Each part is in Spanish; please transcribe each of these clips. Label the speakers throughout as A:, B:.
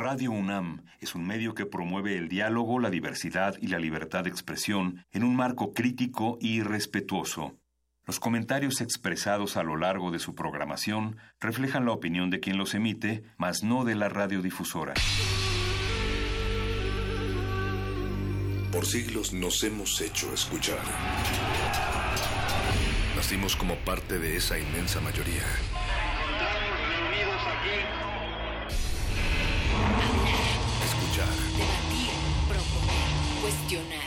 A: Radio UNAM es un medio que promueve el diálogo, la diversidad y la libertad de expresión en un marco crítico y respetuoso. Los comentarios expresados a lo largo de su programación reflejan la opinión de quien los emite, mas no de la radiodifusora.
B: Por siglos nos hemos hecho escuchar. Nacimos como parte de esa inmensa mayoría.
C: Reunidos aquí.
B: Escuchar.
D: Debatir, proponer, cuestionar.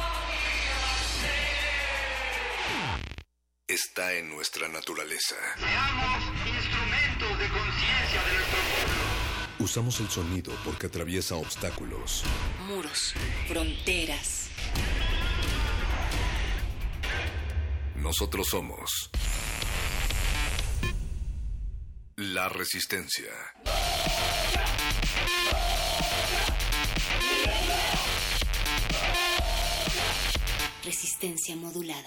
B: Está en nuestra naturaleza.
C: Seamos instrumentos de conciencia de nuestro pueblo.
B: Usamos el sonido porque atraviesa obstáculos,
D: Muros, fronteras.
B: Nosotros somos la Resistencia.
D: Resistencia modulada.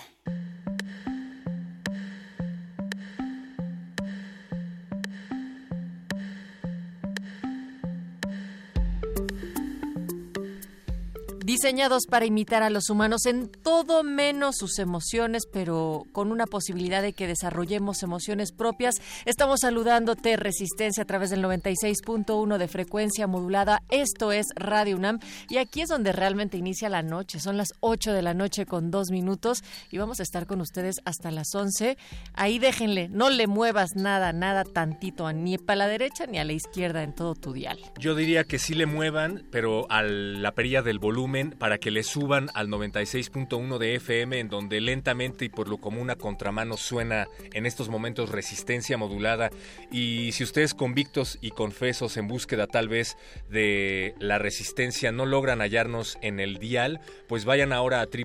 E: Diseñados para imitar a los humanos en todo menos sus emociones, pero con una posibilidad de que desarrollemos emociones propias. Estamos saludándote, Resistencia, a través del 96.1 de frecuencia modulada. Esto es Radio UNAM y aquí es donde realmente inicia la noche. Son las 8 de la noche con 2 minutos y vamos a estar con ustedes hasta las 11. Ahí déjenle, no le muevas nada tantito, ni para la derecha ni a la izquierda en todo tu dial.
F: Yo diría que sí le muevan, pero a la perilla del volumen, para que le suban al 96.1 de FM, en donde lentamente y por lo común a contramano suena en estos momentos Resistencia modulada. Y si ustedes, convictos y confesos en búsqueda tal vez de la resistencia, no logran hallarnos en el dial, pues vayan ahora a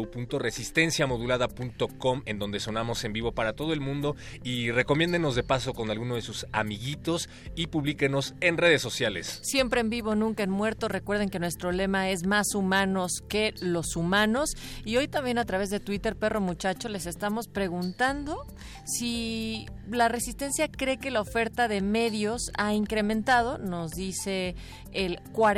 F: www.resistenciamodulada.com, en donde sonamos en vivo para todo el mundo, y recomiéndenos de paso con alguno de sus amiguitos y publíquenos en redes sociales.
E: Siempre en vivo, nunca en muerto. Recuerden que nuestro lema es más humanos que los humanos, y hoy también a través de Twitter, Perro Muchacho, les estamos preguntando si la Resistencia cree que la oferta de medios ha incrementado. Nos dice el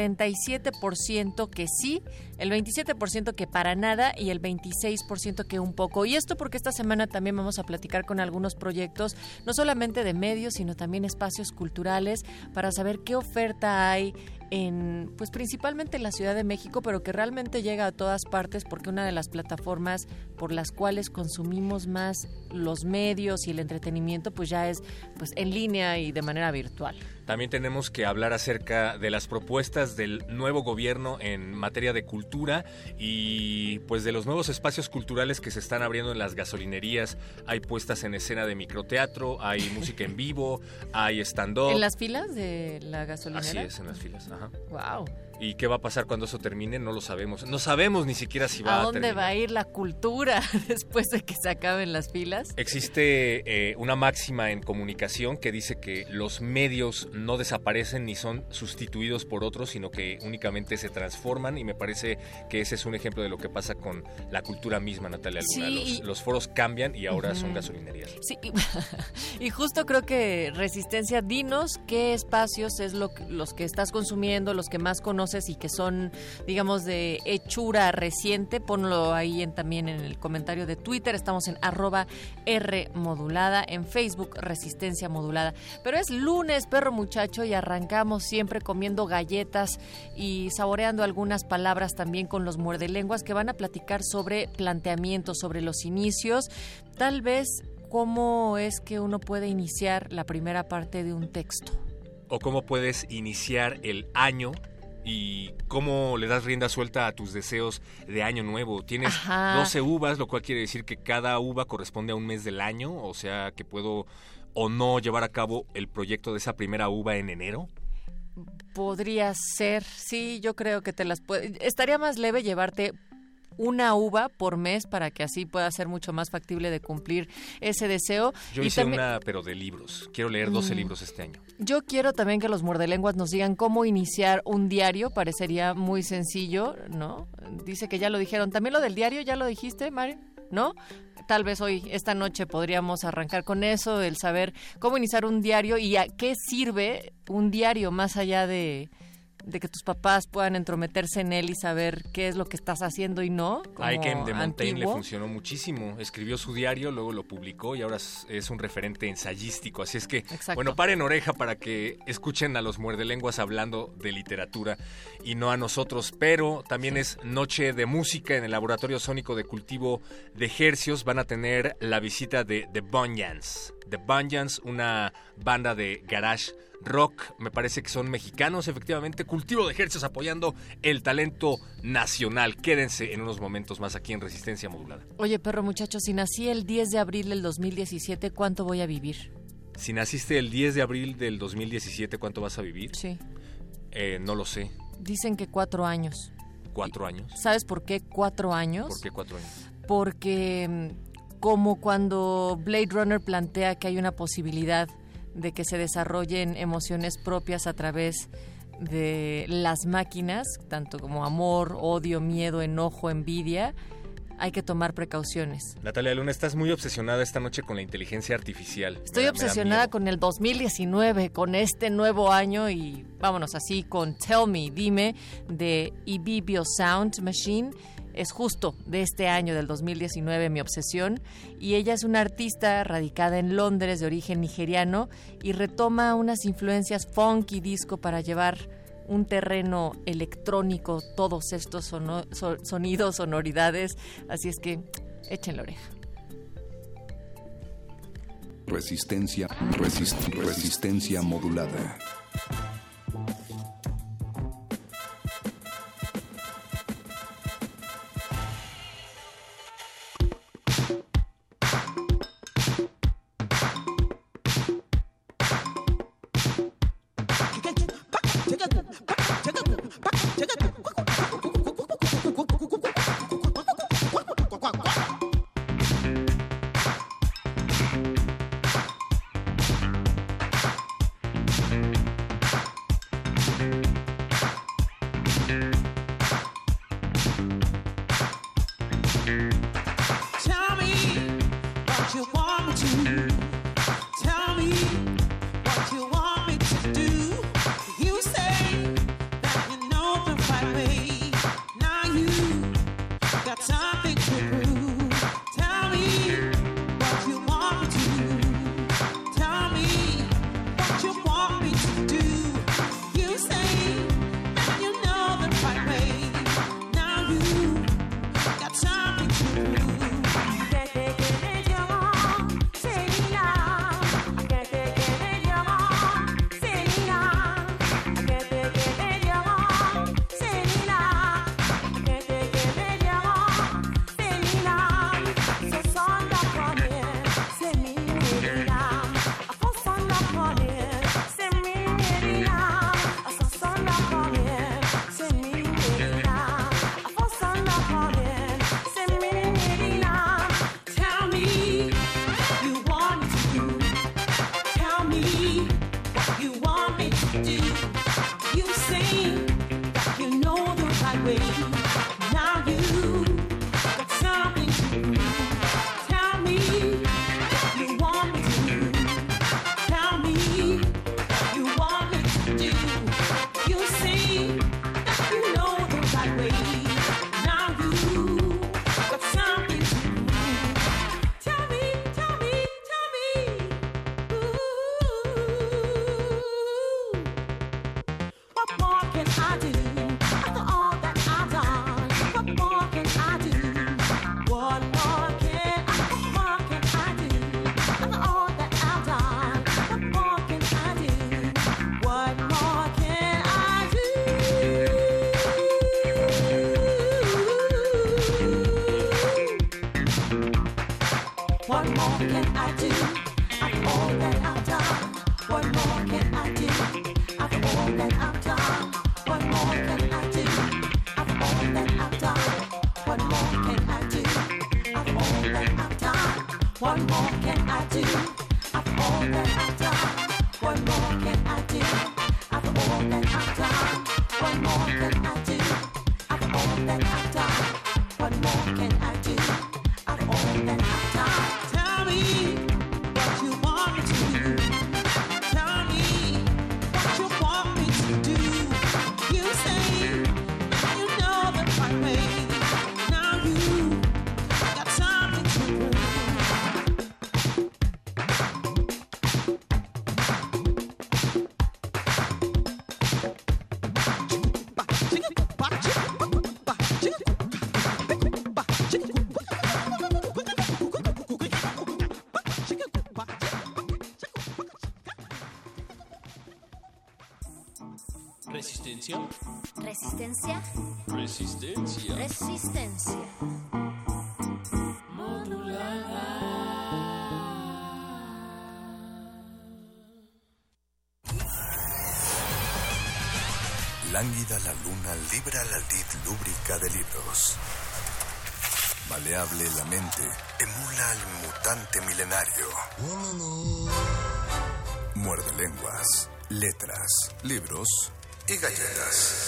E: 47% que sí, el 27% que para nada y el 26% que un poco. Y esto porque esta semana también vamos a platicar con algunos proyectos, no solamente de medios, sino también espacios culturales, para saber qué oferta hay pues principalmente en la Ciudad de México, pero que realmente llega a todas partes, porque una de las plataformas por las cuales consumimos más los medios y el entretenimiento pues ya es pues en línea y de manera virtual.
F: También tenemos que hablar acerca de las propuestas del nuevo gobierno en materia de cultura y pues de los nuevos espacios culturales que se están abriendo en las gasolinerías. Hay puestas en escena de microteatro, hay música en vivo, hay stand-up.
E: ¿En las filas de la gasolinera?
F: Así es, en las filas, ajá.
E: Wow.
F: ¿Y qué va a pasar cuando eso termine? No lo sabemos. No sabemos ni siquiera si va a terminar.
E: ¿A dónde va a ir la cultura después de que se acaben las filas?
F: Existe una máxima en comunicación que dice que los medios no desaparecen ni son sustituidos por otros, sino que únicamente se transforman, y me parece que ese es un ejemplo de lo que pasa con la cultura misma, Natalia Luna. Sí, los foros cambian y ahora son gasolinerías. Sí,
E: y justo creo que Resistencia, dinos qué espacios es los que estás consumiendo, los que más conoces y que son, digamos, de hechura reciente. Ponlo ahí también en el comentario de Twitter. Estamos en @Rmodulada, en Facebook Resistencia Modulada. Pero es lunes, Perro Muchacho, y arrancamos siempre comiendo galletas y saboreando algunas palabras también con los muerdelenguas, que van a platicar sobre planteamientos, sobre los inicios, tal vez cómo es que uno puede iniciar la primera parte de un texto.
F: O cómo puedes iniciar el año y cómo le das rienda suelta a tus deseos de año nuevo. Tienes 12 uvas, lo cual quiere decir que cada uva corresponde a un mes del año, o sea que puedo o no llevar a cabo el proyecto de esa primera uva en enero.
E: Podría ser, sí, yo creo que estaría más leve llevarte una uva por mes para que así pueda ser mucho más factible de cumplir ese deseo.
F: Yo hice una, pero de libros. Quiero leer 12 libros este año.
E: Yo quiero también que los muerdelenguas nos digan cómo iniciar un diario. Parecería muy sencillo, ¿no? Dice que ya lo dijeron. ¿También lo del diario ya lo dijiste, Mari? ¿No? Tal vez hoy, esta noche, podríamos arrancar con eso, el saber cómo iniciar un diario y a qué sirve un diario más allá de que tus papás puedan entrometerse en él y saber qué es lo que estás haciendo y no.
F: Aiken de Montaigne le
E: antiguo.
F: funcionó muchísimo. Escribió su diario, luego lo publicó y ahora es un referente ensayístico. Así es que,
E: Exacto.
F: bueno, paren oreja para que escuchen a los muerdelenguas hablando de literatura y no a nosotros. Pero también es noche de música en el Laboratorio Sónico de Cultivo de Hercios. Van a tener la visita de The Bunjans. The Bunjans, una banda de garage rock, me parece que son mexicanos, efectivamente. Cultivo de Hercios apoyando el talento nacional. Quédense en unos momentos más aquí en Resistencia Modulada.
E: Oye, perro muchacho, si nací el 10 de abril del 2017, ¿cuánto voy a vivir?
F: Si naciste el 10 de abril del 2017, ¿cuánto vas a vivir?
E: Sí.
F: No lo sé.
E: Dicen que 4 años.
F: 4 años.
E: ¿Sabes por qué 4 años?
F: ¿Por qué 4 años?
E: Porque como cuando Blade Runner plantea que hay una posibilidad de que se desarrollen emociones propias a través de las máquinas, tanto como amor, odio, miedo, enojo, envidia, hay que tomar precauciones.
F: Natalia Luna, estás muy obsesionada esta noche con la inteligencia artificial.
E: Estoy
F: Me da
E: obsesionada
F: miedo.
E: con el 2019, con este nuevo año y vámonos así con Tell Me, Dime, de Ibibio Sound Machine. Es justo de este año, del 2019, mi obsesión. Y ella es una artista radicada en Londres, de origen nigeriano, y retoma unas influencias funk y disco para llevar un terreno electrónico, todos estos sonidos, sonoridades. Así es que échenle oreja.
B: Resistencia modulada.
G: Resistencia.
H: Resistencia.
G: Resistencia.
H: Resistencia.
B: Lánguida la luna libra la lid lúbrica de libros. Maleable la mente emula al mutante milenario. Muerde lenguas, letras, libros y galletas.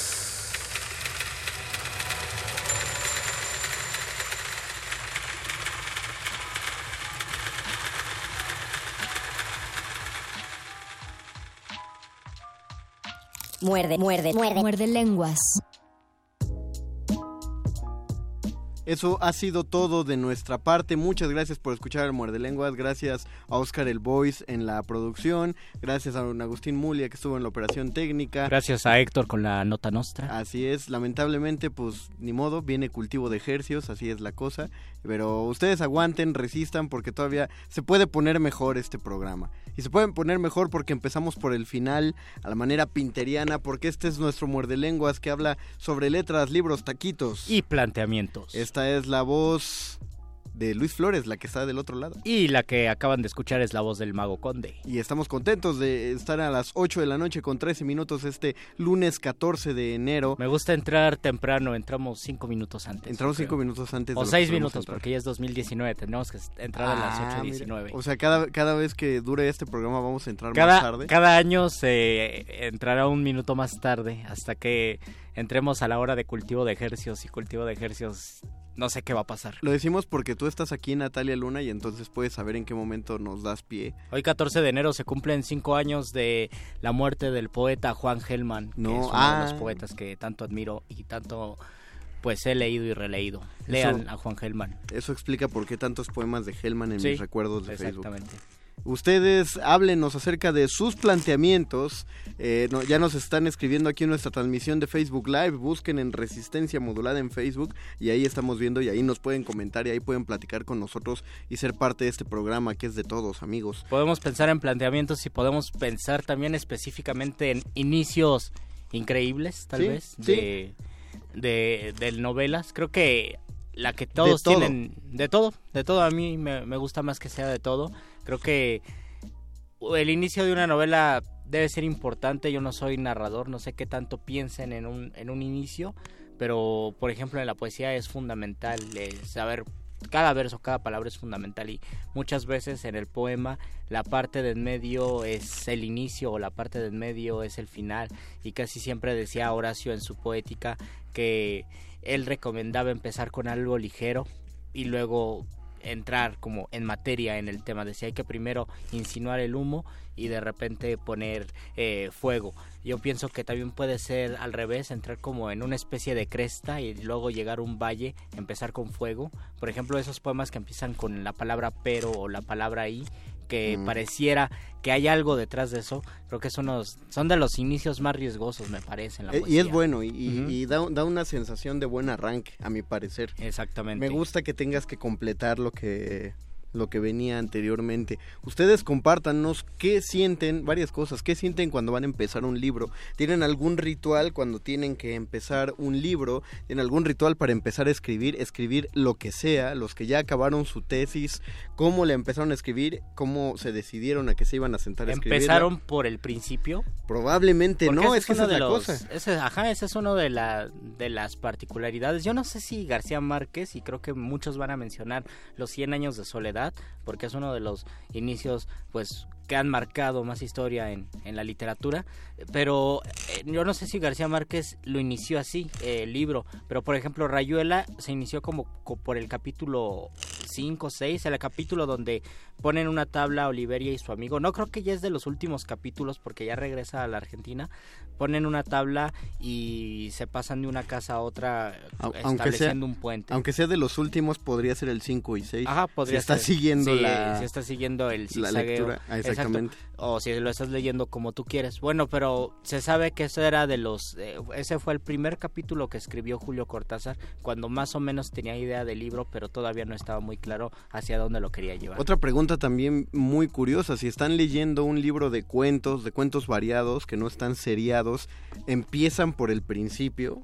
H: Muerde lenguas.
I: Eso ha sido todo de nuestra parte. Muchas gracias por escuchar el Muerde Lenguas. Gracias a Oscar el Voice en la producción. Gracias a don Agustín Mulia que estuvo en la operación técnica.
J: Gracias a Héctor con la nota nostra.
I: Así es, lamentablemente pues ni modo, viene cultivo de hercios, así es la cosa. Pero ustedes aguanten, resistan porque todavía se puede poner mejor este programa. Y se pueden poner mejor porque empezamos por el final a la manera pinteriana, porque este es nuestro Muerde Lenguas que habla sobre letras, libros, taquitos
J: y planteamientos.
I: Esta es la voz de Luis Flores, la que está del otro lado.
J: Y la que acaban de escuchar es la voz del Mago Conde.
I: Y estamos contentos de estar a las 8 de la noche con 13 minutos este lunes 14 de enero.
J: Me gusta entrar temprano, entramos 5 minutos antes.
I: Entramos 5 minutos antes.
J: O 6 minutos, porque ya es 2019, tenemos que entrar a las 8:19.
I: O sea, cada vez que dure este programa vamos a entrar más tarde.
J: Cada año se entrará un minuto más tarde, hasta que entremos a la hora de cultivo de hercios, y cultivo de hercios... No sé qué va a pasar.
I: Lo decimos porque tú estás aquí, Natalia Luna, y entonces puedes saber en qué momento nos das pie.
J: Hoy 14 de enero se cumplen 5 años de la muerte del poeta Juan Gelman, que es uno de los poetas que tanto admiro y tanto pues he leído y releído. Lean a Juan Gelman.
I: Eso explica por qué tantos poemas de Gelman en mis recuerdos de Facebook.
J: Exactamente.
I: Ustedes háblenos acerca de sus planteamientos. Ya nos están escribiendo aquí en nuestra transmisión de Facebook Live. Busquen en Resistencia Modulada en Facebook y ahí estamos viendo y ahí nos pueden comentar y ahí pueden platicar con nosotros y ser parte de este programa que es de todos, amigos.
J: Podemos pensar en planteamientos y podemos pensar también específicamente en inicios increíbles, tal vez, de novelas. Creo que la que todos tienen... De todo. A mí me gusta más que sea de todo. Creo que el inicio de una novela debe ser importante. Yo no soy narrador, no sé qué tanto piensen en un inicio, pero por ejemplo en la poesía es fundamental saber cada verso, cada palabra es fundamental, y muchas veces en el poema la parte de en medio es el inicio o la parte de en medio es el final, y casi siempre decía Horacio en su Poética que él recomendaba empezar con algo ligero y luego entrar como en materia en el tema. Decía, hay que primero insinuar el humo y de repente poner fuego. Yo pienso que también puede ser al revés, entrar como en una especie de cresta y luego llegar a un valle, empezar con fuego. Por ejemplo, esos poemas que empiezan con la palabra pero o la palabra y, que pareciera que hay algo detrás de eso. Creo que son de los inicios más riesgosos, me parece, en la poesía.
I: Y es bueno, y da una sensación de buen arranque, a mi parecer.
J: Exactamente.
I: Me gusta que tengas que completar lo que venía anteriormente. Ustedes compártanos qué sienten, varias cosas, qué sienten cuando van a empezar un libro. ¿Tienen algún ritual cuando tienen que empezar un libro? ¿Tienen algún ritual para empezar a escribir lo que sea? Los que ya acabaron su tesis, ¿cómo le empezaron a escribir? ¿Cómo se decidieron a que se iban a sentar a escribir?
J: ¿Empezaron por el principio?
I: Probablemente porque no, es que esa es la cosa.
J: Ese es uno de las particularidades. Yo no sé si García Márquez, y creo que muchos van a mencionar los 100 años de soledad, porque es uno de los inicios pues que han marcado más historia en la literatura, pero yo no sé si García Márquez lo inició así, el libro, pero por ejemplo Rayuela se inició como por el capítulo 5, 6, el capítulo donde ponen una tabla a Oliveria y su amigo. No creo que ya es de los últimos capítulos porque ya regresa a la Argentina. Ponen una tabla y se pasan de una casa a otra, estableciendo un puente.
I: Aunque sea de los últimos, podría ser el 5 y 6.
J: Ajá, podría
I: ser. Si
J: está siguiendo el zigzagueo.
I: La lectura, exactamente.
J: O si lo estás leyendo como tú quieres. Bueno, pero se sabe que eso era de los... ese fue el primer capítulo que escribió Julio Cortázar, cuando más o menos tenía idea del libro, pero todavía no estaba muy muy claro hacia dónde lo quería llevar.
I: Otra pregunta también muy curiosa, si están leyendo un libro de cuentos variados que no están seriados, ¿empiezan por el principio?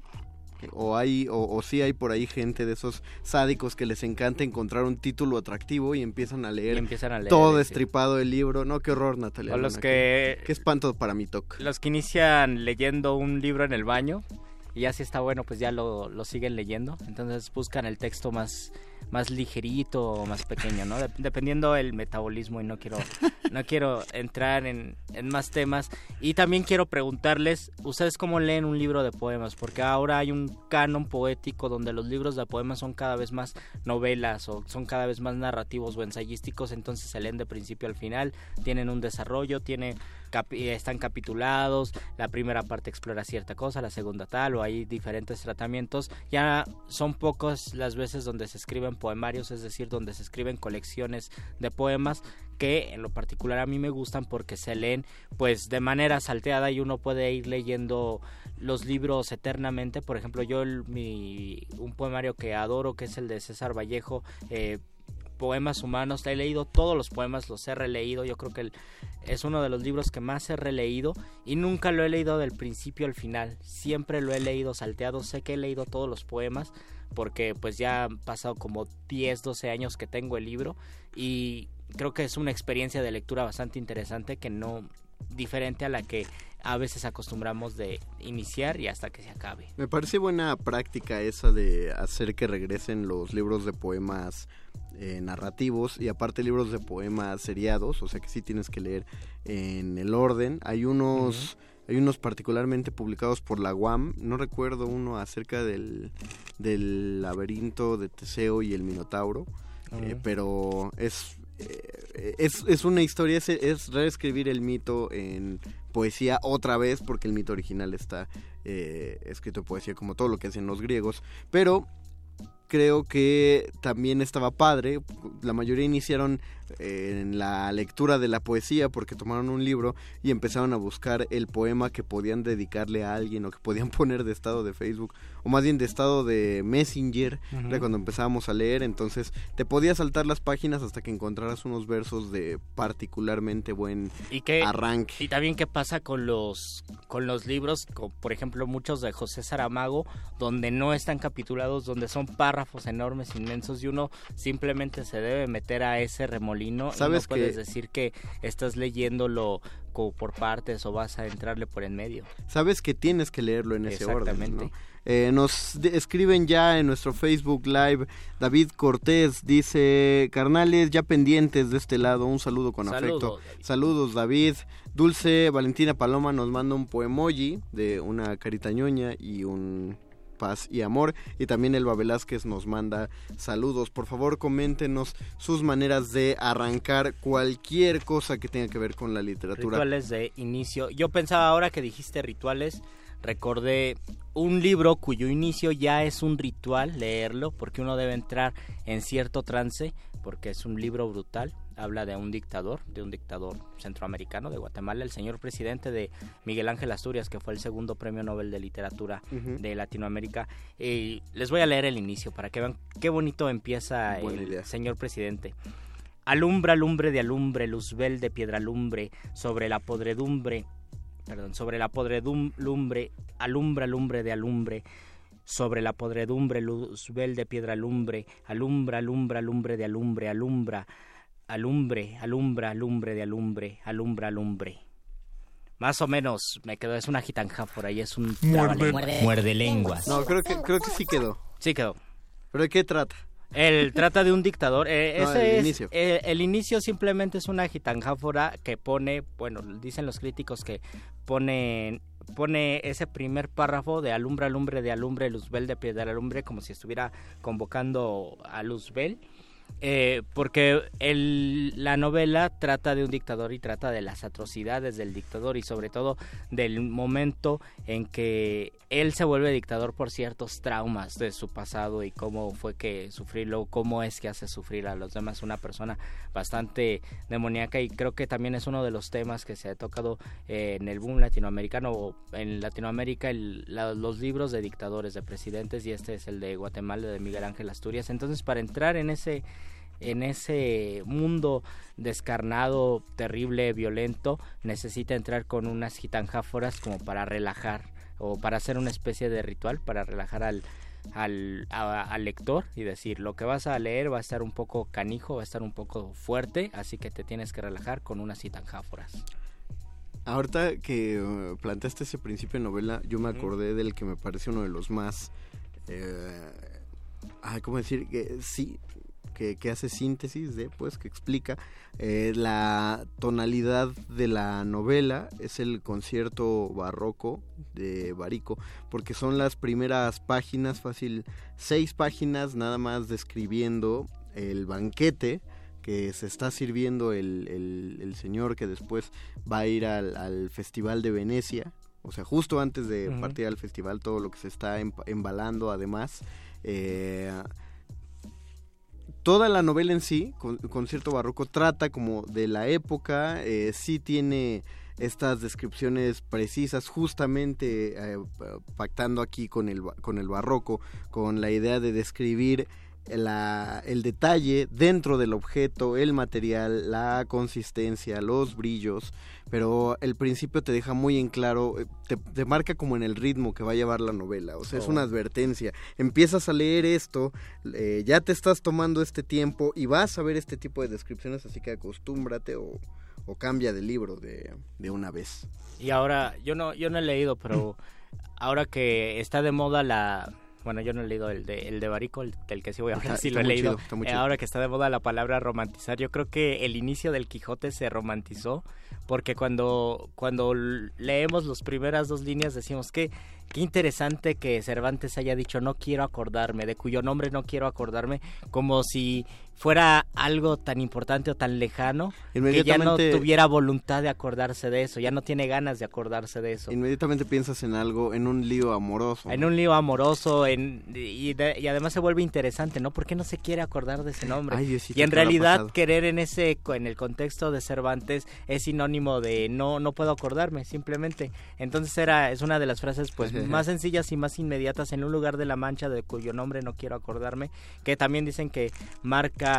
I: O sí hay por ahí gente de esos sádicos que les encanta encontrar un título atractivo y empiezan a leer todo destripado el libro. No, qué horror, Natalia.
J: O los qué
I: espanto para mi TOC.
J: Los que inician leyendo un libro en el baño y ya si está bueno, pues ya lo siguen leyendo. Entonces buscan el texto más ligerito o más pequeño, ¿no? Dependiendo el metabolismo, y no quiero entrar en más temas. Y también quiero preguntarles, ¿ustedes cómo leen un libro de poemas? Porque ahora hay un canon poético donde los libros de poemas son cada vez más novelas o son cada vez más narrativos o ensayísticos, entonces se leen de principio al final, tienen un desarrollo, están capitulados, la primera parte explora cierta cosa, la segunda tal, o hay diferentes tratamientos. Ya son pocas las veces donde se escriben poemarios, es decir, donde se escriben colecciones de poemas, que en lo particular a mí me gustan porque se leen pues de manera salteada y uno puede ir leyendo los libros eternamente. Por ejemplo, yo un poemario que adoro, que es el de César Vallejo, Poemas Humanos, he leído todos los poemas, los he releído. Yo creo que es uno de los libros que más he releído y nunca lo he leído del principio al final, siempre lo he leído salteado. Sé que he leído todos los poemas porque pues ya han pasado como 10, 12 años que tengo el libro y creo que es una experiencia de lectura bastante interesante, que no diferente a la que a veces acostumbramos de iniciar y hasta que se acabe.
I: Me parece buena práctica esa de hacer que regresen los libros de poemas narrativos y aparte libros de poemas seriados, o sea que sí tienes que leer en el orden. Hay unos particularmente publicados por la UAM, no recuerdo uno acerca del laberinto de Teseo y el Minotauro, pero es una historia, es reescribir el mito en poesía otra vez, porque el mito original está escrito en poesía como todo lo que hacen los griegos, pero creo que también estaba padre. La mayoría iniciaron en la lectura de la poesía porque tomaron un libro y empezaron a buscar el poema que podían dedicarle a alguien o que podían poner de estado de Facebook, o más bien de estado de Messenger. Era cuando empezábamos a leer, entonces te podías saltar las páginas hasta que encontraras unos versos de particularmente buen arranque.
J: Y también qué pasa con los libros, por ejemplo muchos de José Saramago, donde no están capitulados, donde son párrafos enormes, inmensos, y uno simplemente se debe meter a ese remolino. ¿Sabes? Y no puedes decir que estás leyéndolo por partes o vas a entrarle por en medio. Sabes que tienes que leerlo en ese orden, ¿no?
I: Nos escriben ya en nuestro Facebook Live. David Cortés dice: carnales ya pendientes de este lado, un saludo con afecto. Saludos, David. Dulce Valentina Paloma nos manda un poemoji de una carita ñoña y un paz y amor, y también Elba Velázquez nos manda saludos. Por favor, coméntenos sus maneras de arrancar cualquier cosa que tenga que ver con la literatura.
J: Rituales de inicio. Yo pensaba, ahora que dijiste rituales, recordé un libro cuyo inicio ya es un ritual leerlo, porque uno debe entrar en cierto trance, porque es un libro brutal. Habla de un dictador centroamericano de Guatemala, el señor presidente de Miguel Ángel Asturias, que fue el segundo premio Nobel de Literatura de Latinoamérica. Les voy a leer el inicio para que vean qué bonito empieza señor presidente. Alumbra, lumbre de alumbre, luzbel de piedra lumbre, sobre la podredumbre, alumbra, lumbre de alumbre, sobre la podredumbre, luzbel de piedra lumbre, alumbra, lumbre de alumbre, alumbra, lumbre de alumbre, alumbre. Más o menos me quedó, es una gitanjáfora y es un muerde lenguas.
I: No, creo que sí quedó.
J: Sí quedó.
I: ¿Pero de qué trata?
J: Él trata de un dictador.
I: Inicio.
J: El inicio simplemente es una gitanjáfora que pone, bueno, dicen los críticos que pone ese primer párrafo de alumbra, lumbre de alumbre, luzbel de piedra alumbre, como si estuviera convocando a Luzbel. Porque la novela trata de un dictador y trata de las atrocidades del dictador y sobre todo del momento en que él se vuelve dictador por ciertos traumas de su pasado y cómo fue que sufrirlo, cómo es que hace sufrir a los demás, una persona bastante demoníaca. Y creo que también es uno de los temas que se ha tocado en el boom latinoamericano, o en Latinoamérica, los libros de dictadores, de presidentes, y este es el de Guatemala, de Miguel Ángel Asturias. Entonces, para entrar en ese en ese mundo descarnado, terrible, violento, necesita entrar con unas gitanjáforas como para relajar o para hacer una especie de ritual para relajar al lector y decir, lo que vas a leer va a estar un poco canijo, va a estar un poco fuerte, así que te tienes que relajar con unas gitanjáforas.
I: Ahorita que planteaste ese principio de novela, yo me acordé del que me parece uno de los más... ¿cómo decir? Que hace síntesis de, pues, que explica la tonalidad de la novela, es el concierto barroco de Barico, porque son las primeras páginas, fácil 6 páginas nada más describiendo el banquete que se está sirviendo el señor que después va a ir al Festival de Venecia, o sea, justo antes de partir al festival, todo lo que se está embalando además. Toda la novela en sí, Concierto Barroco, trata como de la época, sí tiene estas descripciones precisas, justamente pactando aquí con el barroco, con la idea de describir el detalle dentro del objeto, el material, la consistencia, los brillos, pero el principio te deja muy en claro, te marca como en el ritmo que va a llevar la novela, o sea, es una advertencia, empiezas a leer esto, ya te estás tomando este tiempo y vas a ver este tipo de descripciones, así que acostúmbrate o cambia de libro de una vez. Y
J: ahora, yo no he leído, pero ahora que está de moda bueno, yo no he leído el de Barico, del que sí voy a hablar, sí lo he leído. Ahora que está de moda la palabra romantizar, yo creo que el inicio del Quijote se romantizó, porque cuando leemos las primeras 2 líneas decimos que qué interesante que Cervantes haya dicho no quiero acordarme, de cuyo nombre no quiero acordarme, como si fuera algo tan importante o tan lejano que ya no tuviera voluntad de acordarse de eso, ya no tiene ganas de acordarse de eso.
I: Inmediatamente piensas en algo, en un lío amoroso.
J: En un lío amoroso, y además se vuelve interesante, ¿no? ¿Por qué no se quiere acordar de ese nombre?
I: Ay, Diosito,
J: y en realidad querer en el contexto de Cervantes es sinónimo de no puedo acordarme, simplemente. Entonces es una de las frases pues más sencillas y más inmediatas, en un lugar de la Mancha de cuyo nombre no quiero acordarme, que también dicen que marca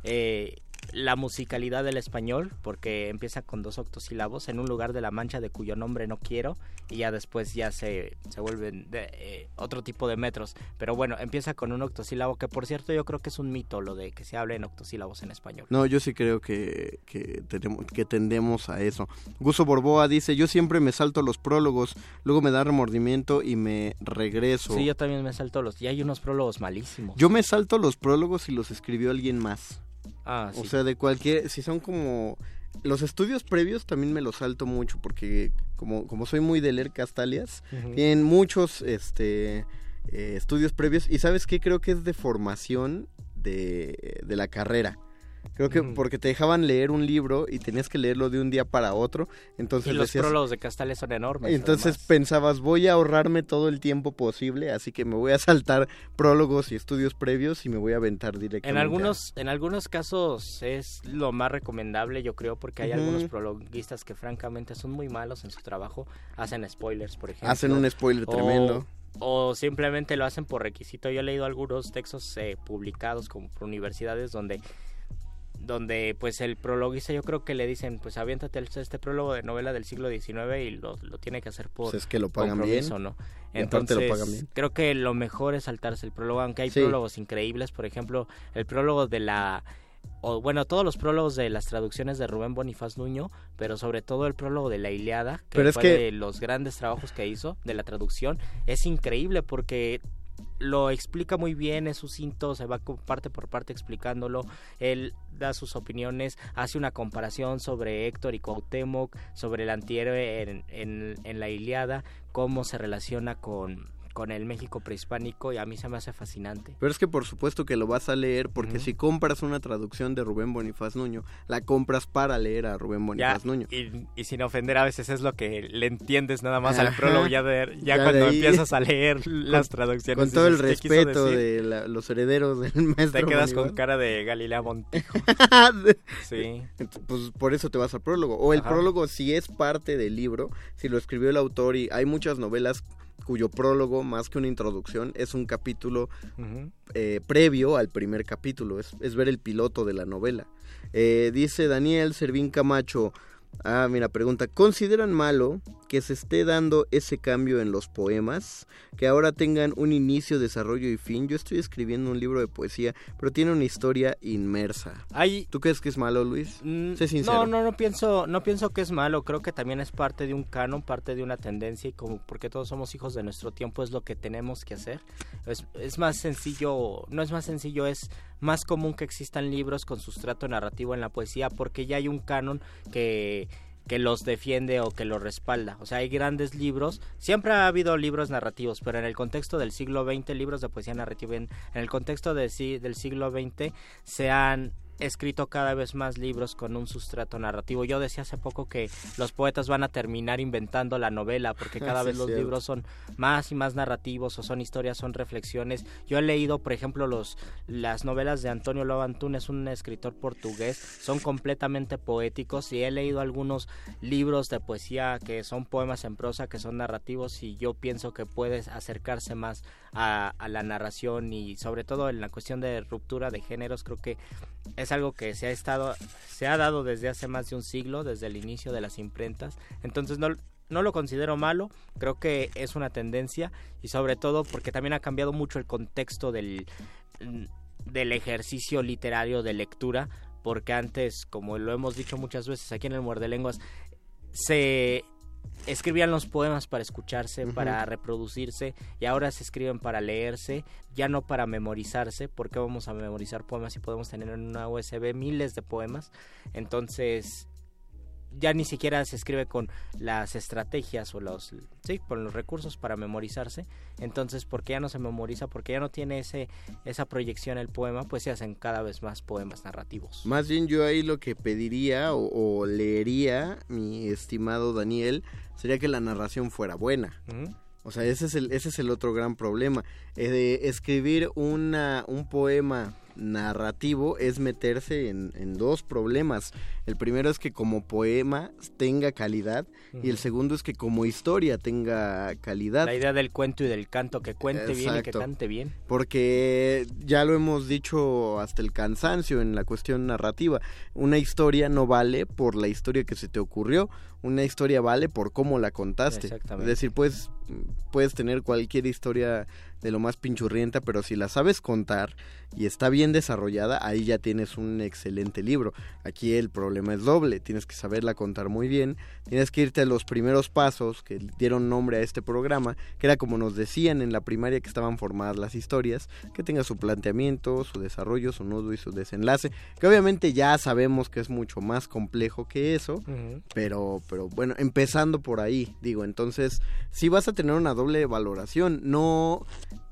J: la musicalidad del español, porque empieza con 2 octosílabos, en un lugar de la Mancha de cuyo nombre no quiero, y ya después ya se vuelven otro tipo de metros, pero bueno, empieza con un octosílabo, que por cierto yo creo que es un mito lo de que se hable en octosílabos en español.
I: No, yo sí creo que tendemos a eso. Guso Borboa dice, yo siempre me salto los prólogos, luego me da remordimiento y me regreso.
J: Sí, yo también me salto y hay unos prólogos malísimos.
I: Yo me salto los prólogos y los escribió alguien más.
J: Sí.
I: O sea, si son como los estudios previos también me los salto mucho, porque como soy muy de leer Castalias, tienen muchos estudios previos, y ¿sabes qué? Creo que es de formación de la carrera. Creo que porque te dejaban leer un libro y tenías que leerlo de un día para otro, entonces
J: y los prólogos de Castalias son enormes.
I: Entonces
J: además
I: pensabas, voy a ahorrarme todo el tiempo posible, así que me voy a saltar prólogos y estudios previos y me voy a aventar directamente. En
J: algunos casos es lo más recomendable, yo creo, porque hay algunos prologuistas que francamente son muy malos en su trabajo, hacen spoilers, por ejemplo.
I: Hacen un spoiler tremendo.
J: O simplemente lo hacen por requisito. Yo he leído algunos textos publicados como por universidades donde pues el prologuista, yo creo que le dicen, pues aviéntate este prólogo de novela del siglo XIX y lo tiene que hacer por
I: pues es que lo pagan
J: compromiso,
I: bien,
J: ¿no?
I: Entonces lo pagan bien.
J: Creo que lo mejor es saltarse el prólogo, aunque hay prólogos increíbles, por ejemplo, el prólogo de todos los prólogos de las traducciones de Rubén Bonifaz Nuño, pero sobre todo el prólogo de la Ilíada, que fue de los grandes trabajos que hizo de la traducción, es increíble porque lo explica muy bien, es sucinto, se va parte por parte explicándolo, él da sus opiniones, hace una comparación sobre Héctor y Cuauhtémoc, sobre el antihéroe en la Ilíada, cómo se relaciona con el México prehispánico, y a mí se me hace fascinante.
I: Pero es que por supuesto que lo vas a leer, porque si compras una traducción de Rubén Bonifaz Nuño, la compras para leer a Rubén Bonifaz Nuño.
J: Y sin ofender, a veces es lo que le entiendes nada más al prólogo, ya cuando empiezas a leer las traducciones.
I: Con todo el respeto de los herederos del maestro
J: te quedas
I: Bonifaz
J: con cara de Galilea Montijo. Sí.
I: Pues por eso te vas al prólogo. O el prólogo, si es parte del libro, si lo escribió el autor, y hay muchas novelas cuyo prólogo, más que una introducción, es un capítulo previo al primer capítulo, es ver el piloto de la novela. Dice Daniel Servín Camacho, mira, pregunta, ¿consideran malo que se esté dando ese cambio en los poemas? Que ahora tengan un inicio, desarrollo y fin. Yo estoy escribiendo un libro de poesía, pero tiene una historia inmersa. ¿Tú crees que es malo, Luis? Sé sincero.
J: No pienso que es malo. Creo que también es parte de un canon, parte de una tendencia, y como porque todos somos hijos de nuestro tiempo es lo que tenemos que hacer. Es más sencillo, no es más sencillo, es más común que existan libros con sustrato narrativo en la poesía porque ya hay un canon que los defiende o que los respalda. O sea, hay grandes libros, siempre ha habido libros narrativos, pero en el contexto del siglo XX, libros de poesía narrativa, en el contexto del siglo XX se han escrito cada vez más libros con un sustrato narrativo. Yo decía hace poco que los poetas van a terminar inventando la novela porque cada vez los libros son más y más narrativos, o son historias, son reflexiones. Yo he leído, por ejemplo, las novelas de Antonio Lobo Antunes, un escritor portugués, son completamente poéticos, y he leído algunos libros de poesía que son poemas en prosa, que son narrativos, y yo pienso que puedes acercarse más a la narración, y sobre todo en la cuestión de ruptura de géneros. Creo que es algo que se ha dado desde hace más de un siglo, desde el inicio de las imprentas. Entonces no lo considero malo, creo que es una tendencia, y sobre todo porque también ha cambiado mucho el contexto del ejercicio literario de lectura, porque antes, como lo hemos dicho muchas veces aquí en el Muerde Lenguas, se escribían los poemas para escucharse, para reproducirse, y ahora se escriben para leerse, ya no para memorizarse. ¿Por qué vamos a memorizar poemas si podemos tener en una USB miles de poemas? Entonces ya ni siquiera se escribe con las estrategias o con los recursos para memorizarse. Entonces, porque ya no se memoriza, porque ya no tiene esa proyección el poema, pues se hacen cada vez más poemas narrativos.
I: Más bien yo ahí lo que pediría o leería, mi estimado Daniel, sería que la narración fuera buena. O sea, ese es el otro gran problema. Escribir un poema narrativo es meterse en dos problemas. El primero es que como poema tenga calidad, y el segundo es que como historia tenga calidad.
J: La idea del cuento y del canto, que cuente bien y que cante bien.
I: Porque ya lo hemos dicho hasta el cansancio en la cuestión narrativa. Una historia no vale por la historia que se te ocurrió, una historia vale por cómo la contaste. Es decir, puedes tener cualquier historia de lo más pinchurrienta, pero si la sabes contar y está bien desarrollada, ahí ya tienes un excelente libro. Aquí el problema es doble, tienes que saberla contar muy bien, tienes que irte a los primeros pasos que dieron nombre a este programa, que era como nos decían en la primaria que estaban formadas las historias, que tenga su planteamiento, su desarrollo, su nudo y su desenlace, que obviamente ya sabemos que es mucho más complejo que eso, pero bueno, empezando por ahí, digo, entonces, si vas a tener una doble valoración, no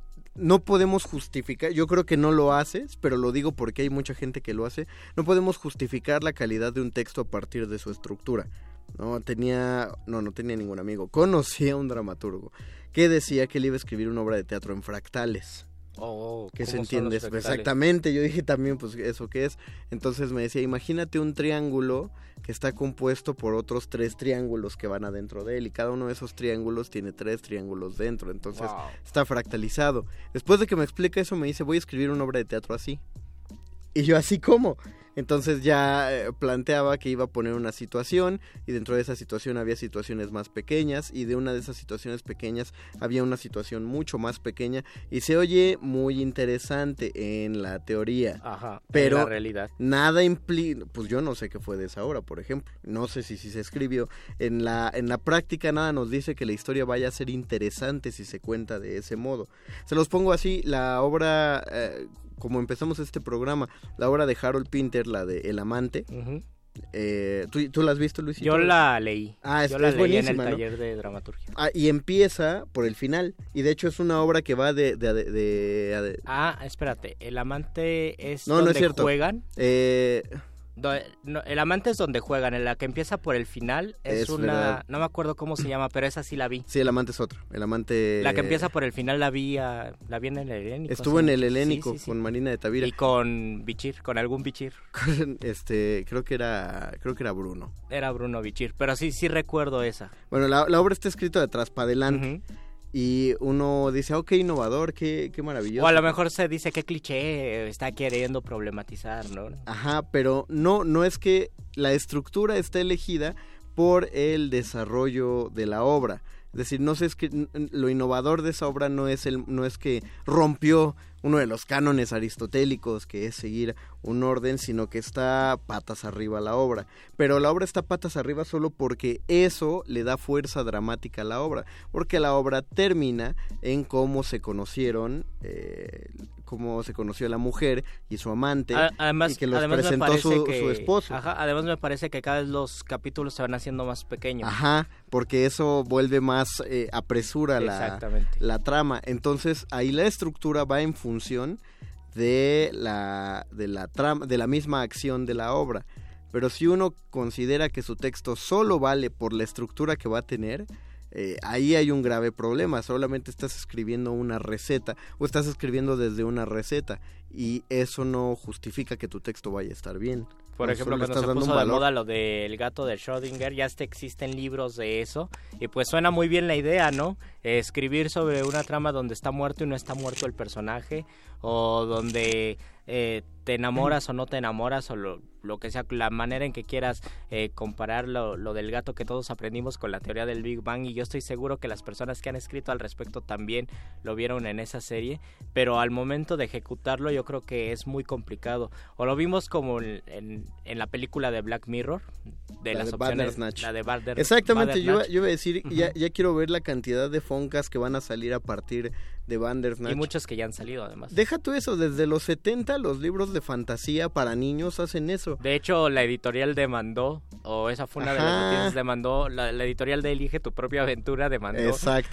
I: podemos justificar, yo creo que no lo haces, pero lo digo porque hay mucha gente que lo hace, no podemos justificar la calidad de un texto a partir de su estructura. No tenía ningún amigo, conocí a un dramaturgo que decía que él iba a escribir una obra de teatro en fractales. ¿Qué se entiende? Exactamente, yo dije también, pues, ¿eso qué es? Entonces me decía, imagínate un triángulo que está compuesto por otros 3 triángulos que van adentro de él, y cada uno de esos triángulos tiene 3 triángulos dentro, entonces está fractalizado. Después de que me explica eso, me dice, voy a escribir una obra de teatro así. Y yo, ¿así cómo? Entonces ya planteaba que iba a poner una situación, y dentro de esa situación había situaciones más pequeñas, y de una de esas situaciones pequeñas había una situación mucho más pequeña, y se oye muy interesante en la teoría, pero
J: en la realidad
I: nada implica, pues yo no sé qué fue de esa obra, por ejemplo, no sé si se escribió, en la práctica nada nos dice que la historia vaya a ser interesante si se cuenta de ese modo. Se los pongo así, la obra... como empezamos este programa, la obra de Harold Pinter, la de El Amante, ¿tú la has visto, Luis?
J: Yo la leí.
I: Yo la leí en el
J: taller de dramaturgia.
I: Y empieza por el final, y de hecho es una obra que va de
J: espérate, El Amante es
I: donde
J: no es
I: cierto.
J: Juegan. El Amante es donde juegan, en la que empieza por el final es una verdad. No me acuerdo cómo se llama, pero esa sí la vi.
I: Sí, El Amante es otra. El Amante,
J: la que empieza por el final la vi en el Helénico.
I: Estuvo en el Helénico, sí. Con Marina de Tavira
J: y con Bichir, con algún Bichir.
I: Creo que era Bruno.
J: Era Bruno Bichir, pero sí recuerdo esa.
I: Bueno, la obra está escrita de atrás para adelante. y uno dice, qué innovador, qué maravilloso.
J: O a lo mejor se dice qué cliché está queriendo problematizar, ¿no?
I: Ajá, pero no es que la estructura está elegida por el desarrollo de la obra. Es decir, no sé, es que lo innovador de esa obra no es que rompió uno de los cánones aristotélicos, que es seguir un orden, sino que está patas arriba la obra. Pero la obra está patas arriba solo porque eso le da fuerza dramática a la obra, porque la obra termina en cómo se conocieron, cómo se conoció la mujer y su amante,
J: además,
I: y que los presentó su esposo.
J: Ajá, además me parece que cada vez los capítulos se van haciendo más pequeños.
I: Ajá, porque eso vuelve más, apresura la trama. Entonces ahí la estructura va en función de la trama, de la misma acción de la obra. Pero si uno considera que su texto solo vale por la estructura que va a tener, ahí hay un grave problema. Solamente estás escribiendo una receta o estás escribiendo desde una receta y eso no justifica que tu texto vaya a estar bien.
J: Por ejemplo, cuando se puso de moda lo del gato de Schrödinger, ya existen libros de eso y pues suena muy bien la idea, ¿no? Escribir sobre una trama donde está muerto y no está muerto el personaje, o donde te enamoras o no te enamoras, o lo que sea, la manera en que quieras comparar lo del gato que todos aprendimos con la teoría del Big Bang, y yo estoy seguro que las personas que han escrito al respecto también lo vieron en esa serie, pero al momento de ejecutarlo yo creo que es muy complicado. O lo vimos como en la película de Black Mirror, de las opciones, la de Bandersnatch.
I: Exactamente, yo iba a decir, ya quiero ver la cantidad de foncas que van a salir a partir de Bandersnatch.
J: Y muchos que ya han salido además.
I: Deja tú eso, desde los 70 los libros de fantasía para niños hacen eso.
J: De hecho, la editorial demandó, o esa fue una de las noticias, demandó, la editorial de Elige tu propia aventura demandó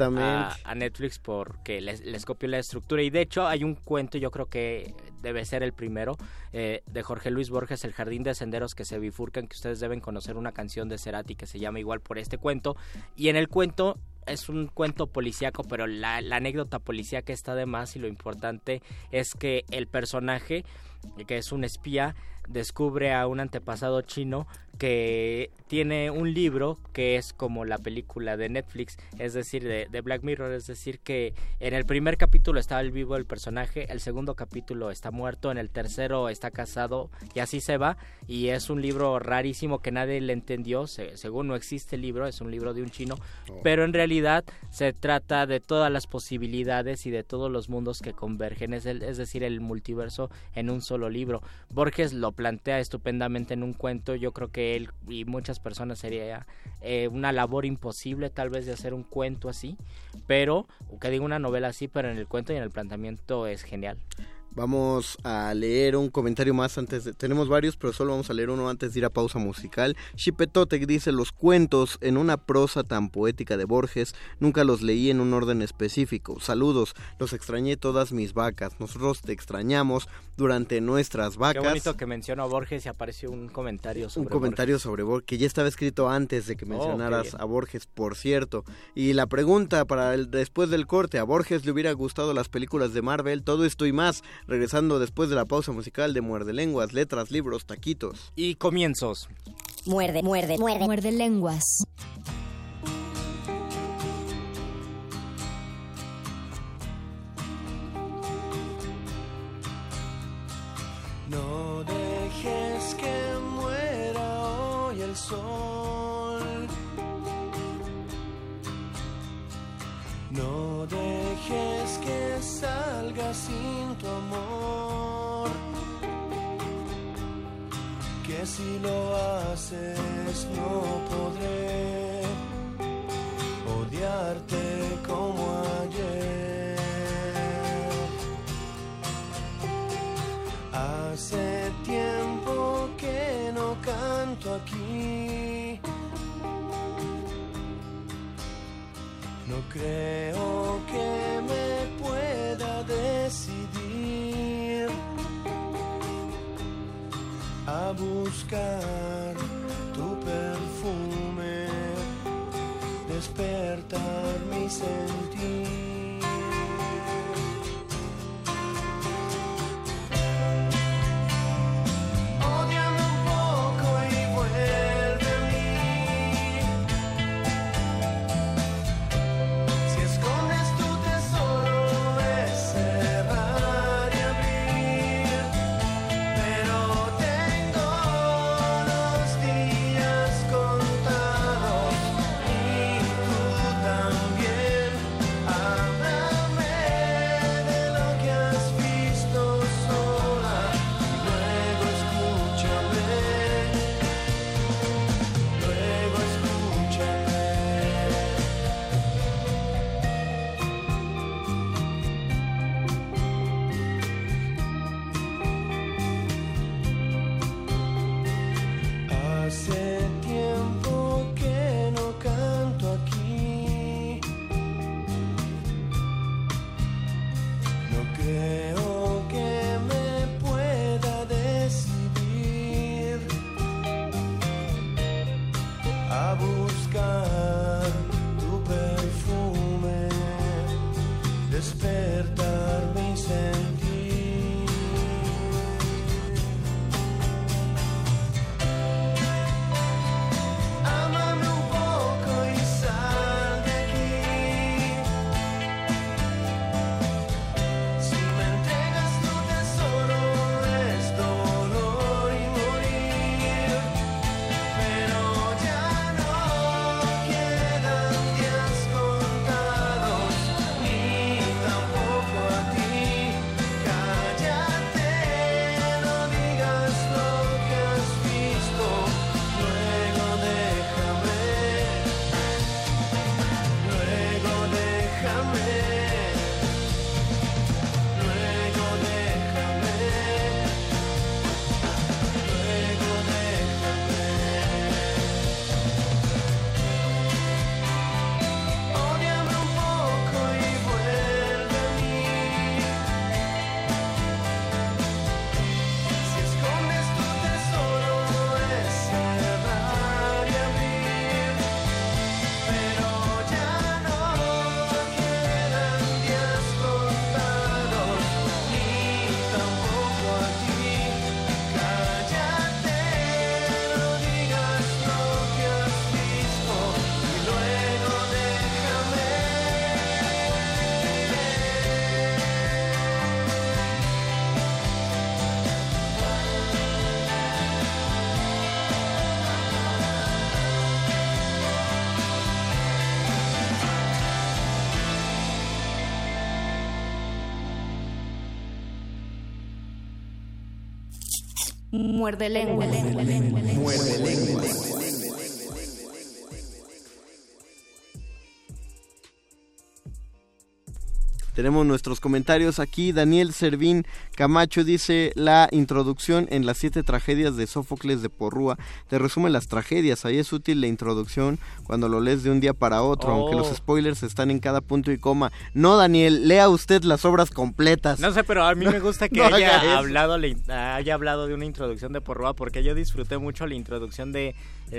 J: a Netflix porque les copió la estructura. Y de hecho hay un cuento, yo creo que debe ser el primero, de Jorge Luis Borges, El jardín de senderos que se bifurcan, que ustedes deben conocer, una canción de Cerati que se llama igual por este cuento. Y en el cuento es un cuento policíaco, pero la anécdota policíaca está de más, y lo importante es que el personaje, que es un espía, descubre a un antepasado chino que tiene un libro que es como la película de Netflix, es decir, de Black Mirror, es decir, que en el primer capítulo está el vivo el personaje, el segundo capítulo está muerto, en el tercero está casado y así se va, y es un libro rarísimo que nadie le entendió, según no existe el libro, es un libro de un chino, pero en realidad se trata de todas las posibilidades y de todos los mundos que convergen, es decir, el multiverso en un solo libro. Borges lo plantea estupendamente en un cuento. Yo creo que él y muchas personas sería una labor imposible tal vez de hacer un cuento así, pero que diga una novela así, pero en el cuento y en el planteamiento es genial.
I: Vamos a leer un comentario más tenemos varios, pero solo vamos a leer uno antes de ir a pausa musical. Chipetotec dice: los cuentos en una prosa tan poética de Borges nunca los leí en un orden específico. Saludos, los extrañé todas mis vacas. Nosotros te extrañamos durante nuestras vacas.
J: Qué bonito que mencionó a Borges y apareció un comentario sobre
I: sobre Borges, que ya estaba escrito antes de que mencionaras a Borges, por cierto. Y la pregunta para después del corte: ¿a Borges le hubiera gustado las películas de Marvel? Todo esto y más, regresando después de la pausa musical de Muerde Lenguas, letras, libros, taquitos
J: y comienzos.
H: Muerde lenguas.
K: No dejes que muera hoy el sol. No dejes que salga sin tu amor, que si lo haces no podré odiarte como ayer. Hace tiempo que no canto aquí, no creo que me pueda decidir a buscar tu perfume, despertar mi sentir. Ódiame un poco y vuelve a mí. Si escondes despertar mi sentir. Ámame un poco y sal de aquí. Si me entregas tu tesoro es dolor y morir, pero ya no quedan días contados, ni tampoco a ti. Cállate, no digas lo que has visto, luego déjame, luego déjame, luego déjame, luego déjame. Ódiame un poco y vuelve a mí. Si escondes tu tesoro es cerrar y abrir, pero ya no quedan días contados, ni tampoco a ti. Cállate, no digas lo que has visto y luego déjame.
H: Muerde lenguas.
I: Muerde lenguas. Tenemos nuestros comentarios aquí. Daniel Servín Camacho dice: la introducción en las 7 tragedias de Sófocles de Porrúa te resume las tragedias. Ahí es útil la introducción cuando lo lees de un día para otro, aunque los spoilers están en cada punto y coma. No, Daniel, lea usted las obras completas.
J: No sé, pero a mí me gusta que
I: No
J: haya
I: haga
J: hablado de una introducción de Porrúa, porque yo disfruté mucho la introducción de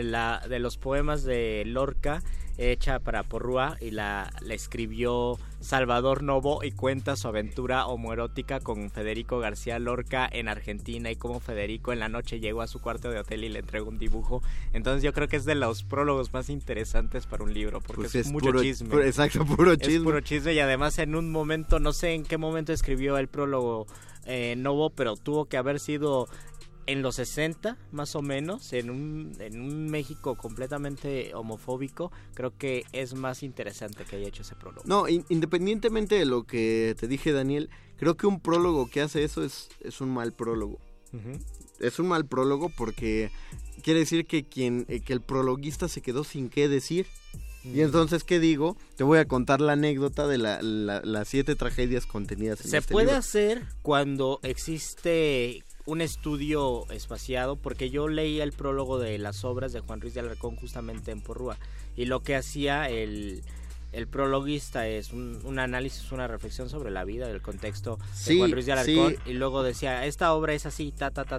J: los poemas de Lorca hecha para Porrúa, y la escribió Salvador Novo, y cuenta su aventura homoerótica con Federico García Lorca en Argentina, y cómo Federico en la noche llegó a su cuarto de hotel y le entregó un dibujo. Entonces yo creo que es de los prólogos más interesantes para un libro, porque
I: Pues
J: es mucho
I: puro,
J: chisme.
I: Exacto, puro chisme.
J: Es puro chisme, y además en un momento, no sé en qué momento escribió el prólogo Novo, pero tuvo que haber sido en los 60, más o menos, en un México completamente homofóbico. Creo que es más interesante que haya hecho ese prólogo.
I: No, independientemente de lo que te dije, Daniel, creo que un prólogo que hace eso es un mal prólogo.
J: Uh-huh.
I: Es un mal prólogo porque quiere decir que el prologuista se quedó sin qué decir. Y entonces, ¿qué digo? Te voy a contar la anécdota de las 7 tragedias contenidas en
J: Se
I: este
J: puede
I: libro.
J: hacer cuando existe un estudio espaciado, porque yo leí el prólogo de las obras de Juan Ruiz de Alarcón justamente en Porrúa, y lo que hacía el prologuista es un análisis, una reflexión sobre la vida, del contexto de Juan Ruiz de Alarcón, y luego decía, esta obra es así,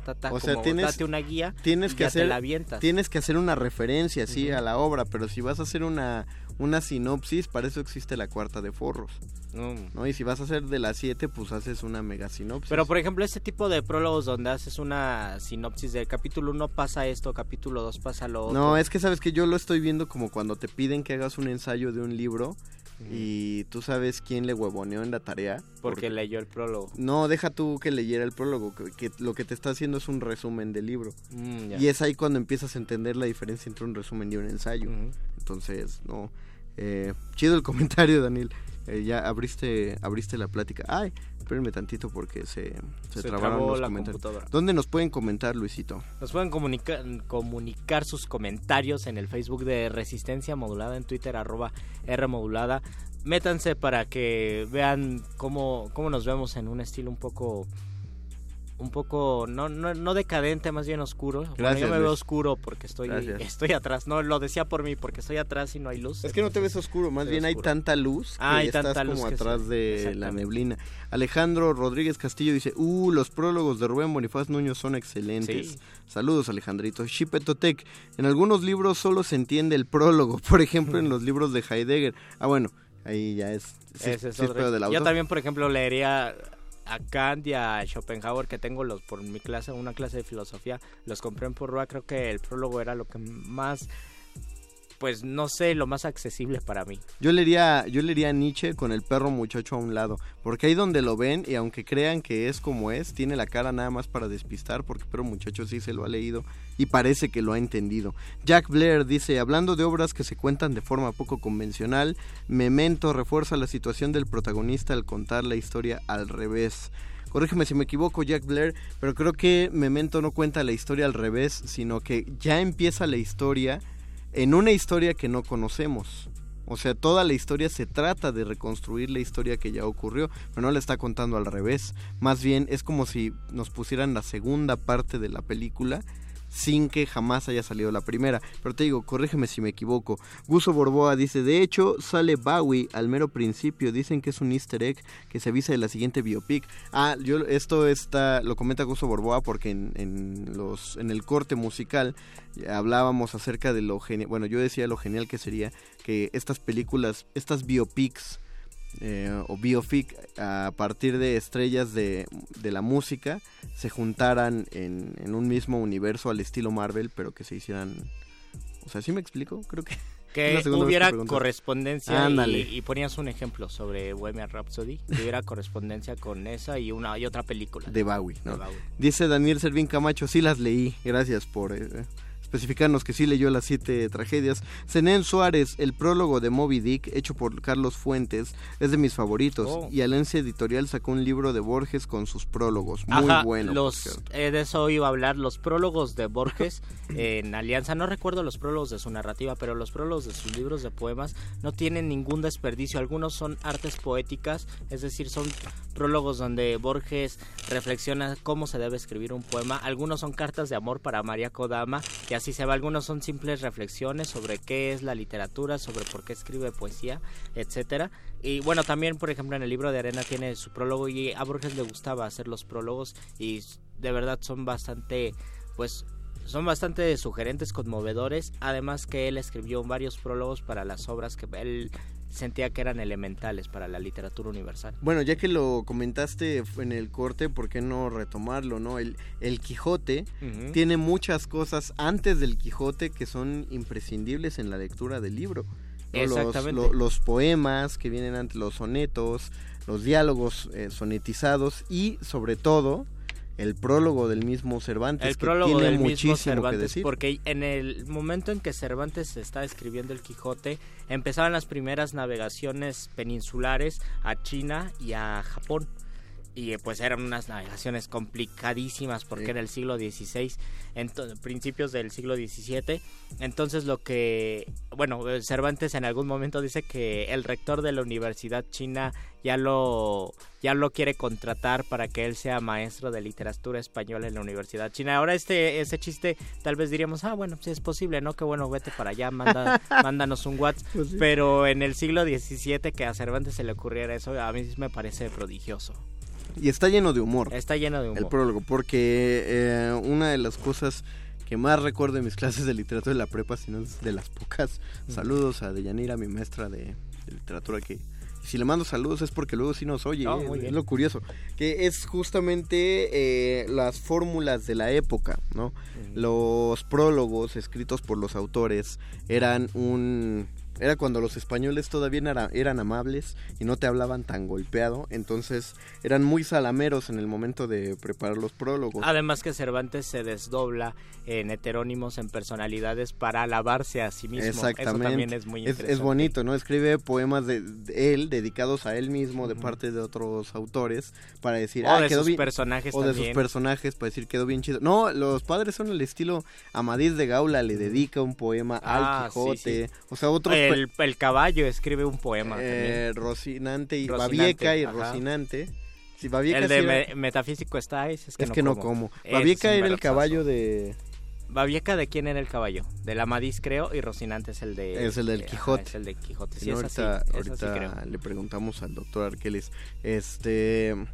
J: o sea, date una guía,
I: tienes que hacer,
J: te la avientas.
I: Tienes que hacer una referencia, sí, a la obra, pero si vas a hacer una sinopsis, para eso existe la cuarta de forros. ¿No? Y si vas a hacer de las 7, pues haces una mega sinopsis.
J: Pero por ejemplo, este tipo de prólogos donde haces una sinopsis del capítulo 1 pasa esto, capítulo 2 pasa lo otro.
I: No, es que sabes que yo lo estoy viendo como cuando te piden que hagas un ensayo de un libro y tú sabes quién le huevoneó en la tarea.
J: Porque leyó el prólogo.
I: No, deja tú que leyera el prólogo, que lo que te está haciendo es un resumen del libro. Y es ahí cuando empiezas a entender la diferencia entre un resumen y un ensayo. Entonces, no. Chido el comentario, Daniel. Ya abriste la plática. Ay, espérenme tantito porque se trabaron los comentarios. ¿Dónde nos pueden comentar, Luisito?
J: Nos pueden comunicar sus comentarios en el Facebook de Resistencia Modulada, en Twitter @Rmodulada. Métanse para que vean cómo nos vemos en un estilo un poco no decadente, más bien oscuro.
I: Gracias,
J: bueno, yo me veo
I: Luis.
J: oscuro porque estoy atrás. No, lo decía por mí, porque estoy atrás y no hay luz.
I: Es que no te ves oscuro, más bien oscuro. Hay tanta luz que estás como atrás de la neblina. Alejandro Rodríguez Castillo dice, los prólogos de Rubén Bonifaz Nuño son excelentes. Sí. Saludos, Alejandrito. Shipetotec, en algunos libros solo se entiende el prólogo, por ejemplo en los libros de Heidegger. Bueno, ahí ya es...
J: Ese es otro. Yo también, por ejemplo, leería a Kant y a Schopenhauer, que tengo por mi clase, una clase de filosofía, los compré en Porrúa. Creo que el prólogo era lo que más, pues no sé, lo más accesible para mí.
I: Yo leería a Nietzsche con el perro muchacho a un lado, porque ahí donde lo ven, y aunque crean que es como es, tiene la cara nada más para despistar, porque el perro muchacho sí se lo ha leído y parece que lo ha entendido. Jack Blair dice, hablando de obras que se cuentan de forma poco convencional, Memento refuerza la situación del protagonista al contar la historia al revés. Corrígeme si me equivoco, Jack Blair, pero creo que Memento no cuenta la historia al revés, sino que ya empieza la historia en una historia que no conocemos. O sea, toda la historia se trata de reconstruir la historia que ya ocurrió, pero no la está contando al revés. Más bien es como si nos pusieran la segunda parte de la película sin que jamás haya salido la primera. Pero te digo, corrígeme si me equivoco. Guso Borboa dice, de hecho sale Bowie al mero principio, dicen que es un easter egg que se avisa de la siguiente biopic. Lo comenta Guso Borboa porque en el corte musical hablábamos acerca de lo genial, bueno, yo decía lo genial que sería que estas películas, estas biopics o biofic a partir de estrellas de la música se juntaran en un mismo universo al estilo Marvel, pero que se hicieran, o sea, ¿sí me explico? Creo que
J: hubiera correspondencia y ponías un ejemplo sobre Bohemian Rhapsody, que hubiera correspondencia con esa y otra película
I: de Bowie, ¿no? Dice Daniel Servín Camacho, sí las leí, gracias por especificarnos que sí leyó las 7 tragedias. Zenén Suárez, el prólogo de Moby Dick, hecho por Carlos Fuentes, es de mis favoritos. Y Alencia Editorial sacó un libro de Borges con sus prólogos. Muy bueno.
J: De eso iba a hablar, los prólogos de Borges en Alianza. No recuerdo los prólogos de su narrativa, pero los prólogos de sus libros de poemas no tienen ningún desperdicio. Algunos son artes poéticas, es decir, son prólogos donde Borges reflexiona cómo se debe escribir un poema. Algunos son cartas de amor para María Kodama, y así se va. Algunos son simples reflexiones sobre qué es la literatura, sobre por qué escribe poesía, etcétera. Y bueno, también por ejemplo en el libro de Arena tiene su prólogo, y a Borges le gustaba hacer los prólogos y de verdad son bastante sugerentes, conmovedores. Además que él escribió varios prólogos para las obras que él sentía que eran elementales para la literatura universal.
I: Bueno, ya que lo comentaste en el corte, ¿por qué no retomarlo, no? El Quijote tiene muchas cosas antes del Quijote que son imprescindibles en la lectura del libro, ¿no?
J: Exactamente.
I: Los poemas que vienen antes, los sonetos, los diálogos sonetizados y sobre todo el prólogo del mismo Cervantes,
J: el prólogo
I: que tiene
J: del
I: muchísimo
J: mismo Cervantes,
I: que decir.
J: Porque en el momento en que Cervantes está escribiendo el Quijote, empezaban las primeras navegaciones peninsulares a China y a Japón. Y pues eran unas navegaciones complicadísimas porque era el siglo XVI, principios del siglo XVII. Entonces Cervantes en algún momento dice que el rector de la universidad china ya lo quiere contratar para que él sea maestro de literatura española en la universidad china. Ahora ese chiste tal vez diríamos, bueno, si es posible, ¿no? Que bueno, vete para allá, mándanos un WhatsApp. Pues sí. Pero en el siglo XVII que a Cervantes se le ocurriera eso, a mí me parece prodigioso.
I: Y está lleno de humor.
J: Está lleno de humor.
I: El prólogo, porque una de las cosas que más recuerdo de mis clases de literatura de la prepa, si no es de las pocas, saludos a Deyanira, mi maestra de literatura, que si le mando saludos es porque luego sí nos oye, es lo curioso, que es justamente las fórmulas de la época, ¿no? Los prólogos escritos por los autores era cuando los españoles todavía eran amables y no te hablaban tan golpeado, entonces eran muy salameros en el momento de preparar los prólogos.
J: Además que Cervantes se desdobla en heterónimos, en personalidades para alabarse a sí mismo.
I: Exactamente.
J: Eso también es muy interesante.
I: Es bonito, ¿no? Escribe poemas de él, dedicados a él mismo, de parte de otros autores, para decir,
J: de
I: quedó
J: sus
I: bien,
J: personajes
I: o
J: también.
I: de sus personajes, para decir, quedó bien chido. No, los padres son el estilo Amadís de Gaula, le dedica un poema al Quijote,
J: sí.
I: O sea, otros...
J: El caballo escribe un poema también.
I: Rocinante y Babieca y Rocinante. Sí, Babieca
J: el de Metafísico Estáis,
I: es que no como. Babieca era el caballo de...
J: ¿Babieca de quién era el caballo? Del Amadís, creo, y Rocinante es el de...
I: Es el del Quijote.
J: Es el de Quijote, sí,
I: ahorita le preguntamos al doctor Arqueles.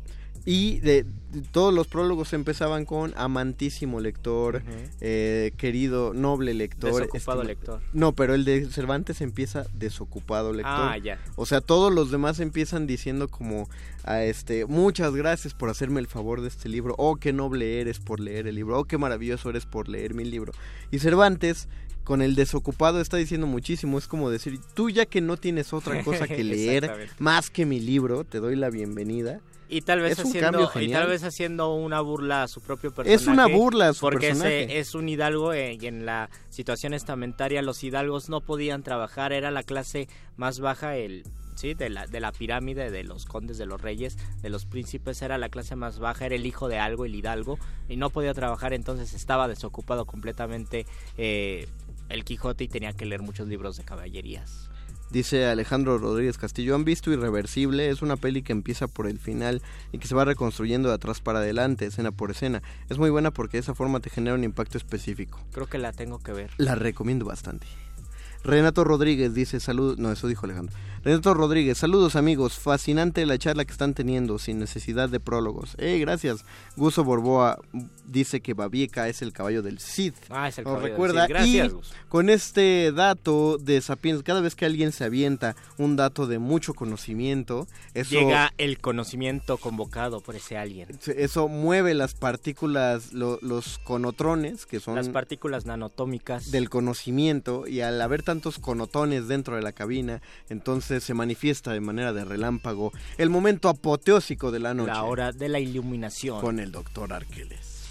I: Y todos los prólogos empezaban con amantísimo lector, querido, noble lector.
J: Desocupado lector.
I: No, pero el de Cervantes empieza desocupado lector.
J: Ah, ya.
I: O sea, todos los demás empiezan diciendo como, muchas gracias por hacerme el favor de este libro. Oh, qué noble eres por leer el libro. Oh, qué maravilloso eres por leer mi libro. Y Cervantes, con el desocupado, está diciendo muchísimo. Es como decir, tú ya que no tienes otra cosa que leer más que mi libro, te doy la bienvenida.
J: Y tal vez haciendo una burla a su propio personaje.
I: Es una burla a su personaje.
J: Porque es un hidalgo y en la situación estamentaria los hidalgos no podían trabajar, era la clase más baja, de la pirámide de los condes, de los reyes, de los príncipes, era la clase más baja, era el hijo de algo, el hidalgo, y no podía trabajar, entonces estaba desocupado completamente el Quijote y tenía que leer muchos libros de caballerías.
I: Dice Alejandro Rodríguez Castillo, ¿han visto Irreversible? Es una peli que empieza por el final y que se va reconstruyendo de atrás para adelante, escena por escena. Es muy buena porque de esa forma te genera un impacto específico.
J: Creo que la tengo que ver.
I: La recomiendo bastante. Renato Rodríguez dice, saludos, no, eso dijo Alejandro. Renato Rodríguez, saludos amigos, fascinante la charla que están teniendo, sin necesidad de prólogos. Gracias. Guso Borboa dice que Babieca es el caballo del Cid.
J: Es el caballo
I: recuerda.
J: del Cid. Gracias,
I: y
J: Guso.
I: Con este dato de Sapiens, cada vez que alguien se avienta un dato de mucho conocimiento, eso
J: llega el conocimiento convocado por ese alguien.
I: Eso mueve las partículas, los conotrones, que son
J: las partículas nanotómicas
I: del conocimiento, y al haber tantos conotones dentro de la cabina, entonces se manifiesta de manera de relámpago el momento apoteósico de la noche.
J: La hora de la iluminación.
I: Con el doctor Arqueles.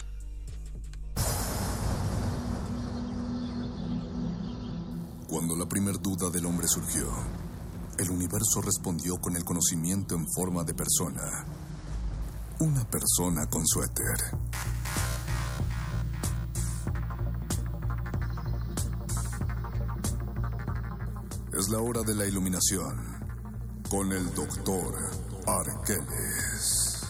B: Cuando la primer duda del hombre surgió, el universo respondió con el conocimiento en forma de persona. Una persona con su éter. Es la hora de la iluminación con el doctor Arqueles.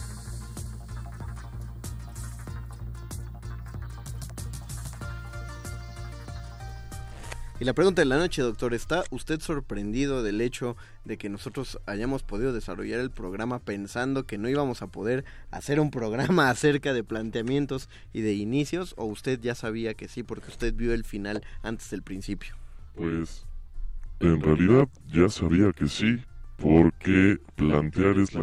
I: Y la pregunta de la noche, doctor, ¿está usted sorprendido del hecho de que nosotros hayamos podido desarrollar el programa pensando que no íbamos a poder hacer un programa acerca de planteamientos y de inicios? ¿O usted ya sabía que sí porque usted vio el final antes del principio?
L: Pues en realidad ya sabía que sí, porque plantear es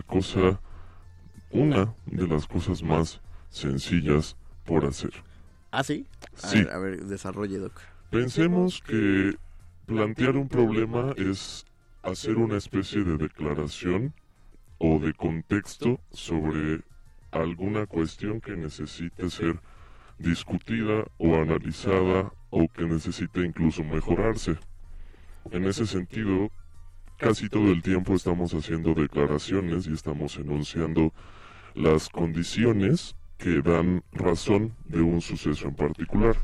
L: una de las cosas más sencillas por hacer.
I: ¿Ah, sí?
L: Sí.
I: A ver, desarrolle, doc.
L: Pensemos que plantear un problema es hacer una especie de declaración o de contexto sobre alguna cuestión que necesite ser discutida o analizada o que necesite incluso mejorarse. En ese sentido, casi todo el tiempo estamos haciendo declaraciones y estamos enunciando las condiciones que dan razón de un suceso en particular.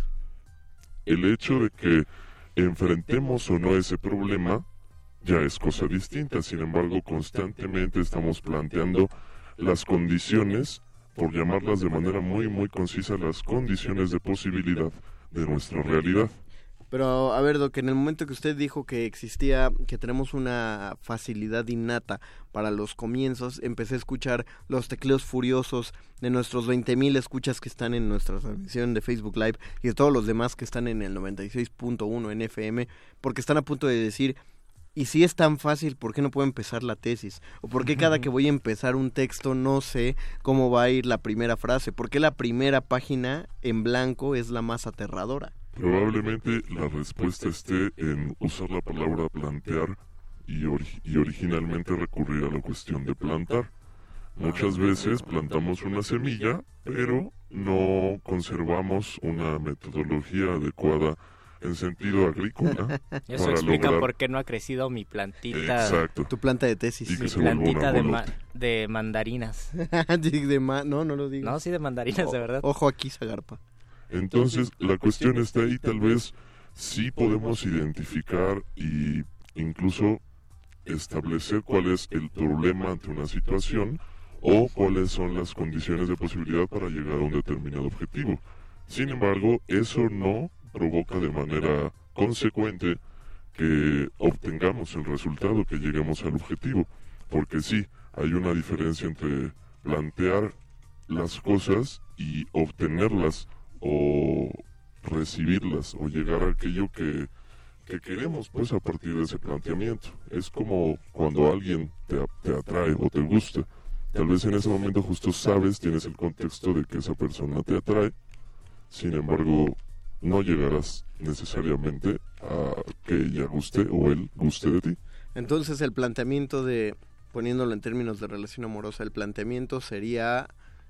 L: El hecho de que enfrentemos o no ese problema ya es cosa distinta. Sin embargo, constantemente estamos planteando las condiciones, por llamarlas de manera muy muy concisa, las condiciones de posibilidad de nuestra realidad.
I: Pero, a ver, Doc, en el momento que usted dijo que tenemos una facilidad innata para los comienzos, empecé a escuchar los tecleos furiosos de nuestros 20,000 escuchas que están en nuestra transmisión de Facebook Live y de todos los demás que están en el 96.1 en FM, porque están a punto de decir, ¿y si es tan fácil, por qué no puedo empezar la tesis? ¿O por qué cada que voy a empezar un texto no sé cómo va a ir la primera frase? ¿Por qué la primera página en blanco es la más aterradora?
L: Probablemente la respuesta esté en usar la palabra plantear y originalmente recurrir a la cuestión de plantar. Muchas veces plantamos una semilla, pero no conservamos una metodología adecuada en sentido agrícola.
J: Eso explica por qué no ha crecido mi plantita.
L: Exacto.
I: Tu planta de tesis.
J: Mi plantita de mandarinas.
I: No lo digo.
J: No, sí, de mandarinas, de verdad.
I: Ojo aquí, Zagarpa.
L: Entonces, la cuestión está ahí, tal vez sí podemos identificar y incluso establecer cuál es el problema ante una situación o cuáles son las condiciones de posibilidad para llegar a un determinado objetivo. Sin embargo, eso no provoca de manera consecuente que obtengamos el resultado, que lleguemos al objetivo, porque sí, hay una diferencia entre plantear las cosas y obtenerlas o recibirlas o llegar a aquello que queremos pues a partir de ese planteamiento. Es como cuando alguien te atrae o te gusta. Tal vez en ese momento justo sabes, tienes el contexto de que esa persona te atrae, sin embargo no llegarás necesariamente a que ella guste o él guste de ti.
I: Entonces el planteamiento poniéndolo en términos de relación amorosa, el planteamiento sería: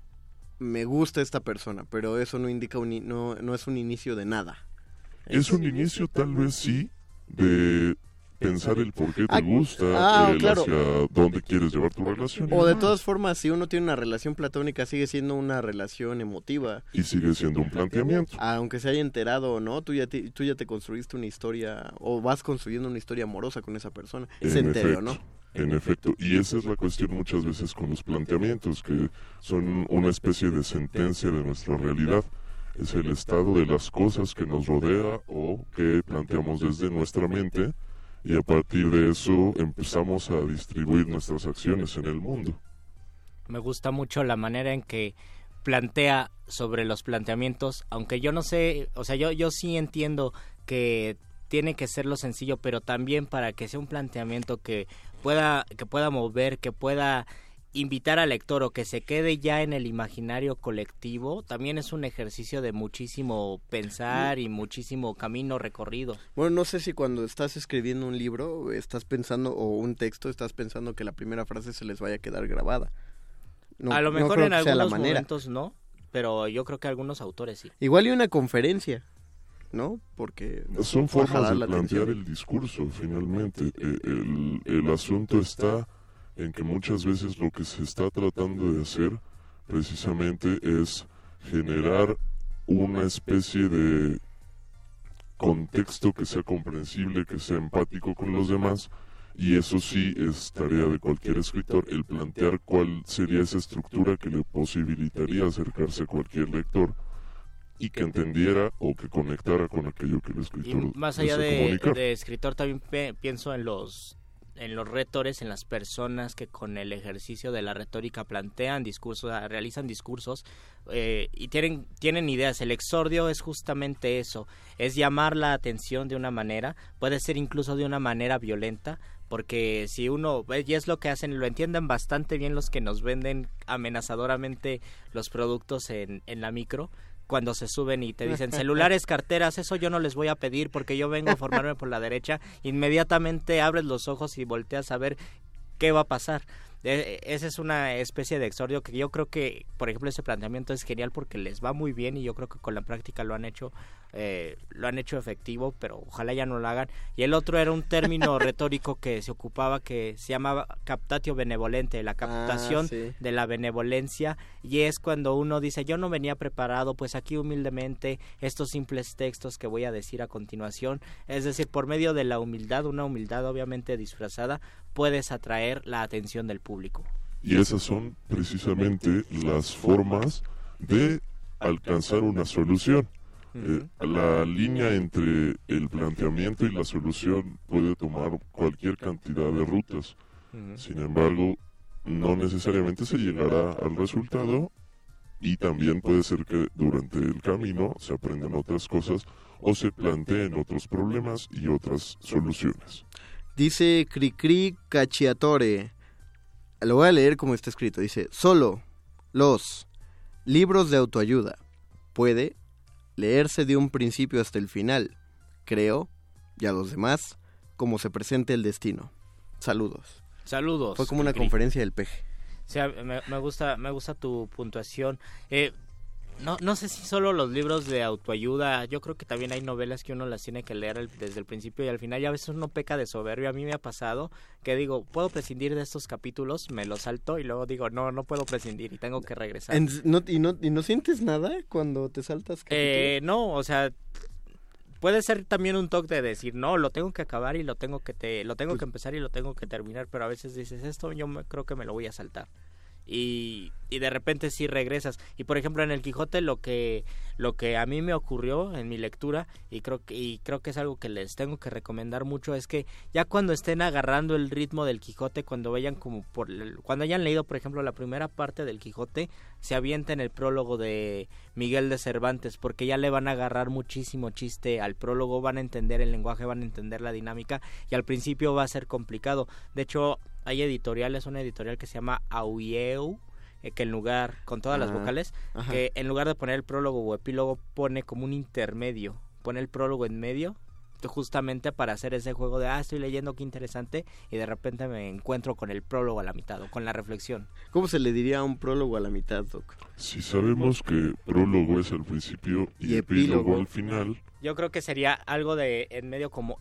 I: me gusta esta persona, pero eso no indica no es un inicio de nada.
L: Es un inicio tal vez sí de pensar el por qué te gusta,
I: claro.
L: Hacia dónde quieres llevar tu relación.
I: O de todas formas, si uno tiene una relación platónica, sigue siendo una relación emotiva.
L: Y sigue siendo un planteamiento.
I: Aunque se haya enterado o no, tú ya te construiste una historia, o vas construyendo una historia amorosa con esa persona. Se enteró, ¿no?
L: En efecto, y esa es la cuestión muchas veces con los planteamientos, que son una especie de sentencia de nuestra realidad. Es el estado de las cosas que nos rodea o que planteamos desde nuestra mente, y a partir de eso empezamos a distribuir nuestras acciones en el mundo.
J: Me gusta mucho la manera en que plantea sobre los planteamientos, aunque yo no sé, o sea, yo sí entiendo que tiene que ser lo sencillo, pero también para que sea un planteamiento que pueda mover, que pueda invitar al lector o que se quede ya en el imaginario colectivo, también es un ejercicio de muchísimo pensar y muchísimo camino recorrido.
I: Bueno, no sé si cuando estás escribiendo un libro estás pensando, o un texto, estás pensando que la primera frase se les vaya a quedar grabada. No,
J: a lo mejor
I: no
J: en algunos momentos no, pero yo creo que algunos autores sí.
I: Igual y una conferencia, ¿no? Porque
L: son formas de plantear el discurso, finalmente. El asunto está en que muchas veces lo que se está tratando de hacer precisamente es generar una especie de contexto que sea comprensible, que sea empático con los demás, y eso sí es tarea de cualquier escritor, el plantear cuál sería esa estructura que le posibilitaría acercarse a cualquier lector y que entendiera o que conectara con aquello que el escritor
J: y más allá de escritor, también pienso en los retores, en las personas que con el ejercicio de la retórica plantean discursos, realizan discursos y tienen ideas. El exordio es justamente eso, es llamar la atención de una manera, puede ser incluso de una manera violenta, porque si uno, y es lo que hacen, lo entienden bastante bien los que nos venden amenazadoramente los productos en la micro, cuando se suben y te dicen celulares, carteras, eso yo no les voy a pedir porque yo vengo a formarme por la derecha, inmediatamente abres los ojos y volteas a ver qué va a pasar. Esa es una especie de exordio que yo creo que, por ejemplo, ese planteamiento es genial porque les va muy bien y yo creo que con la práctica lo han hecho efectivo, pero ojalá ya no lo hagan. Y el otro era un término retórico que se ocupaba, que se llamaba captatio benevolente, la captación de la benevolencia, y es cuando uno dice yo no venía preparado, pues aquí humildemente estos simples textos que voy a decir a continuación, es decir, por medio de la humildad, una humildad obviamente disfrazada, puedes atraer la atención del público.
L: Y esas son precisamente las formas de alcanzar una solución. La línea entre el planteamiento y la solución puede tomar cualquier cantidad de rutas. Sin embargo, no necesariamente se llegará al resultado, y también puede ser que durante el camino se aprendan otras cosas o se planteen otros problemas y otras soluciones.
I: Dice Cricri Cacciatore, lo voy a leer como está escrito, dice: solo los libros de autoayuda puede leerse de un principio hasta el final, creo, y a los demás, como se presente el destino. Saludos.
J: Saludos.
I: Fue como una conferencia del peje.
J: O sea, me gusta tu puntuación. No sé si solo los libros de autoayuda, yo creo que también hay novelas que uno las tiene que leer desde el principio y al final, y a veces uno peca de soberbio. A mí me ha pasado que digo, puedo prescindir de estos capítulos, me los salto y luego digo, no puedo prescindir y tengo que regresar.
I: ¿Y no sientes nada cuando te saltas capítulos?
J: No, o sea, puede ser también un toque de decir, no, lo tengo que acabar y lo tengo que empezar y lo tengo que terminar, pero a veces dices, esto yo creo que me lo voy a saltar. y de repente sí regresas. Y por ejemplo en el Quijote lo que a mí me ocurrió en mi lectura y creo que es algo que les tengo que recomendar mucho, es que ya cuando estén agarrando el ritmo del Quijote, cuando vayan cuando hayan leído por ejemplo la primera parte del Quijote, se avienten el prólogo de Miguel de Cervantes, porque ya le van a agarrar muchísimo chiste al prólogo, van a entender el lenguaje, van a entender la dinámica, y al principio va a ser complicado. De hecho hay editoriales, una editorial que se llama Auieu, que en lugar, con todas las vocales, que en lugar de poner el prólogo o epílogo pone como un intermedio, pone el prólogo en medio, justamente para hacer ese juego de estoy leyendo, qué interesante, y de repente me encuentro con el prólogo a la mitad o con la reflexión.
I: ¿Cómo se le diría a un prólogo a la mitad, Doc?
L: Si sabemos que prólogo es al principio y epílogo al final,
J: yo creo que sería algo de en medio como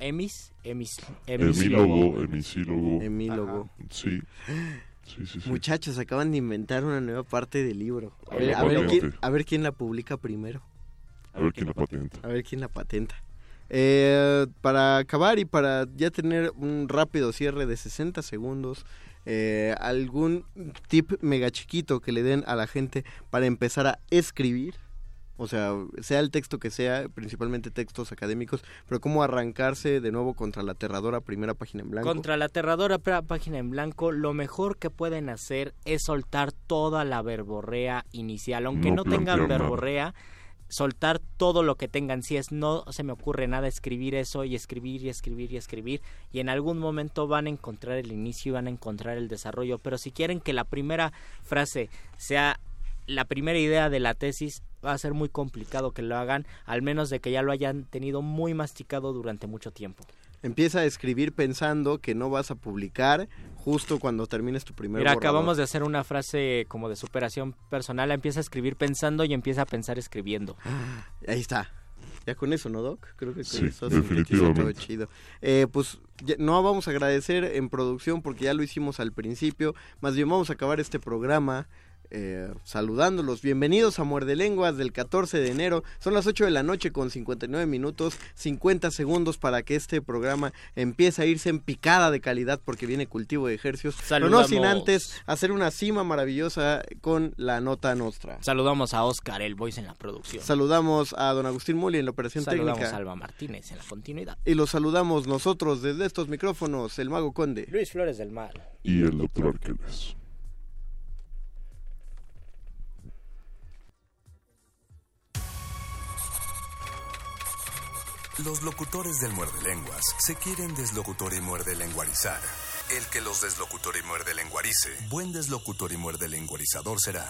L: hemílogo. Sí. Sí.
I: Muchachos, acaban de inventar una nueva parte del libro. A ver quién la publica primero.
L: A ver quién la patenta.
I: Para acabar y para ya tener un rápido cierre de 60 segundos, algún tip mega chiquito que le den a la gente para empezar a escribir. O sea el texto que sea, principalmente textos académicos, pero cómo arrancarse de nuevo contra la aterradora primera página en blanco.
J: Contra la aterradora página en blanco, lo mejor que pueden hacer es soltar toda la verborrea inicial, aunque no tengan verborrea, soltar todo lo que tengan. Si no se me ocurre nada, escribir eso y escribir, y en algún momento van a encontrar el inicio y van a encontrar el desarrollo. Pero si quieren que la primera frase sea la primera idea de la tesis, va a ser muy complicado que lo hagan, al menos de que ya lo hayan tenido muy masticado durante mucho tiempo.
I: Empieza a escribir pensando que no vas a publicar justo cuando termines tu primer
J: borrador.
I: Mira,
J: acabamos de hacer una frase como de superación personal. Empieza a escribir pensando y empieza a pensar escribiendo.
I: Ahí está. Ya con eso, ¿no, Doc? Creo que
L: sí,
I: eso
L: definitivamente.
I: Todo chido. Pues no vamos a agradecer en producción porque ya lo hicimos al principio. Más bien vamos a acabar este programa saludándolos. Bienvenidos a Muerde Lenguas del 14 de enero. Son las 8 de la noche con 59 minutos, 50 segundos para que este programa empiece a irse en picada de calidad porque viene cultivo de ejercicios. Pero no sin antes hacer una cima maravillosa con la nota nostra.
J: Saludamos a Oscar, el voice en la producción.
I: Saludamos a don Agustín Muli en la operación técnica.
J: Saludamos a Alba Martínez en la continuidad.
I: Y los saludamos nosotros desde estos micrófonos, el Mago Conde,
J: Luis Flores del Mal
L: y el Doctor Arqueles.
B: Los locutores del Muerde Lenguas se quieren deslocutor y muerde lenguarizar. El que los deslocutor y muerde lenguarice, buen deslocutor y muerde lenguarizador será.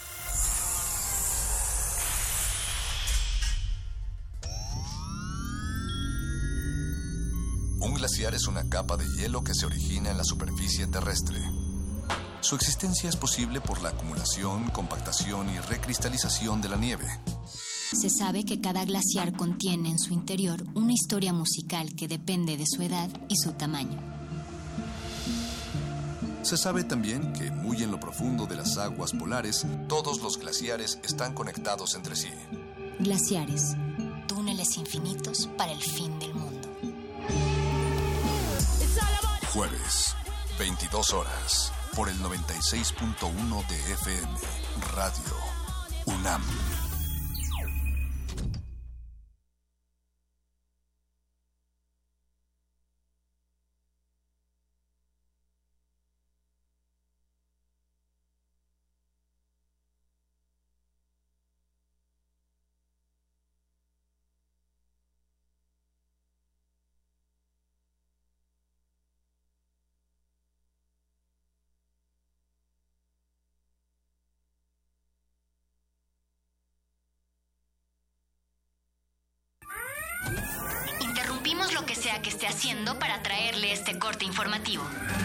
B: Un glaciar es una capa de hielo que se origina en la superficie terrestre. Su existencia es posible por la acumulación, compactación y recristalización de la nieve.
M: Se sabe que cada glaciar contiene en su interior una historia musical que depende de su edad y su tamaño.
B: Se sabe también que muy en lo profundo de las aguas polares, todos los glaciares están conectados entre sí.
M: Glaciares, túneles infinitos para el fin del mundo.
B: Jueves, 22 horas, por el 96.1 de FM, Radio UNAM.
M: Interrumpimos lo que sea que esté haciendo para traerle este corte informativo.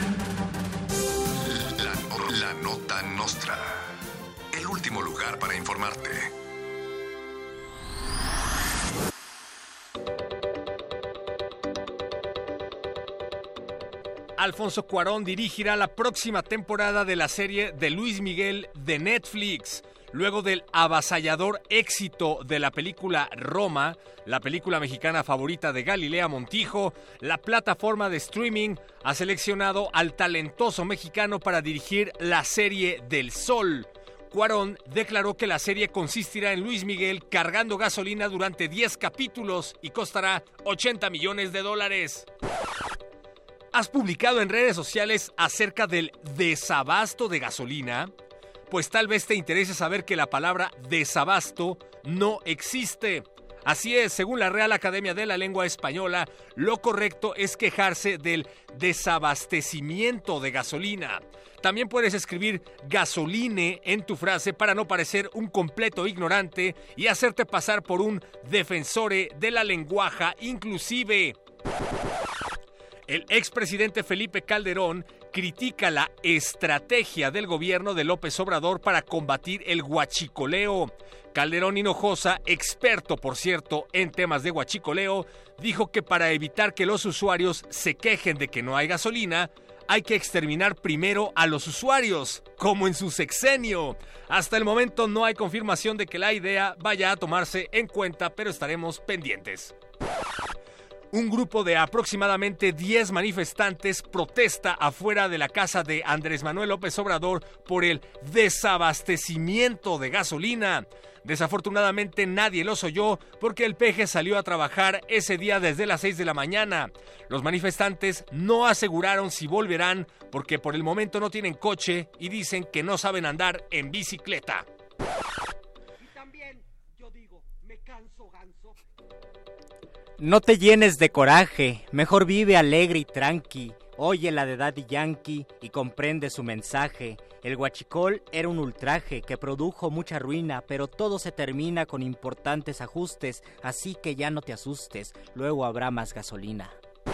B: La nota nostra. El último lugar para informarte.
F: Alfonso Cuarón dirigirá la próxima temporada de la serie de Luis Miguel de Netflix. Luego del avasallador éxito de la película Roma, la película mexicana favorita de Galilea Montijo, la plataforma de streaming ha seleccionado al talentoso mexicano para dirigir la serie del Sol. Cuarón declaró que la serie consistirá en Luis Miguel cargando gasolina durante 10 capítulos y costará $80 millones. ¿Has publicado en redes sociales acerca del desabasto de gasolina? Pues tal vez te interese saber que la palabra desabasto no existe. Así es, según la Real Academia de la Lengua Española, lo correcto es quejarse del desabastecimiento de gasolina. También puedes escribir gasoline en tu frase para no parecer un completo ignorante y hacerte pasar por un defensore de la lenguaja inclusive. El expresidente Felipe Calderón critica la estrategia del gobierno de López Obrador para combatir el huachicoleo. Calderón Hinojosa, experto por cierto en temas de huachicoleo, dijo que para evitar que los usuarios se quejen de que no hay gasolina, hay que exterminar primero a los usuarios, como en su sexenio. Hasta el momento no hay confirmación de que la idea vaya a tomarse en cuenta, pero estaremos pendientes. Un grupo de aproximadamente 10 manifestantes protesta afuera de la casa de Andrés Manuel López Obrador por el desabastecimiento de gasolina. Desafortunadamente nadie los oyó porque el peje salió a trabajar ese día desde las 6 de la mañana. Los manifestantes no aseguraron si volverán porque por el momento no tienen coche y dicen que no saben andar en bicicleta.
N: Y también yo digo, me canso ganso.
J: No te llenes de coraje, mejor vive alegre y tranqui. Oye la de Daddy Yankee y comprende su mensaje. El huachicol era un ultraje que produjo mucha ruina, pero todo se termina con importantes ajustes, así que ya no te asustes, luego habrá más gasolina.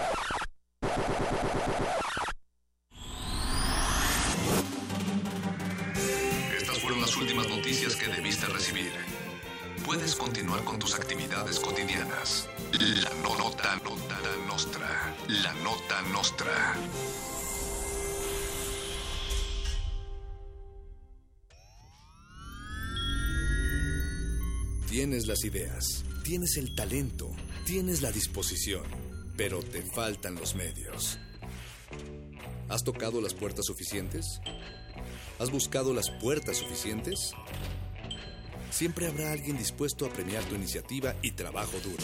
B: Estas fueron las últimas noticias que debiste recibir. Puedes continuar con tus actividades cotidianas. La nota nostra. La nota nostra.
O: Tienes las ideas, tienes el talento, tienes la disposición, pero te faltan los medios. ¿Has tocado las puertas suficientes? ¿Has buscado las puertas suficientes? Siempre habrá alguien dispuesto a premiar tu iniciativa y trabajo duro.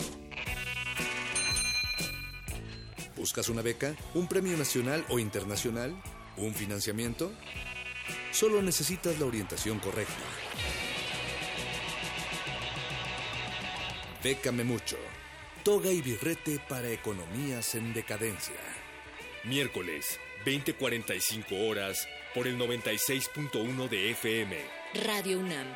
O: ¿Buscas una beca? ¿Un premio nacional o internacional? ¿Un financiamiento? Solo necesitas la orientación correcta. Bécame mucho. Toga y birrete para economías en decadencia.
P: Miércoles, 20:45 horas, por el 96.1 de FM.
D: Radio UNAM.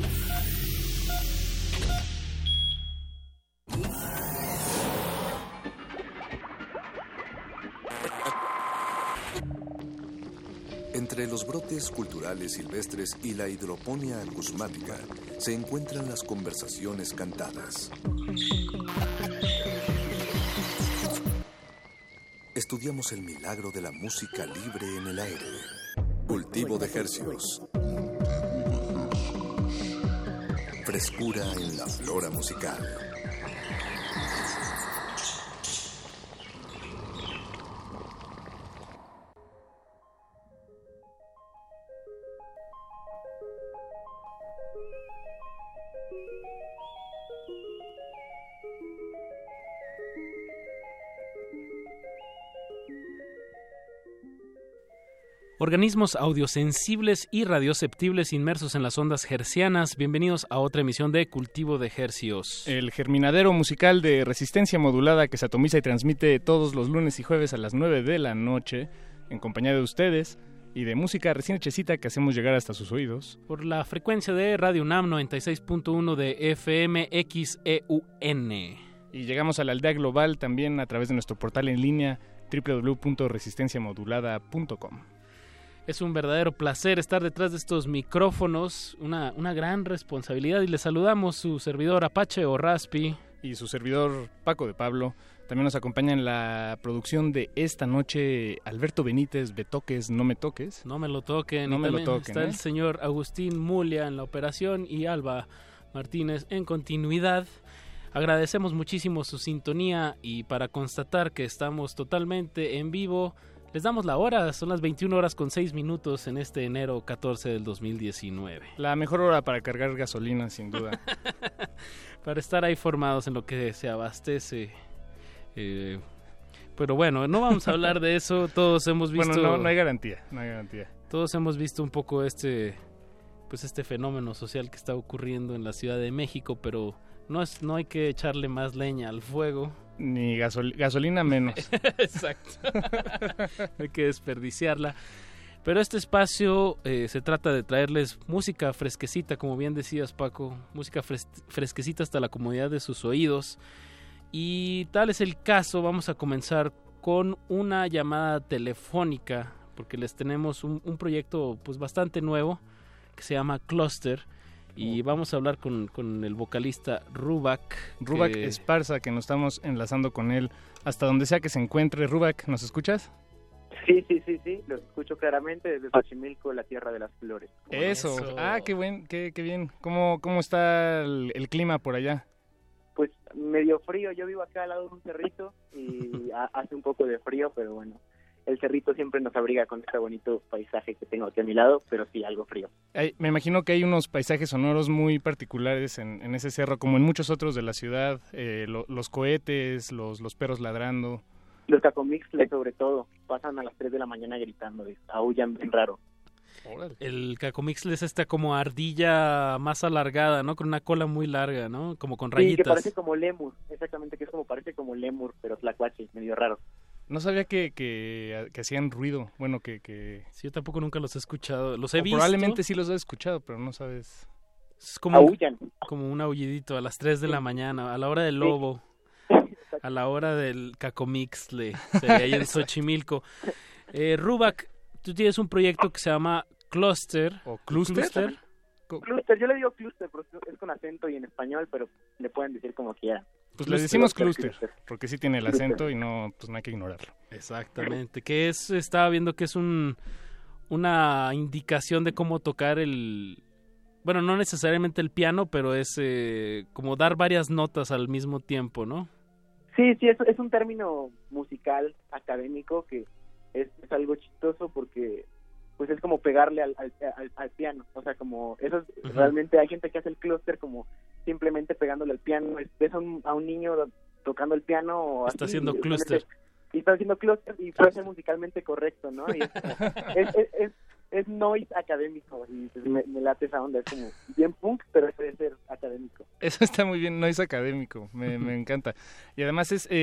O: Entre los brotes culturales silvestres y la hidroponía acusmática se encuentran las conversaciones cantadas. Estudiamos el milagro de la música libre en el aire. Cultivo de hercios. Frescura en la flora musical.
Q: Organismos audiosensibles y radioceptibles inmersos en las ondas hercianas. Bienvenidos a otra emisión de Cultivo de Hercios.
R: El germinadero musical de resistencia modulada que se atomiza y transmite todos los lunes y jueves a las 9 de la noche, en compañía de ustedes, y de música recién hechecita que hacemos llegar hasta sus oídos.
Q: Por la frecuencia de Radio UNAM 96.1 de FM XEUN.
R: Y llegamos a la aldea global también a través de nuestro portal en línea www.resistenciamodulada.com.
Q: Es un verdadero placer estar detrás de estos micrófonos, una gran responsabilidad, y les saludamos su servidor Apache o Raspi.
R: y su servidor Paco de Pablo. También nos acompaña en la producción de esta noche Alberto Benítez, Betoques, no me toques.
Q: No me lo toquen.
R: No
Q: y
R: me lo
Q: también
R: toquen.
Q: Está el señor Agustín Mulia en la operación y Alba Martínez en continuidad. Agradecemos muchísimo su sintonía y para constatar que estamos totalmente en vivo, les damos la hora. Son las 21:06 en este enero 14 del 2019.
R: La mejor hora para cargar gasolina, sin duda.
Q: Para estar ahí formados en lo que se abastece. Pero bueno, no vamos a hablar de eso. Todos hemos visto...
R: Bueno, no hay garantía,
Q: Todos hemos visto un poco este fenómeno social que está ocurriendo en la Ciudad de México, pero no hay que echarle más leña al fuego.
R: Ni gasolina menos.
Q: Exacto. Hay que desperdiciarla. Pero este espacio se trata de traerles música fresquecita, como bien decías, Paco, música fresquecita hasta la comodidad de sus oídos. Y tal es el caso, vamos a comenzar con una llamada telefónica, porque les tenemos un proyecto pues bastante nuevo que se llama Cluster. Y vamos a hablar con el vocalista Rubak
R: Esparza, que nos estamos enlazando con él hasta donde sea que se encuentre. Rubak, ¿nos escuchas?
S: Sí, lo escucho claramente desde Xochimilco, la tierra de las flores.
R: Eso. Qué bien. ¿Cómo está el clima por allá?
S: Pues medio frío, yo vivo acá al lado de un cerrito y hace un poco de frío, pero bueno, el cerrito siempre nos abriga con este bonito paisaje que tengo aquí a mi lado, pero sí, algo frío.
R: Me imagino que hay unos paisajes sonoros muy particulares en ese cerro, como en muchos otros de la ciudad, los cohetes, los perros ladrando.
S: Los cacomixles, sobre todo, pasan a las 3 de la mañana gritando, aullan bien raro.
Q: El cacomixle es esta como ardilla más alargada, ¿no? Con una cola muy larga, ¿no? Como con rayitas.
S: Sí, que parece como lémur, exactamente, que es como parece como lémur, pero tlacuache, medio raro.
R: No sabía que hacían ruido, bueno, que...
Q: Sí, yo tampoco nunca los he escuchado, los he visto.
R: Probablemente sí los he escuchado, pero no sabes...
Q: Es como
S: aullan.
Q: Como un aullidito a las 3 de la mañana, a la hora del lobo, a la hora del cacomixle, ahí en Xochimilco. Rubak, tú tienes un proyecto que se llama Cluster.
R: ¿O Cluster?
S: Cluster, yo le digo Cluster, pero es con acento y en español, pero le pueden decir como quieran.
R: Pues le decimos Cluster, porque sí tiene el acento y no hay que ignorarlo.
Q: Exactamente, estaba viendo que es una indicación de cómo tocar bueno, no necesariamente el piano, pero es como dar varias notas al mismo tiempo, ¿no?
S: Sí, es un término musical, académico, que es algo chistoso porque pues es como pegarle al piano, o sea, como eso es, realmente hay gente que hace el clúster como simplemente pegándole al piano, ves a un niño tocando el piano o
Q: está
S: así,
Q: haciendo clúster
S: y está haciendo clúster y puede ser musicalmente correcto, ¿no? Y es noise académico y pues me late esa onda, es como bien punk, pero puede ser académico.
R: Eso está muy bien, noise académico, me encanta. Y además es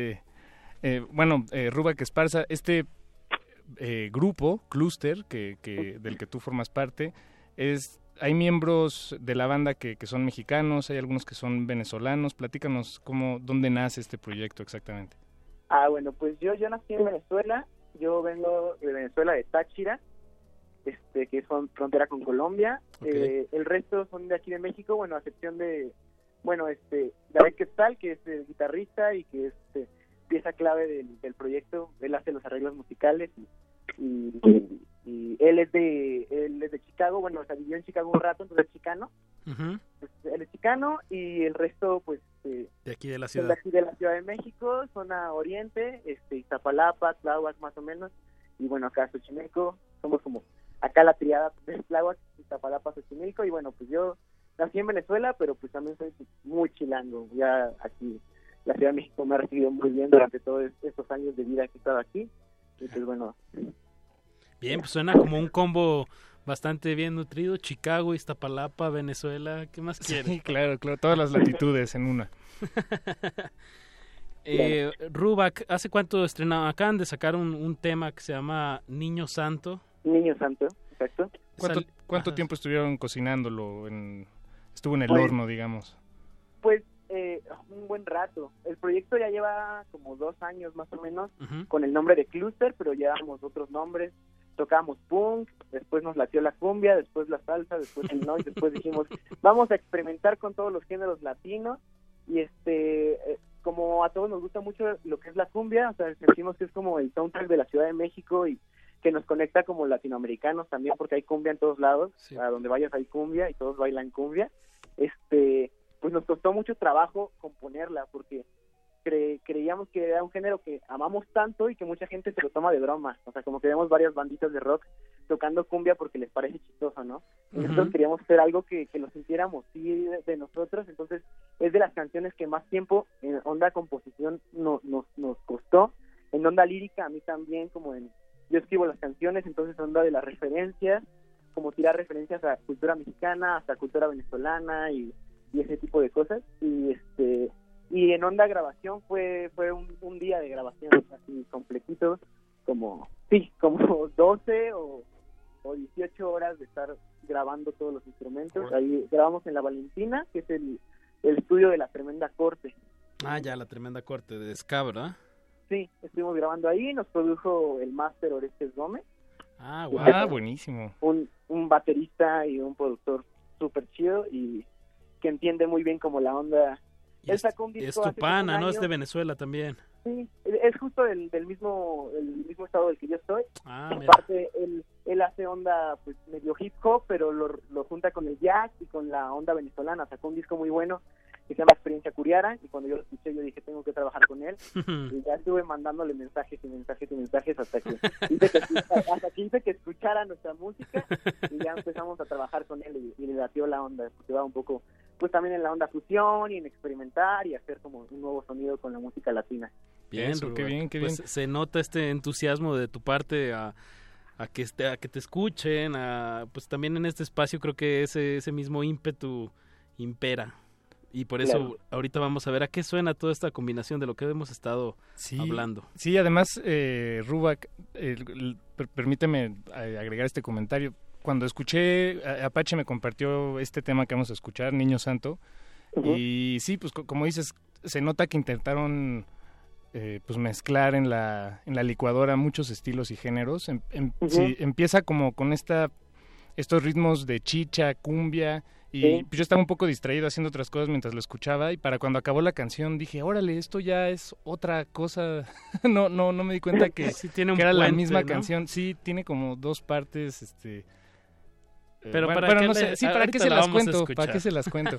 R: Rubak Esparza, este grupo, Cluster, del que tú formas parte, hay miembros de la banda que son mexicanos, hay algunos que son venezolanos. Platícanos dónde nace este proyecto exactamente.
S: Bueno, pues yo nací en Venezuela, yo vengo de Venezuela, de Táchira, que es frontera con Colombia.
Q: Okay.
S: El resto son de aquí de México, bueno, a excepción de, David Quetzal, que es el guitarrista y que es pieza clave del proyecto. Él hace los arreglos musicales y él es de Chicago, bueno, o sea, vivió en Chicago un rato, entonces es chicano.
Q: Uh-huh.
S: Él es chicano y el resto pues
Q: de aquí de la ciudad.
S: De aquí de la Ciudad de México, zona oriente, Iztapalapa, Tláhuac más o menos, y bueno, acá Xochimilco, somos como acá la triada de Tláhuac, Iztapalapa, Xochimilco, y bueno, pues yo nací en Venezuela, pero pues también soy muy chilango, ya aquí la Ciudad de México me ha recibido muy bien durante todos estos años de vida que he estado aquí, y pues bueno.
Q: Bien, pues suena como un combo bastante bien nutrido, Chicago, Iztapalapa, Venezuela, ¿qué más quieres?
R: Sí, claro, todas las latitudes en una.
Q: Rubak, ¿hace cuánto estrenaron? Acaban de sacar un tema que se llama Niño Santo.
S: Niño Santo, exacto.
R: ¿Cuánto tiempo estuvieron cocinándolo? Estuvo en el horno, digamos.
S: Pues un buen rato. El proyecto ya lleva como 2 años más o menos, uh-huh, con el nombre de Cluster, pero llevábamos otros nombres. Tocábamos punk, después nos latió la cumbia, después la salsa, después el noise, después dijimos, vamos a experimentar con todos los géneros latinos, y como a todos nos gusta mucho lo que es la cumbia, o sea, sentimos que es como el soundtrack de la Ciudad de México y que nos conecta como latinoamericanos también, porque hay cumbia en todos lados, sí. A donde vayas hay cumbia y todos bailan cumbia. Pues nos costó mucho trabajo componerla, porque creíamos que era un género que amamos tanto y que mucha gente se lo toma de broma, o sea, como que vemos varias banditas de rock tocando cumbia porque les parece chistoso, ¿no? Y nosotros queríamos hacer algo que lo sintiéramos, sí, de nosotros, entonces es de las canciones que más tiempo en onda composición nos costó. En onda lírica a mí también, yo escribo las canciones, entonces onda de las referencias, como tirar referencias a cultura mexicana, hasta cultura venezolana y ese tipo de cosas, y en onda grabación fue un día de grabación así completito, como 12 o 18 horas de estar grabando todos los instrumentos. Ahí grabamos en La Valentina, que es el estudio de La Tremenda Corte.
Q: Ah, ya, La Tremenda Corte de Ska, ¿verdad?
S: Sí, estuvimos grabando ahí, nos produjo el máster Orestes Gómez.
R: Ah, wow, buenísimo.
S: Un baterista y un productor súper chido y que entiende muy bien como la onda.
Q: Él sacó un disco es tu pana, ¿no? Es de Venezuela también.
S: Sí, es justo del mismo estado del que yo estoy.
Q: Ah,
S: aparte, él hace onda pues medio hip hop, pero lo junta con el jazz y con la onda venezolana. Sacó un disco muy bueno que se llama Experiencia Curiara, y cuando yo lo escuché yo dije tengo que trabajar con él, y ya estuve mandándole mensajes hasta que hice que escuchara nuestra música, y ya empezamos a trabajar con él y le latió la onda, porque va un poco pues también en la onda fusión y en experimentar y hacer como un nuevo sonido con la música latina.
Q: Bien, qué bien. Pues se nota este entusiasmo de tu parte a que te escuchen, pues también en este espacio creo que ese mismo ímpetu impera. Y por eso claro. Ahorita vamos a ver a qué suena toda esta combinación de lo que hemos estado hablando.
R: Sí, además, Rubak, permíteme agregar este comentario. Cuando escuché, Apache me compartió este tema que vamos a escuchar, Niño Santo, y sí, pues como dices, se nota que intentaron pues mezclar en la licuadora muchos estilos y géneros. Sí, empieza como con estos ritmos de chicha, cumbia, y pues yo estaba un poco distraído haciendo otras cosas mientras lo escuchaba, y para cuando acabó la canción dije, órale, esto ya es otra cosa. no me di cuenta que,
Q: sí, tiene
R: que era
Q: puente,
R: la misma
Q: ¿no?
R: canción. Sí, tiene como dos partes,
Q: pero
R: bueno,
Q: para
R: no sé, sí, ¿para qué se las cuento? ¿Para qué se las cuento?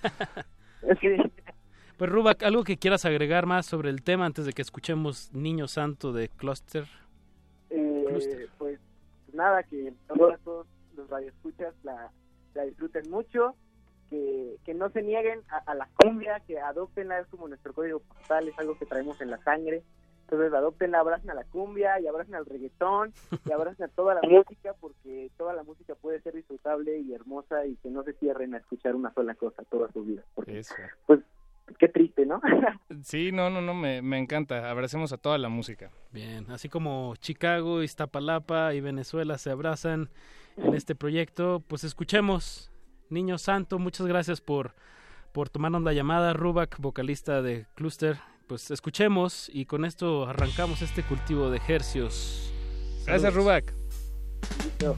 Q: Pues Rubak, ¿algo que quieras agregar más sobre el tema antes de que escuchemos Niño Santo de Cluster?
S: Pues nada, que todos los radioescuchas la disfruten mucho, que no se nieguen a la cumbia, que adóptenla, es como nuestro código postal, es algo que traemos en la sangre. Entonces adóptenla, abracen a la cumbia y abracen al reggaetón y abracen a toda la música, porque toda la música puede ser disfrutable y hermosa, y que no se cierren a escuchar una sola cosa toda su vida. Porque,
R: eso.
S: Pues qué triste, ¿no?
R: Sí, no, me encanta. Abracemos a toda la música.
Q: Bien, así como Chicago, Iztapalapa y Venezuela se abrazan en este proyecto, pues escuchemos Niño Santo. Muchas gracias por tomarnos la llamada, Rubak, vocalista de Cluster. Pues escuchemos, y con esto arrancamos este cultivo de hercios.
R: Gracias, Rubak.
S: Listo.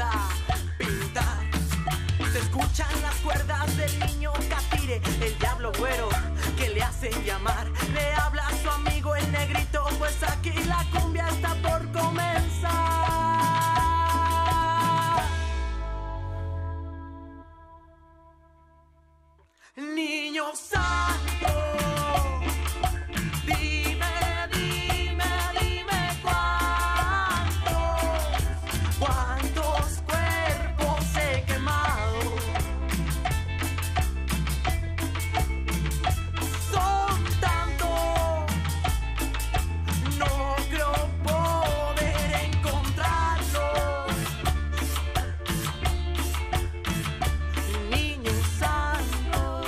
K: El diablo hacen llamar. Le habla a su amigo el negrito, pues aquí la cumbia está por comenzar. Niño santo, dime cuántos cuerpos he quemado. Son tantos, no creo poder encontrarlos. Niño santo,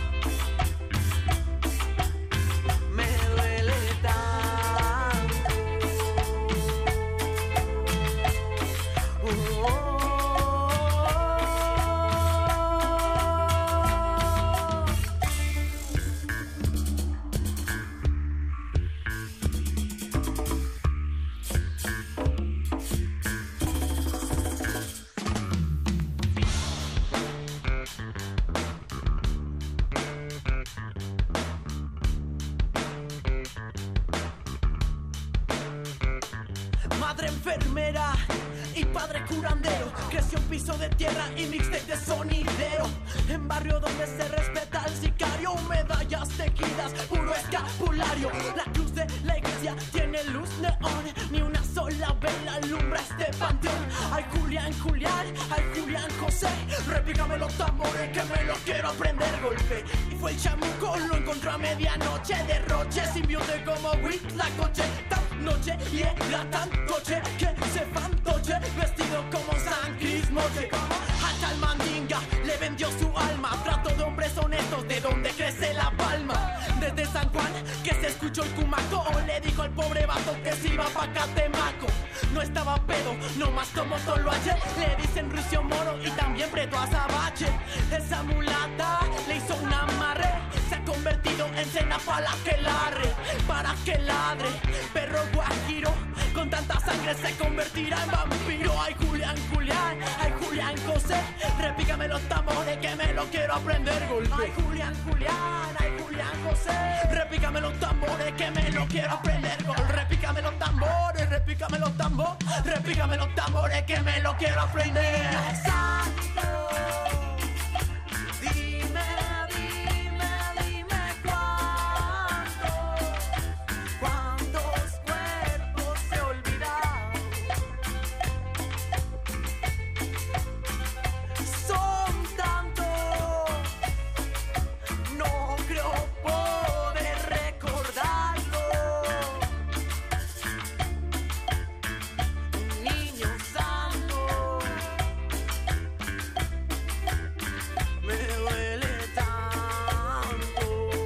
K: me duele tanto. Madre enfermera y padre curandero, creció en piso de tierra y mixtape de sonidero. En barrio donde se respeta al sicario, medallas tejidas, puro escapulario. La cruz de la iglesia tiene luz neón, ni una sola vela alumbra este panteón. Ay Julián, ay Julián José, repícame los tambores que me los quiero aprender. Golpe, y fue el chamuco, lo encontró a medianoche. Derroche, simbionte como Huitlacoche. Tan noche y era tan coche que se fantoche, vestido como San Crismoche. Hasta el mandinga le vendió su alma. Trato de hombres honestos, de donde crece la palma. Desde San Juan que se escuchó el cumaco, le dijo al pobre vato que se iba pa' Catemaco. No estaba pedo, nomás tomó solo ayer. Le dicen Ruicio Moro y también Preto Azabache. Esa mulata le hizo un amarre, se ha convertido en cena para que ladre. Perro guajiro, con tanta sangre se convertirá en vampiro. Ay Julián, ay Julián José, repícame los tambores que me lo quiero aprender. Golpe. Ay Julián, ay Julián José, repícame los tambores que me lo quiero aprender. Gol. Repícame los tambores, repícame los tambores que me lo quiero aprender. Santo, dime cuántos cuerpos he olvidado. Son tantos, no creo poder recordarlo. Niño santo, me duele tanto.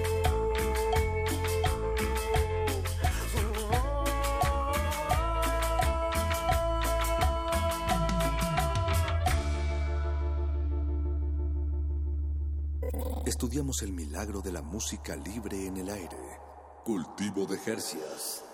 O: Estudiamos el milagro de la música libre en el aire. Cultivo de Jercias.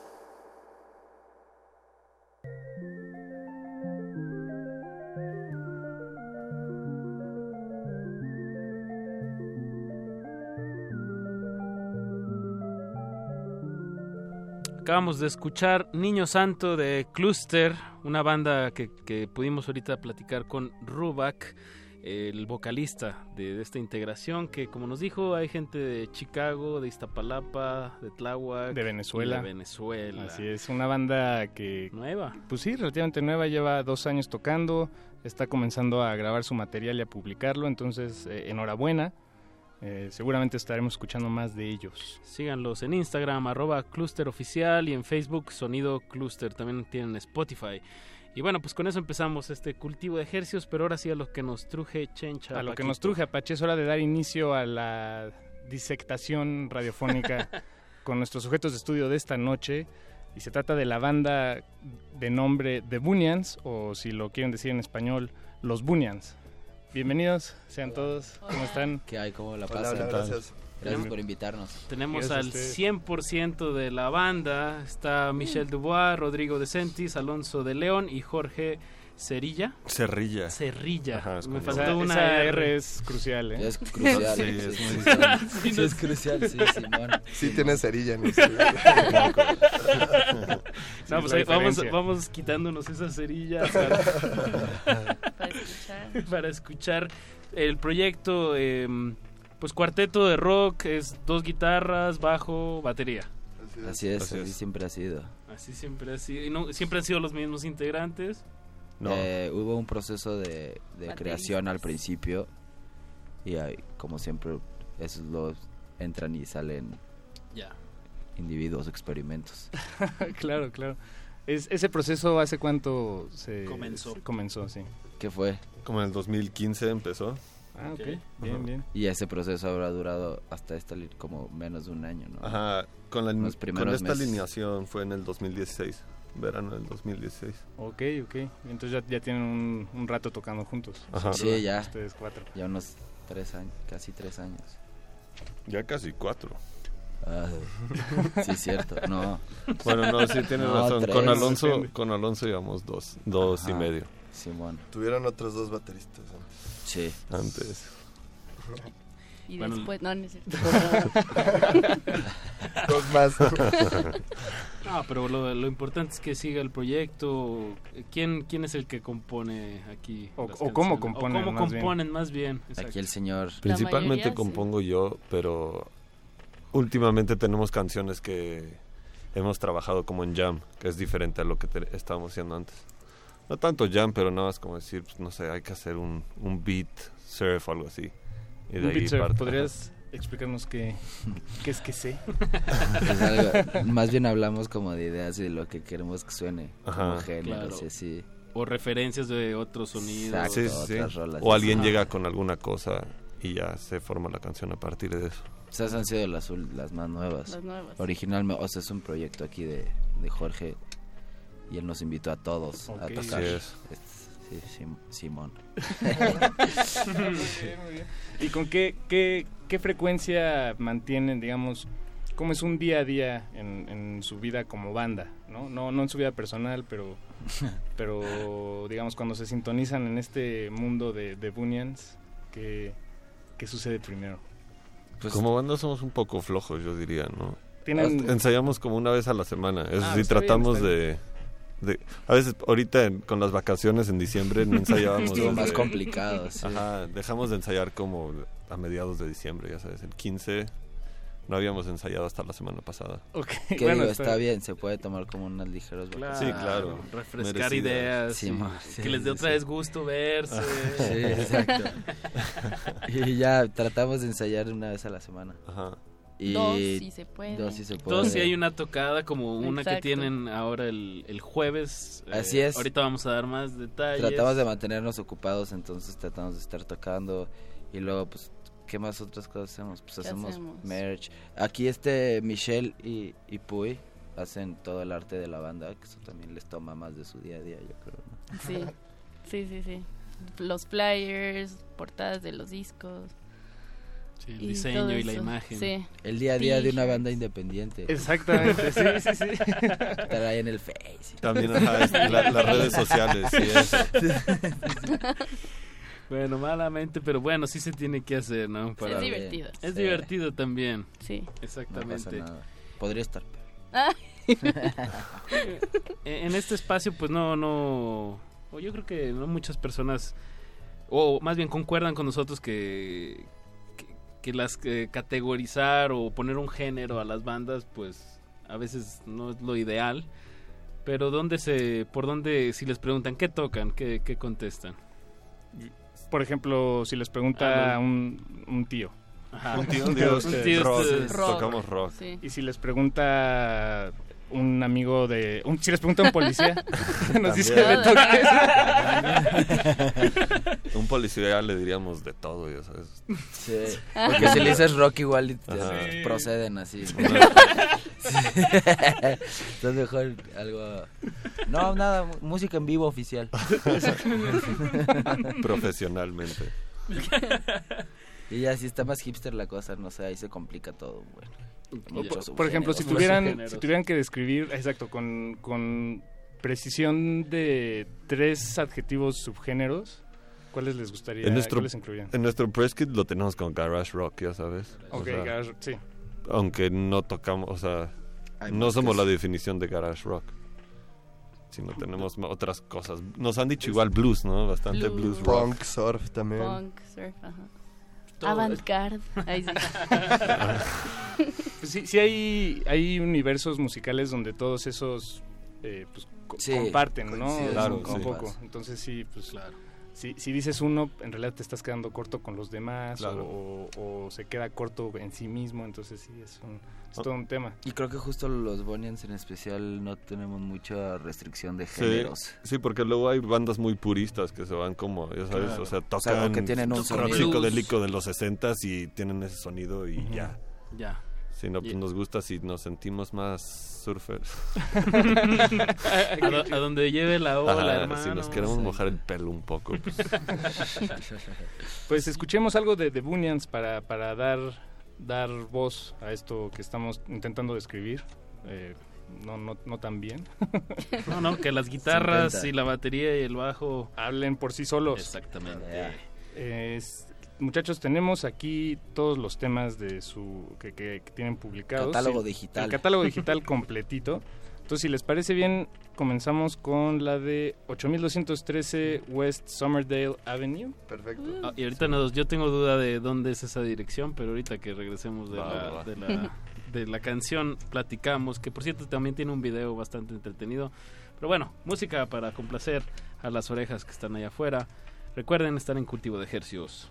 Q: Acabamos de escuchar Niño Santo de Cluster, una banda que pudimos ahorita platicar con Rubak, el vocalista de esta integración, que como nos dijo, hay gente de Chicago, de Iztapalapa, de Tláhuac,
R: de Venezuela. Así es, una banda que...
Q: Nueva.
R: Pues sí, relativamente nueva, lleva 2 años tocando, está comenzando a grabar su material y a publicarlo, entonces enhorabuena. Seguramente estaremos escuchando más de ellos.
Q: Síganlos en Instagram, @clusteroficial, y en Facebook, Sonido Cluster. También tienen Spotify. Y bueno, pues con eso empezamos este cultivo de ejercicios, pero ahora sí a lo que nos truje, Chencha.
R: A lo que nos truje, Apache, es hora de dar inicio a la disectación radiofónica con nuestros sujetos de estudio de esta noche. Y se trata de la banda de nombre The Bunians, o si lo quieren decir en español, Los Bunians. Bienvenidos, sean todos. ¿Cómo están?
T: ¿Qué hay? ¿Cómo la pasan?
I: Hola, gracias.
T: Gracias por invitarnos.
Q: Tenemos al 100% de la banda. Está Michelle Dubois, Rodrigo De Sentis, Alonso de León y Jorge ¿Cerilla?
U: Cerrilla.
Q: Ajá,
R: Me faltó una R es crucial, ¿eh?
T: Es crucial.
U: Sí, es muy
T: sí, es crucial, sí, Simón.
V: Sí tiene cerilla en
Q: No, pues ahí vamos quitándonos esa cerilla para escuchar el proyecto. Pues cuarteto de rock, es 2 guitarras, bajo, batería.
T: Así siempre ha sido.
Q: Así siempre ha sido. ¿Y no, siempre han sido los mismos integrantes?
T: No. Hubo un proceso de creación al principio y como siempre esos los entran y salen individuos, experimentos.
R: Claro. ¿Ese proceso hace cuánto comenzó, sí?
T: ¿Qué fue?
U: Como en el 2015 empezó.
R: Ah, ok, bien.
T: Y ese proceso habrá durado hasta como menos de un año, ¿no?
U: Ajá, con esta
T: meses.
U: alineación fue en el 2016, verano del 2016.
R: Ok, entonces ya tienen un rato tocando juntos.
U: Ajá.
T: Sí, ya.
R: Ustedes 4.
T: Ya unos 3 años, casi 3 años.
U: Ya casi 4.
T: Sí, cierto, no.
U: Bueno, no, sí tienes razón.
T: 3.
U: Con Alonso llevamos 2 y medio.
T: Simón.
V: Tuvieron otros 2 bateristas antes.
T: Sí.
U: Antes.
H: Y después, no es cierto.
V: 2 más.
Q: Pero lo importante es que siga el proyecto. ¿Quién es el que compone aquí?
R: ¿O cómo componen?
Q: ¿Cómo componen más bien?
T: Exacto. Aquí el señor.
U: Principalmente compongo yo, pero últimamente tenemos canciones que hemos trabajado como en jam, que es diferente a lo que estábamos haciendo antes. No tanto jam, pero nada más como decir, pues, no sé, hay que hacer un beat surf o algo así. Y de
R: un
U: ahí
R: beat surf, ¿podrías explicarnos qué es que sé?
T: Es algo, más bien hablamos como de ideas y de lo que queremos que suene.
U: Ajá,
T: como géneros,
Q: claro.
T: así.
Q: O referencias de otros sonidos.
T: Exacto,
U: sí.
T: otras rolas.
U: O alguien llega con alguna cosa y ya se forma la canción a partir de eso.
T: Esas han sido las más nuevas. Originalmente, es un proyecto aquí de Jorge y él nos invitó a todos a tocar. Sí, Simón.
R: Muy bien. ¿Y con qué frecuencia mantienen, digamos, cómo es un día a día en su vida como banda? No en su vida personal, pero digamos cuando se sintonizan en este mundo de Bunions, ¿qué sucede primero?
U: Pues como banda somos un poco flojos, yo diría, ¿no? Ensayamos como una vez a la semana. Eso sí, tratamos de a veces ahorita con las vacaciones en diciembre no ensayábamos.
T: Estuvo más complicado, sí.
U: Ajá, dejamos de ensayar como a mediados de diciembre, ya sabes, el 15 no habíamos ensayado hasta la semana pasada.
T: Que bueno, está bien, se puede tomar como unas ligeras vacaciones.
U: Sí, claro.
Q: Refrescar ideas,
T: sí,
Q: que les dé otra vez gusto verse.
T: Sí, exacto. Y ya tratamos de ensayar una vez a la semana.
U: Ajá.
H: Y 2 si se puede.
Q: 2 si hay una tocada como una que tienen ahora el jueves.
T: Así es.
Q: Ahorita vamos a dar más detalles.
T: Tratamos de mantenernos ocupados, entonces tratamos de estar tocando y luego pues ¿qué más otras cosas hacemos? Pues hacemos merch. Aquí Michelle y Puy hacen todo el arte de la banda, que eso también les toma más de su día a día, yo creo, ¿no?
H: Sí. Los flyers, portadas de los discos.
Q: Sí, el diseño y la imagen.
H: Sí.
T: El día a día de una banda independiente.
R: Exactamente, sí.
T: Estar ahí en el Face.
U: También las redes sociales, sí.
Q: Bueno, malamente, pero bueno, sí se tiene que hacer, ¿no?
H: Es divertido.
Q: Es divertido también.
H: Sí.
Q: Exactamente.
T: No pasa nada. Podría estar.
Q: En este espacio, pues no, o yo creo que no muchas personas, o más bien concuerdan con nosotros que las categorizar o poner un género a las bandas, pues a veces no es lo ideal. Pero por dónde, si les preguntan qué tocan, qué contestan.
R: Por ejemplo, si les pregunta un tío.
Q: Ajá.
U: Un tío rock. Tocamos rock.
H: Sí.
R: Y si les pregunta un amigo si les pregunta un policía, nos dice de toques.
U: Un policía le diríamos de todo, ya sabes.
T: Sí, porque si le dices rock igual proceden así. Entonces mejor algo... No, nada, música en vivo oficial.
U: Profesionalmente.
T: Y ya si está más hipster la cosa, no sé, ahí se complica todo, bueno.
R: Por ejemplo, si tuvieran que describir, exacto, con precisión de 3 adjetivos subgéneros, ¿cuáles les gustaría? ¿Cuáles incluían?
U: En nuestro press kit lo tenemos con garage rock, ya sabes.
R: Ok, garage rock, sí.
U: Aunque no tocamos, o sea, no somos la definición de garage rock, sino tenemos otras cosas. Nos han dicho igual blues, ¿no? Bastante blues rock.
V: Punk, surf también.
H: Punk, surf, ajá. Avant-garde. Ahí sí.
R: Pues sí hay universos musicales donde todos esos pues, comparten, ¿no?
U: Claro,
R: un poco. Entonces sí, pues claro. Si dices uno, en realidad te estás quedando corto con los demás, claro. o se queda corto en sí mismo, entonces sí, es todo un tema.
T: Y creo que justo los Bonians en especial no tenemos mucha restricción de géneros.
U: Sí, porque luego hay bandas muy puristas que se van como, ya sabes,
T: claro.
U: O sea, tocan
T: que tienen un
U: rock psicodélico de los 60s y tienen ese sonido y ya. Sí, no, pues nos gusta si nos sentimos más surfers.
Q: a donde lleve la ola, hermano.
U: Si nos queremos mojar el pelo un poco.
R: Pues escuchemos algo de The Bunions para dar voz a esto que estamos intentando describir. No tan bien.
Q: No, que las guitarras y la batería y el bajo
R: hablen por sí solos.
Q: Exactamente.
R: Muchachos, tenemos aquí todos los temas de que tienen publicados.
T: Catálogo digital.
R: El catálogo digital completito. Entonces, si les parece bien, comenzamos con la de 8213 West Somerdale Avenue.
V: Perfecto.
Q: Y ahorita yo tengo duda de dónde es esa dirección, pero ahorita que regresemos de la canción platicamos, que por cierto también tiene un video bastante entretenido. Pero bueno, música para complacer a las orejas que están allá afuera. Recuerden estar en cultivo de hercios.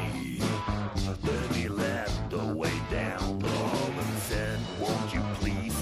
A: Then he led the way down the hall and said, "Won't you please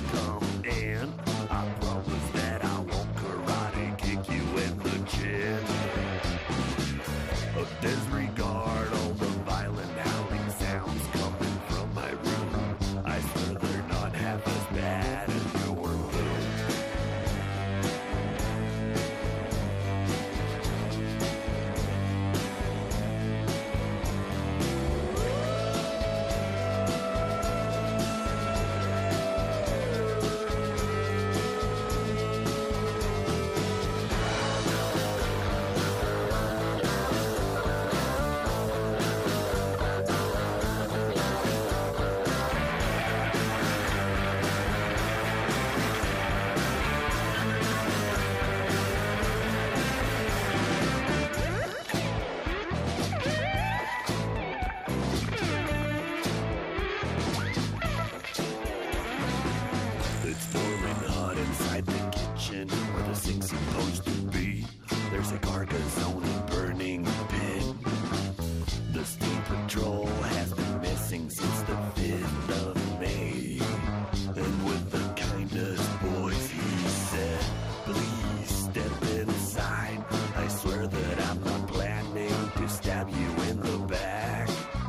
K: nothing of me. And with the kindest voice he said, please step inside. I swear that I'm not planning to stab you in the back.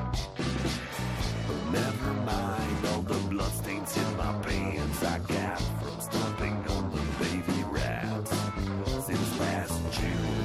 K: Never mind all the bloodstains in my pants I got from stomping on the baby rats since last June.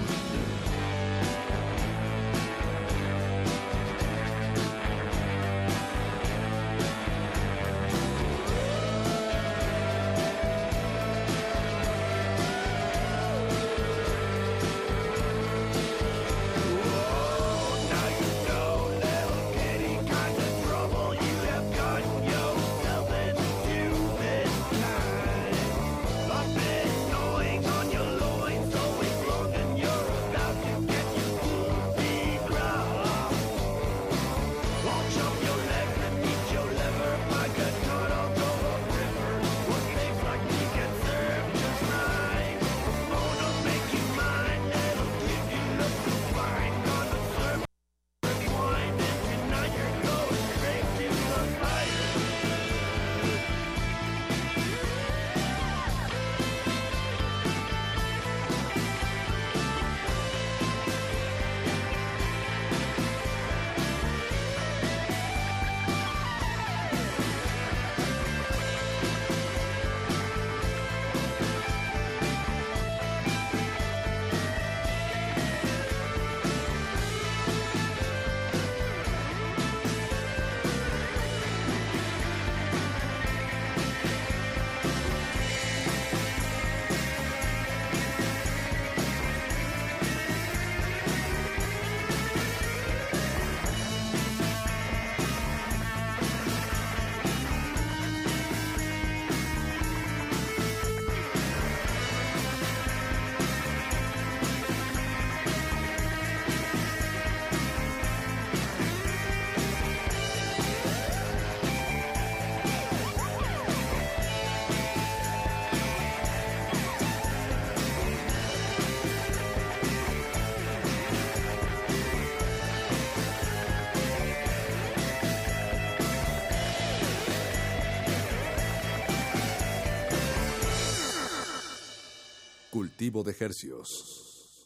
O: Cultivo de hercios.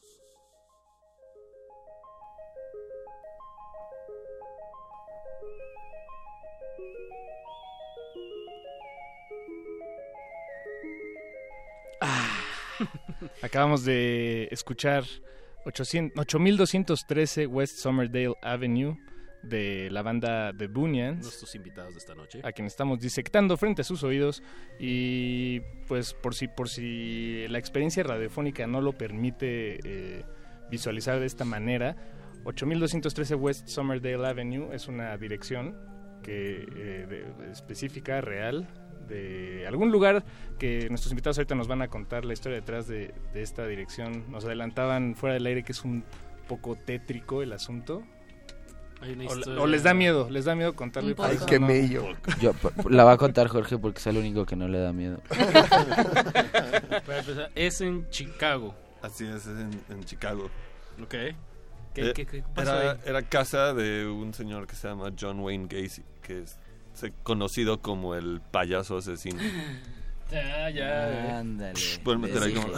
R: Acabamos de escuchar 8213 West Somerdale Avenue de la banda The Bunyans,
Q: nuestros invitados de esta noche,
R: a quien estamos disectando frente a sus oídos. Y pues por si la experiencia radiofónica no lo permite visualizar de esta manera, 8213 West Somerdale Avenue es una dirección que específica, real, de algún lugar que nuestros invitados ahorita nos van a contar la historia detrás de esta dirección. Nos adelantaban fuera del aire que es un poco tétrico el asunto. O les da miedo contarle.
V: Ay, qué mello.
T: La va a contar Jorge porque es el único que no le da miedo.
Q: Para empezar, es en Chicago.
U: Así es en Chicago.
Q: Ok. ¿Qué pasó ahí?
U: Era casa de un señor que se llama John Wayne Gacy, que es conocido como el payaso asesino.
Q: Ya.
T: Ándale.
U: Pueden meter ahí como...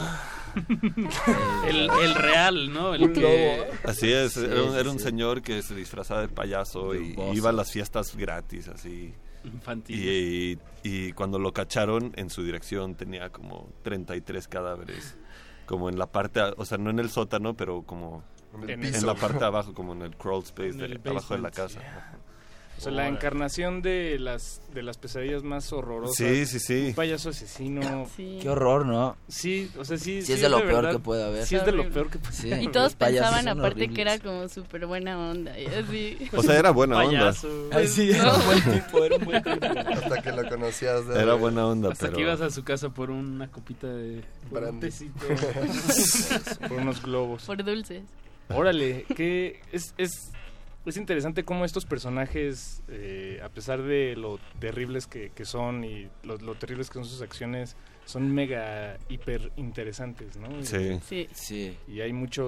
Q: el real, ¿no?
U: Así es, era un señor que se disfrazaba de payaso y iba a las fiestas gratis, así.
Q: Infantil.
U: Y cuando lo cacharon, en su dirección tenía como 33 cadáveres. Como en la parte, o sea, no en el sótano, pero como en la parte de abajo, como en el crawl space abajo de la casa.
R: O sea, la encarnación de las pesadillas más horrorosas.
U: Sí.
R: Un payaso asesino.
T: Sí. Qué horror, ¿no?
R: Sí, o sea, sí.
T: Sí es de lo peor que puede haber.
R: Sí es de lo peor que puede haber.
H: Y todos pensaban aparte que era como súper buena onda. Y así.
U: O sea, era buena onda.
V: Ay, sí, era un buen tipo, Hasta que lo conocías.
U: Era buena onda,
Q: hasta que ibas a su casa por una copita de tecito.
R: Por unos globos.
H: Por dulces.
R: Órale, que es interesante cómo estos personajes, a pesar de lo terribles que son y lo terribles que son sus acciones, son mega hiper interesantes, ¿no?
U: Sí.
T: Sí.
R: Y hay muchos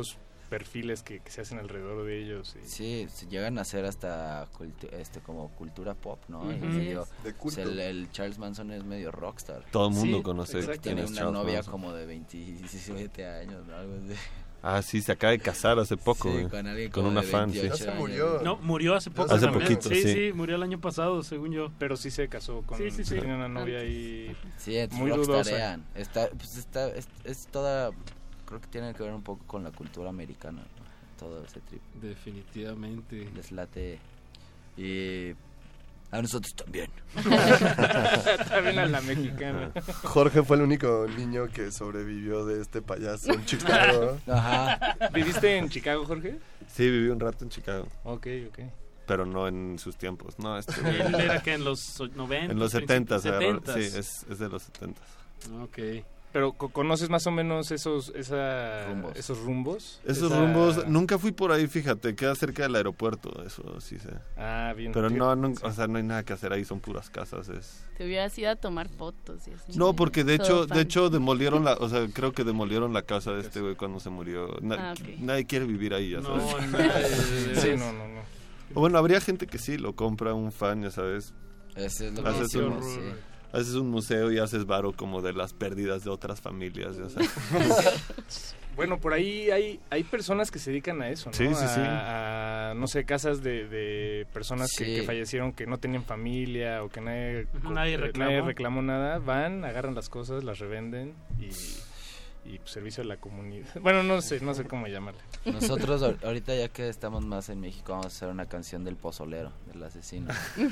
R: perfiles que se hacen alrededor de ellos.
T: Sí, se llegan a ser hasta como cultura pop, ¿no?
R: Uh-huh.
T: Medio,
V: de culto.
T: El Charles Manson es medio rockstar.
U: Todo el mundo conoce.
T: Tiene una
U: Charles
T: novia
U: Manson.
T: como de 27 años, ¿no? Algo así.
U: Ah, sí, se acaba de casar hace poco,
T: Sí, con alguien
U: con
T: como
U: una
T: de
U: fan.
T: 28
U: Sí.
V: Ya se murió.
Q: No, murió hace poco.
U: Hace
Q: también.
U: poquito, sí.
Q: Sí, murió el año pasado, según yo.
R: Pero sí se casó con...
Q: Sí.
R: Tiene una novia ahí
T: Sí,
R: muy dudosa.
T: rockstarean. Es toda... Creo que tiene que ver un poco con la cultura americana, ¿no? Todo ese trip.
Q: Definitivamente.
T: Les late. Y... a nosotros también.
R: También a la mexicana.
V: Jorge fue el único niño que sobrevivió de este payaso en Chicago.
T: Ajá.
R: ¿Viviste en Chicago, Jorge?
U: Sí, viví un rato en Chicago.
R: Ok.
U: Pero no en sus tiempos. No,
Q: ¿Él era que en los 90?
U: En los 70. Sí,
Q: 70s.
U: es de los 70.
Q: Ok.
R: Pero ¿conoces más o menos esos rumbos?
U: Esos rumbos, nunca fui por ahí, fíjate, queda cerca del aeropuerto, eso sí sé.
R: Ah, bien.
U: Pero no hay nada que hacer ahí, son puras casas.
H: Te hubieras ido a tomar fotos y así.
U: No, porque de
H: Todo
U: hecho demolieron creo que demolieron la casa de este güey cuando se murió.
H: Ok.
U: Nadie quiere vivir ahí, ya sabes.
R: Sí, no.
U: O bueno, habría gente que sí, lo compra un fan, ya sabes.
T: Ese es lo que
U: Haces
T: decimos,
U: un-
T: sí.
U: Haces un museo y haces varo como de las pérdidas de otras familias, ya sabes.
R: Bueno, por ahí hay personas que se dedican a eso, ¿no?
U: Sí.
R: A, no sé, casas de personas
T: Sí.
R: que fallecieron, que no tenían familia o que nadie
Q: reclamó.
R: reclamó nada. Van, agarran las cosas, las revenden y pues, servicio a la comunidad. Bueno, no sé cómo llamarle.
T: Nosotros ahorita, ya que estamos más en México, vamos a hacer una canción del pozolero, del asesino.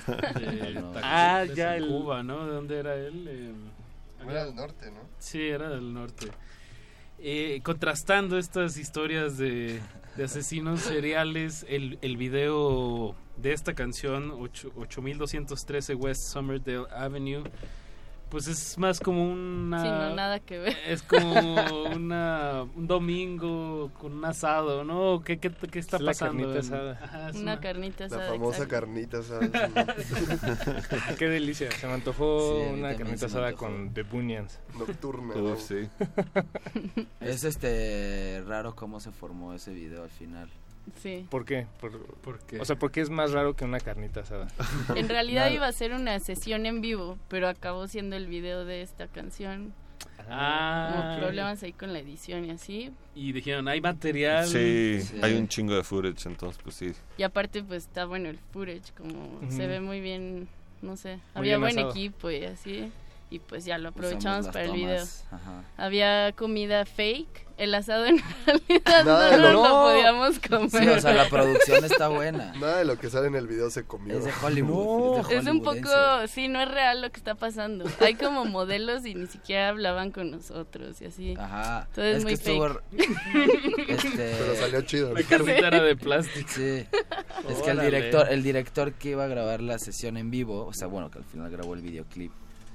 Q: Ya el Cuba, ¿no? ¿De dónde era él?
V: Era del norte, ¿no?
Q: Sí, era del norte. Contrastando estas historias de asesinos seriales, el video de esta canción, 8213 West Somerdale Avenue, pues es más como una...
H: Sí, no, nada que ver.
Q: Es como un domingo con un asado, ¿no? ¿Qué está
R: Es la
Q: pasando?
R: carnita asada.
Q: Ajá, es
H: Una carnita asada.
V: La famosa
H: exacto.
V: carnita asada.
R: Qué delicia. Se me antojó
T: Sí, a mí
R: una
T: también
R: carnita
T: se me
R: asada
T: antojó.
R: con The Bunions.
V: Nocturna.
U: Uf, sí.
T: Es raro cómo se formó ese video al final.
H: Sí.
R: ¿Por qué?
Q: ¿Por qué?
R: O sea, ¿por qué es más raro que una carnita asada?
H: En realidad iba a ser una sesión en vivo, pero acabó siendo el video de esta canción. Como problemas ahí con la edición y así.
Q: Y dijeron, hay material.
U: Sí, hay un chingo de footage, entonces pues sí.
H: Y aparte pues está bueno el footage, como se ve muy bien, no sé,
R: Muy
H: había
R: bien
H: buen
R: asado.
H: equipo y así. Y pues ya lo
T: Usamos
H: aprovechamos
T: las
H: para el video.
T: tomas, ajá.
H: Había comida fake, el asado en realidad
V: Nada de
H: no
V: lo-
H: lo podíamos comer.
T: Sí, o sea, la producción está buena.
V: Nada de lo que sale en el video se comió.
T: Es de Hollywood.
H: Es un poco, sí, no es real lo que está pasando. Hay como modelos y ni siquiera hablaban con nosotros y así.
T: Ajá.
H: Todo es
T: Es
H: muy
T: que estuvo
H: fake.
V: Pero salió chido.
Q: La carnita era de plástico.
T: Sí. Es que
Q: Órale.
T: el director que iba a grabar la sesión en vivo, o sea, bueno, que al final grabó el videoclip,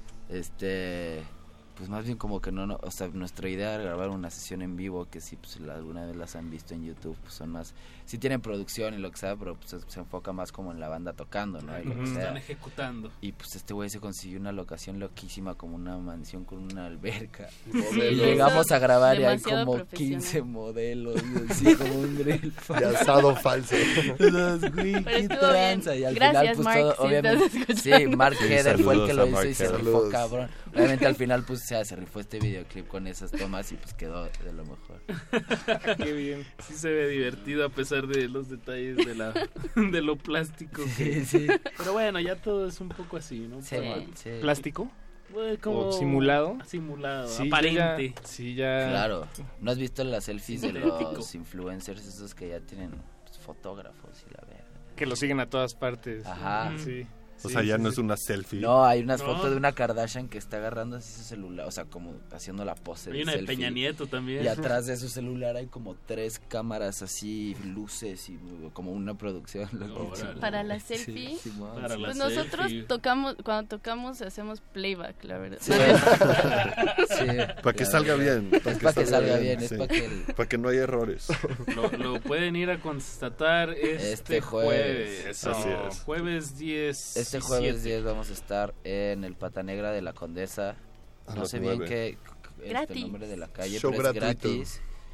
T: pues más bien como que no, o sea, nuestra idea era grabar una sesión en vivo, que si pues alguna vez las han visto en YouTube, pues son más, sí tienen producción y lo que sea, pero pues se enfoca más como en la banda tocando, ¿no? Y lo que sea.
Q: Están ejecutando.
T: Y pues este güey se consiguió una locación loquísima, como una mansión con una alberca.
V: Modelos.
T: Y llegamos a grabar y hay
H: Demasiado
T: como
H: profesional.
T: 15 modelos, y así como un drill.
V: Y asado falso.
T: Los güey,
H: Pero
T: qué
H: estuvo
T: tranza.
H: bien.
T: Y al
H: Gracias,
T: final, pues
H: Mark,
T: todo,
H: si
T: obviamente.
H: estás
T: Sí,
H: escuchando.
T: Mark
U: Sí,
T: Heder fue el que lo
U: saludos a
T: hizo
U: Mark
T: y se
U: Heder.
T: rifó,
V: Saludos.
T: cabrón. Obviamente al final, pues se rifó este videoclip con esas tomas y pues quedó de lo mejor.
R: Qué bien.
Q: Sí se ve divertido a pesar de los detalles de lo plástico.
T: Sí, sí.
Q: Pero bueno, ya todo es un poco así, ¿no?
T: Sí, sí.
R: ¿Plástico?
Q: Como
R: ¿O simulado?
Q: Simulado,
R: Sí,
Q: aparente.
R: ya.
T: Claro. ¿No has visto las selfies de
Q: Sintético.
T: los influencers esos que ya tienen pues, fotógrafos y la verga?
R: Que lo siguen a todas partes.
T: Ajá.
R: Sí.
U: O sea, ya no es una selfie.
T: No, hay unas
Q: No.
T: fotos de una Kardashian que está agarrando así su celular, o sea, como haciendo la pose
Q: Hay
T: de
Q: una de
T: selfie.
Q: Peña Nieto también.
T: Y atrás de su celular hay como 3 cámaras así, luces y como una producción.
Q: Órale.
H: Para la selfie,
T: Sí, Simón,
Q: Para
T: sí.
Q: la
H: pues nosotros
Q: selfie.
H: cuando tocamos hacemos playback, la verdad.
T: Sí. Sí,
U: Para que
T: la
U: salga
T: verdad.
U: bien.
T: Es para que salga bien, es
U: sí.
T: para que el-
U: Para que no haya errores.
Q: Lo pueden ir a constatar este
T: jueves.
Q: jueves.
U: Así es.
Q: Jueves 10.
T: Este jueves 10 vamos a estar en el Pata Negra de la Condesa.
U: A
T: No
U: las
T: sé bien
U: 9.
T: qué el
H: Gratis.
T: nombre de la calle,
V: Show
T: pero es
V: gratuito.
T: gratis.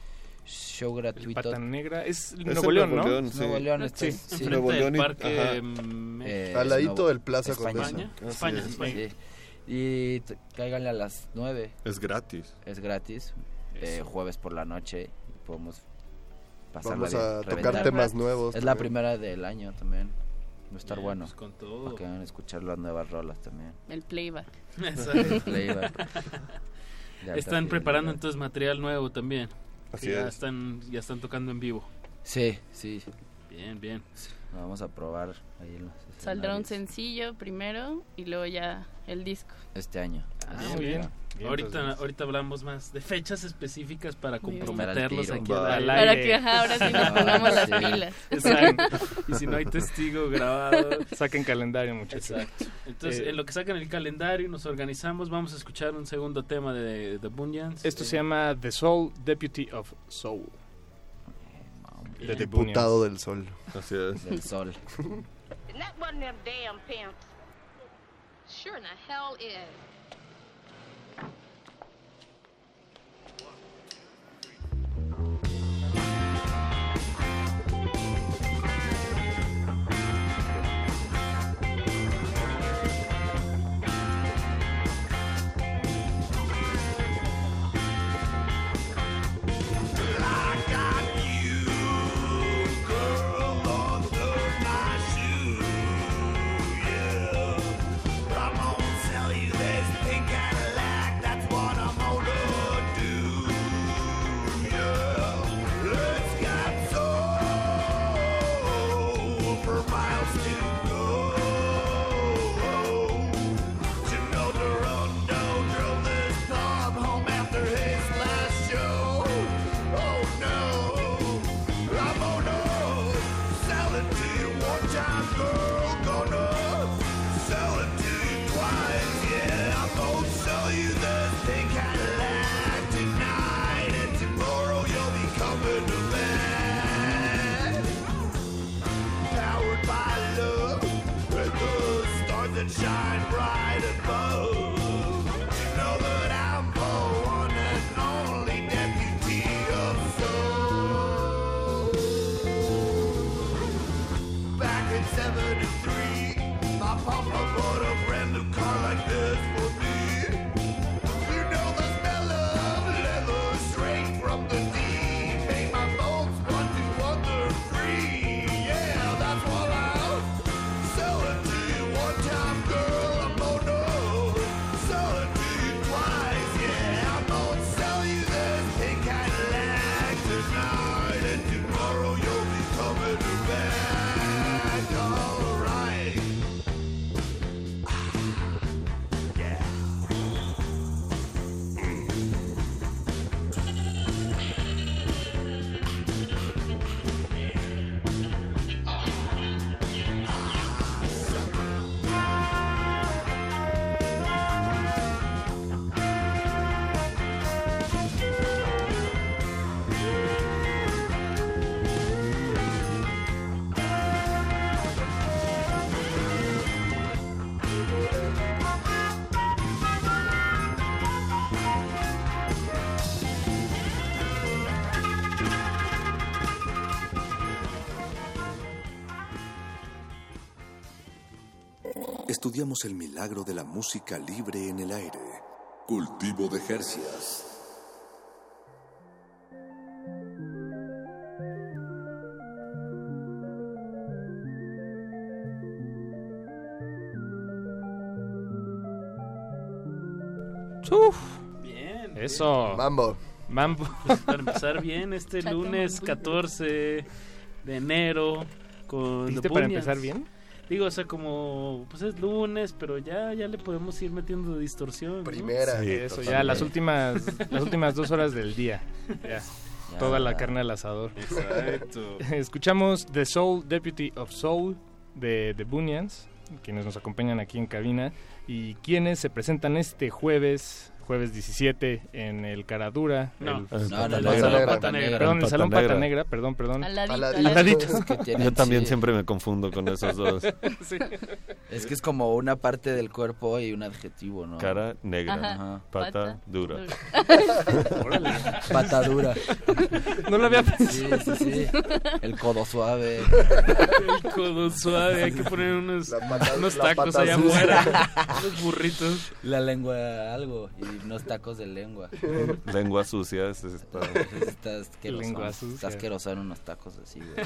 T: show gratuito.
R: Pata Negra es Nuevo León, ¿no?
T: Sí. Nuevo León,
R: sí.
V: Nuevo León
Q: del parque
V: al ladito del Plaza
Q: España. España.
T: Sí. Y cáiganle a las 9.
U: Es gratis.
T: Jueves por la noche. Podemos pasarla
V: Vamos
T: bien,
V: a tocar temas nuevos.
T: Es la primera del año también. Va a estar bueno.
Q: Pues con todo.
T: Para que van a escuchar las nuevas rolas también.
H: El playback.
T: El playback.
Q: Están preparando entonces material nuevo también.
V: Así
Q: ya
V: es.
Q: están tocando en vivo.
T: Sí.
Q: Bien.
T: Vamos a probar ahí en los
H: Saldrá un
T: escenarios.
H: sencillo primero y luego ya el disco.
T: Este año.
Q: Muy bien. Ahorita hablamos más de fechas específicas para
H: Muy bien.
Q: comprometerlos aquí
R: al
H: Para
R: aire.
H: que ahora sí nos pongamos las pilas.
Q: Exacto. Y si no hay testigo grabado.
R: Saquen calendario, muchachos.
Q: Exacto. Entonces, en lo que sacan el calendario, nos organizamos, vamos a escuchar un segundo tema de The Bunyans.
R: Esto se llama The Soul Deputy of Soul.
V: El diputado del sol.
U: Así es.
T: Del sol.
A: And that wasn't them damn pimps. Sure in the hell is.
K: Shine bright above. You know that I'm the one and only deputy of soul. Back in '73, my papa bought a brand new car like this for me. You know the smell of leather straight from the deep. Made my bones want to wander free. Yeah, that's what I'll sell it to you one time, girl. I'm gonna sell it to you twice. Yeah, I'm gonna sell you this pink Cadillac tonight, and tomorrow you'll be coming back. All right. Yeah.
O: Estudiamos el milagro de la música libre en el aire. Cultivo de Jercias.
Q: Bien.
R: Eso.
V: Mambo.
Q: Pues para empezar bien, este lunes 14 de enero con
R: ¿Dijiste
Q: The
R: para
Q: Bunyans.
R: empezar bien?
Q: Digo, o sea, como pues es lunes, pero ya le podemos ir metiendo distorsión, ¿no?
V: Primera.
R: Sí, eso ya las últimas 2 horas del día. Ya. Toda la carne al asador.
Q: Exacto.
R: Escuchamos The Soul Deputy of Soul de The Bunyans, quienes nos acompañan aquí en cabina. y quienes se presentan este jueves 17 en el Caradura.
Q: No,
R: el
Q: Salón Pata Negra.
R: Perdón, el Salón Pata Negra, perdón.
H: Al
R: ladito.
U: Yo también siempre me confundo con esos dos.
T: Sí. Es que es como una parte del cuerpo y un adjetivo, ¿no?
U: Cara negra,
T: Ajá.
U: pata dura.
T: Pata dura.
Q: No lo había pensado.
T: Sí. El codo suave.
Q: El codo suave, hay que poner unos tacos allá afuera. Unos burritos.
T: La lengua algo y unos tacos de lengua.
U: Lengua sucia,
T: Está asqueroso en unos tacos así, güey.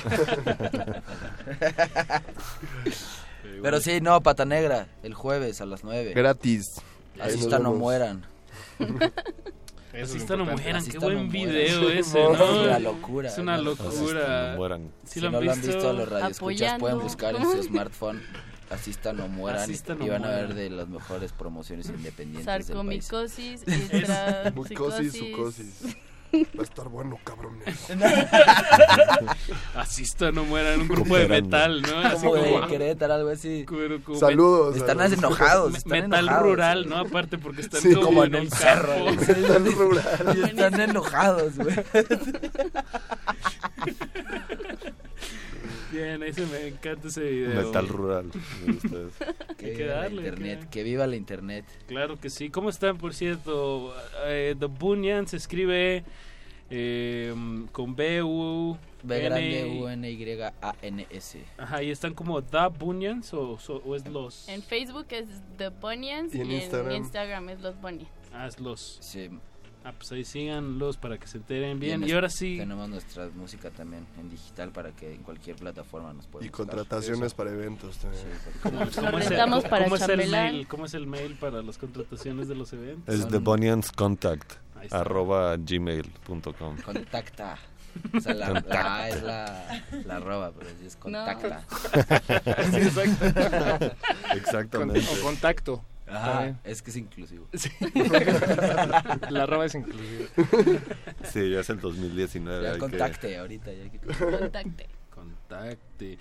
T: Pero sí, no, Pata Negra, el jueves a las 9.
V: Gratis.
T: Asista no mueran.
Q: Asista no mueran, qué buen
T: mueran.
Q: video ese, ¿no?
T: Es una locura.
Q: Es una locura.
U: No mueran.
T: Si no lo han visto, los radioescuchas pueden buscar en su smartphone Asista no mueran y van a ver de las mejores promociones independientes
H: sarcomicosis,
V: mucosis, sucosis. Va a estar bueno, cabrones.
Q: Asista no mueran, un grupo de metal, ¿no?
T: Así como de Querétaro, algo así.
V: Saludos.
T: Están enojados.
Q: Metal rural, ¿no? Aparte porque están
T: como
Q: en
T: un
Q: el
T: cerro.
V: Metal rural.
T: Y están enojados, güey.
Q: Bien, ese me encanta ese video.
U: Metal rural.
T: Hay que darle internet, que viva la internet.
Q: Claro que sí. ¿Cómo están, por cierto? The Bunyan se escribe con B-U...
T: B grande U-N-Y-A-N-S.
Q: Ajá, ¿y están como The Bunyans o es los...?
H: En Facebook es The Bunyans y en Instagram es Los Bunyans.
Q: Ah, es los...
T: Sí.
Q: Ah, pues ahí síganlos para que se enteren bien. Y ahora sí...
T: Tenemos nuestra música también en digital para que en cualquier plataforma nos puedan
V: buscar. Contrataciones para eventos también.
Q: Sí, ¿Cómo es el mail para las contrataciones de los eventos?
U: Es thebunyanscontact@gmail.com.
T: Contacta. O sea, la es la arroba, pero es contacta.
Q: Sí, exacto.
U: Exactamente.
R: O contacto.
T: Ajá, es que es inclusivo.
R: Sí. La arroba es inclusiva.
U: Sí, ya es el 2019.
T: Ya contacte ahorita.
Q: Contacte.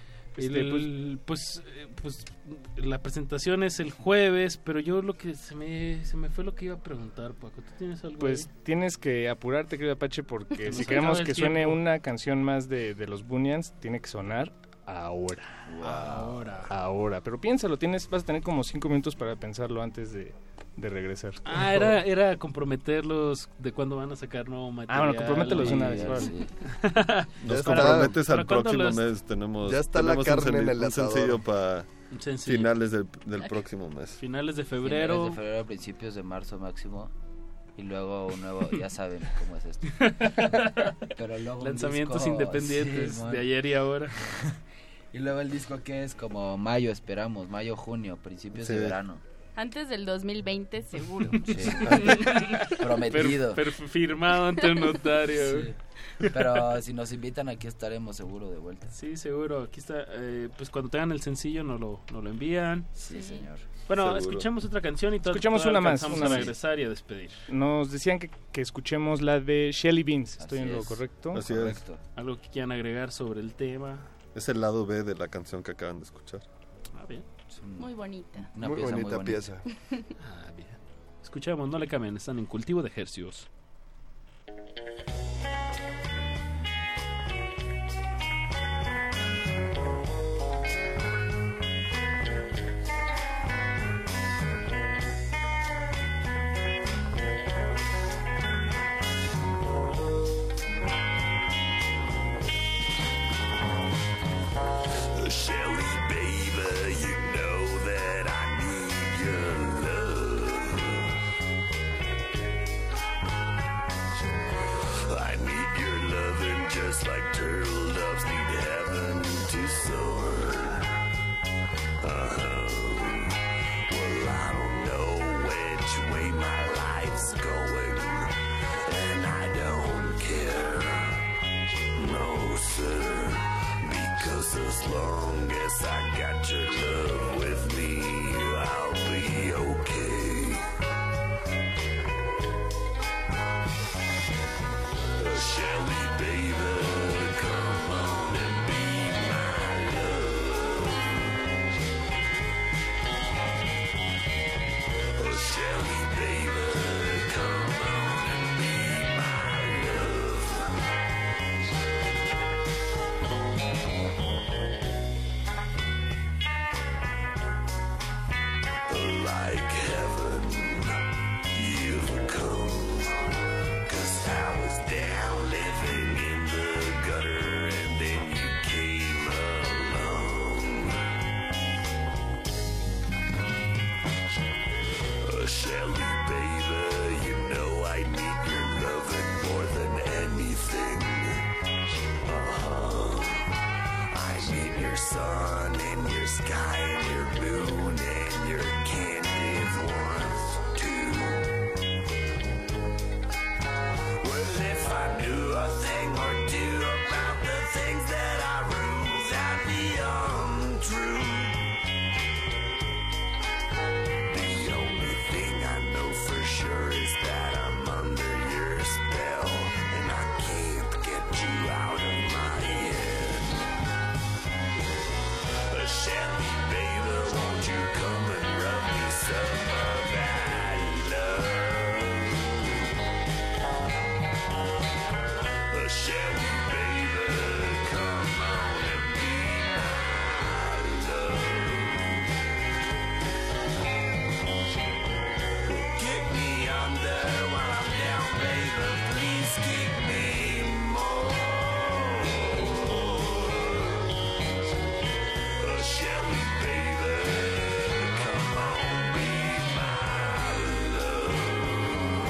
Q: Pues la presentación es el jueves, pero yo lo que se me fue lo que iba a preguntar, Paco. ¿Tú tienes algo?
R: Pues tienes que apurarte, querido Apache, porque si queremos que suene una canción más de los Bunyans, tiene que sonar ahora.
T: Wow.
R: Ahora. Pero piénsalo, vas a tener como 5 minutos para pensarlo antes de regresar.
Q: Ah, era comprometerlos de cuándo van a sacar nuevo material.
R: Bueno, compromételos una vez.
T: Sí.
U: Nos comprometes al próximo mes.
V: Ya está la carne en el asador.
U: Un sencillo para finales del próximo mes.
Q: Finales de febrero.
T: Principios de marzo máximo. Y luego un nuevo, ya saben cómo es esto. Pero luego
Q: lanzamientos independientes de ayer y ahora.
T: Y luego el disco que es como mayo, esperamos, mayo, junio, principios de verano.
H: Antes del 2020 seguro.
T: Sí. Prometido.
Q: Firmado ante un notario.
T: Sí. Pero si nos invitan aquí estaremos seguro de vuelta.
Q: Sí, seguro. Aquí está. Pues cuando tengan el sencillo nos lo envían.
T: Sí, señor.
Q: Bueno,
U: seguro.
Q: Escuchamos otra canción y
R: escuchamos una más.
Q: Vamos a regresar y a despedir.
R: Nos decían que escuchemos la de Shelly Beans. ¿Estoy en lo correcto?
U: Así
T: correcto.
U: Es.
Q: ¿Algo que quieran agregar sobre el tema?
U: Es el lado B de la canción que acaban de escuchar.
Q: Ah, bien.
H: Muy bonita.
V: Muy bonita pieza.
Q: Ah, bien. Escuchamos, no le cambien, están en Cultivo de Hercios.
C: Shelly, baby, you know that I need your love. like heaven. You've come, 'cause I was down living in the gutter, and then you came along. Shelly, baby, you know I need your loving more than anything. I need your sun and your sky and your moon and your candid warmth too. Well, if I knew a thing or two about the things that I rule, that'd be untrue. The only thing I know for sure is that I'm under your spell, and I can't get you out of my head. Shelly, baby, won't you come and rub me some of that love? Shelly, baby, come on and be my love. Kick me under while I'm down, baby, please kick me more. Shelly, baby, come on, be my love.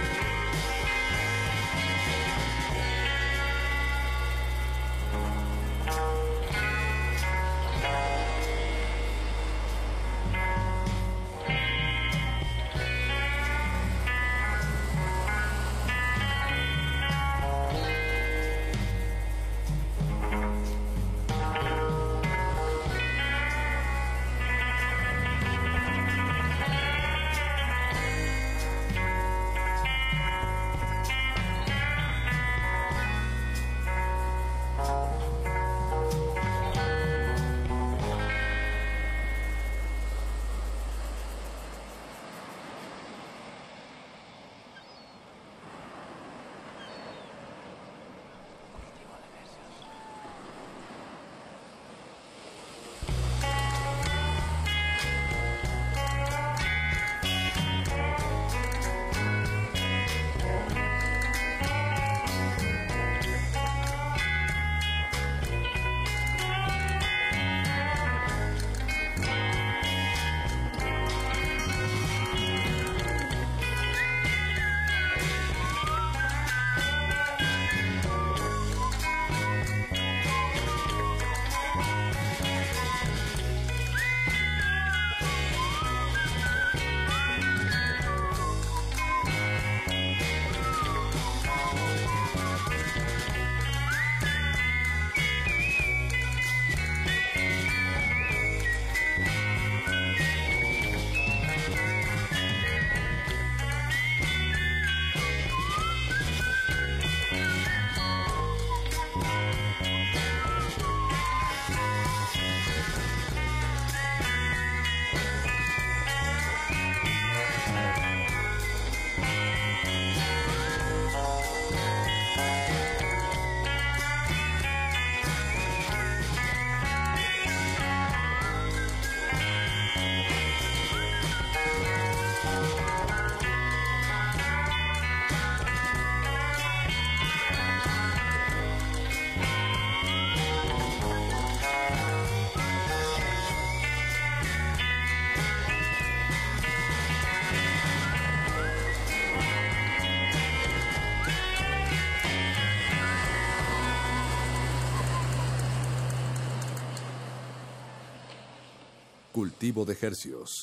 O: Cultivo de hercios.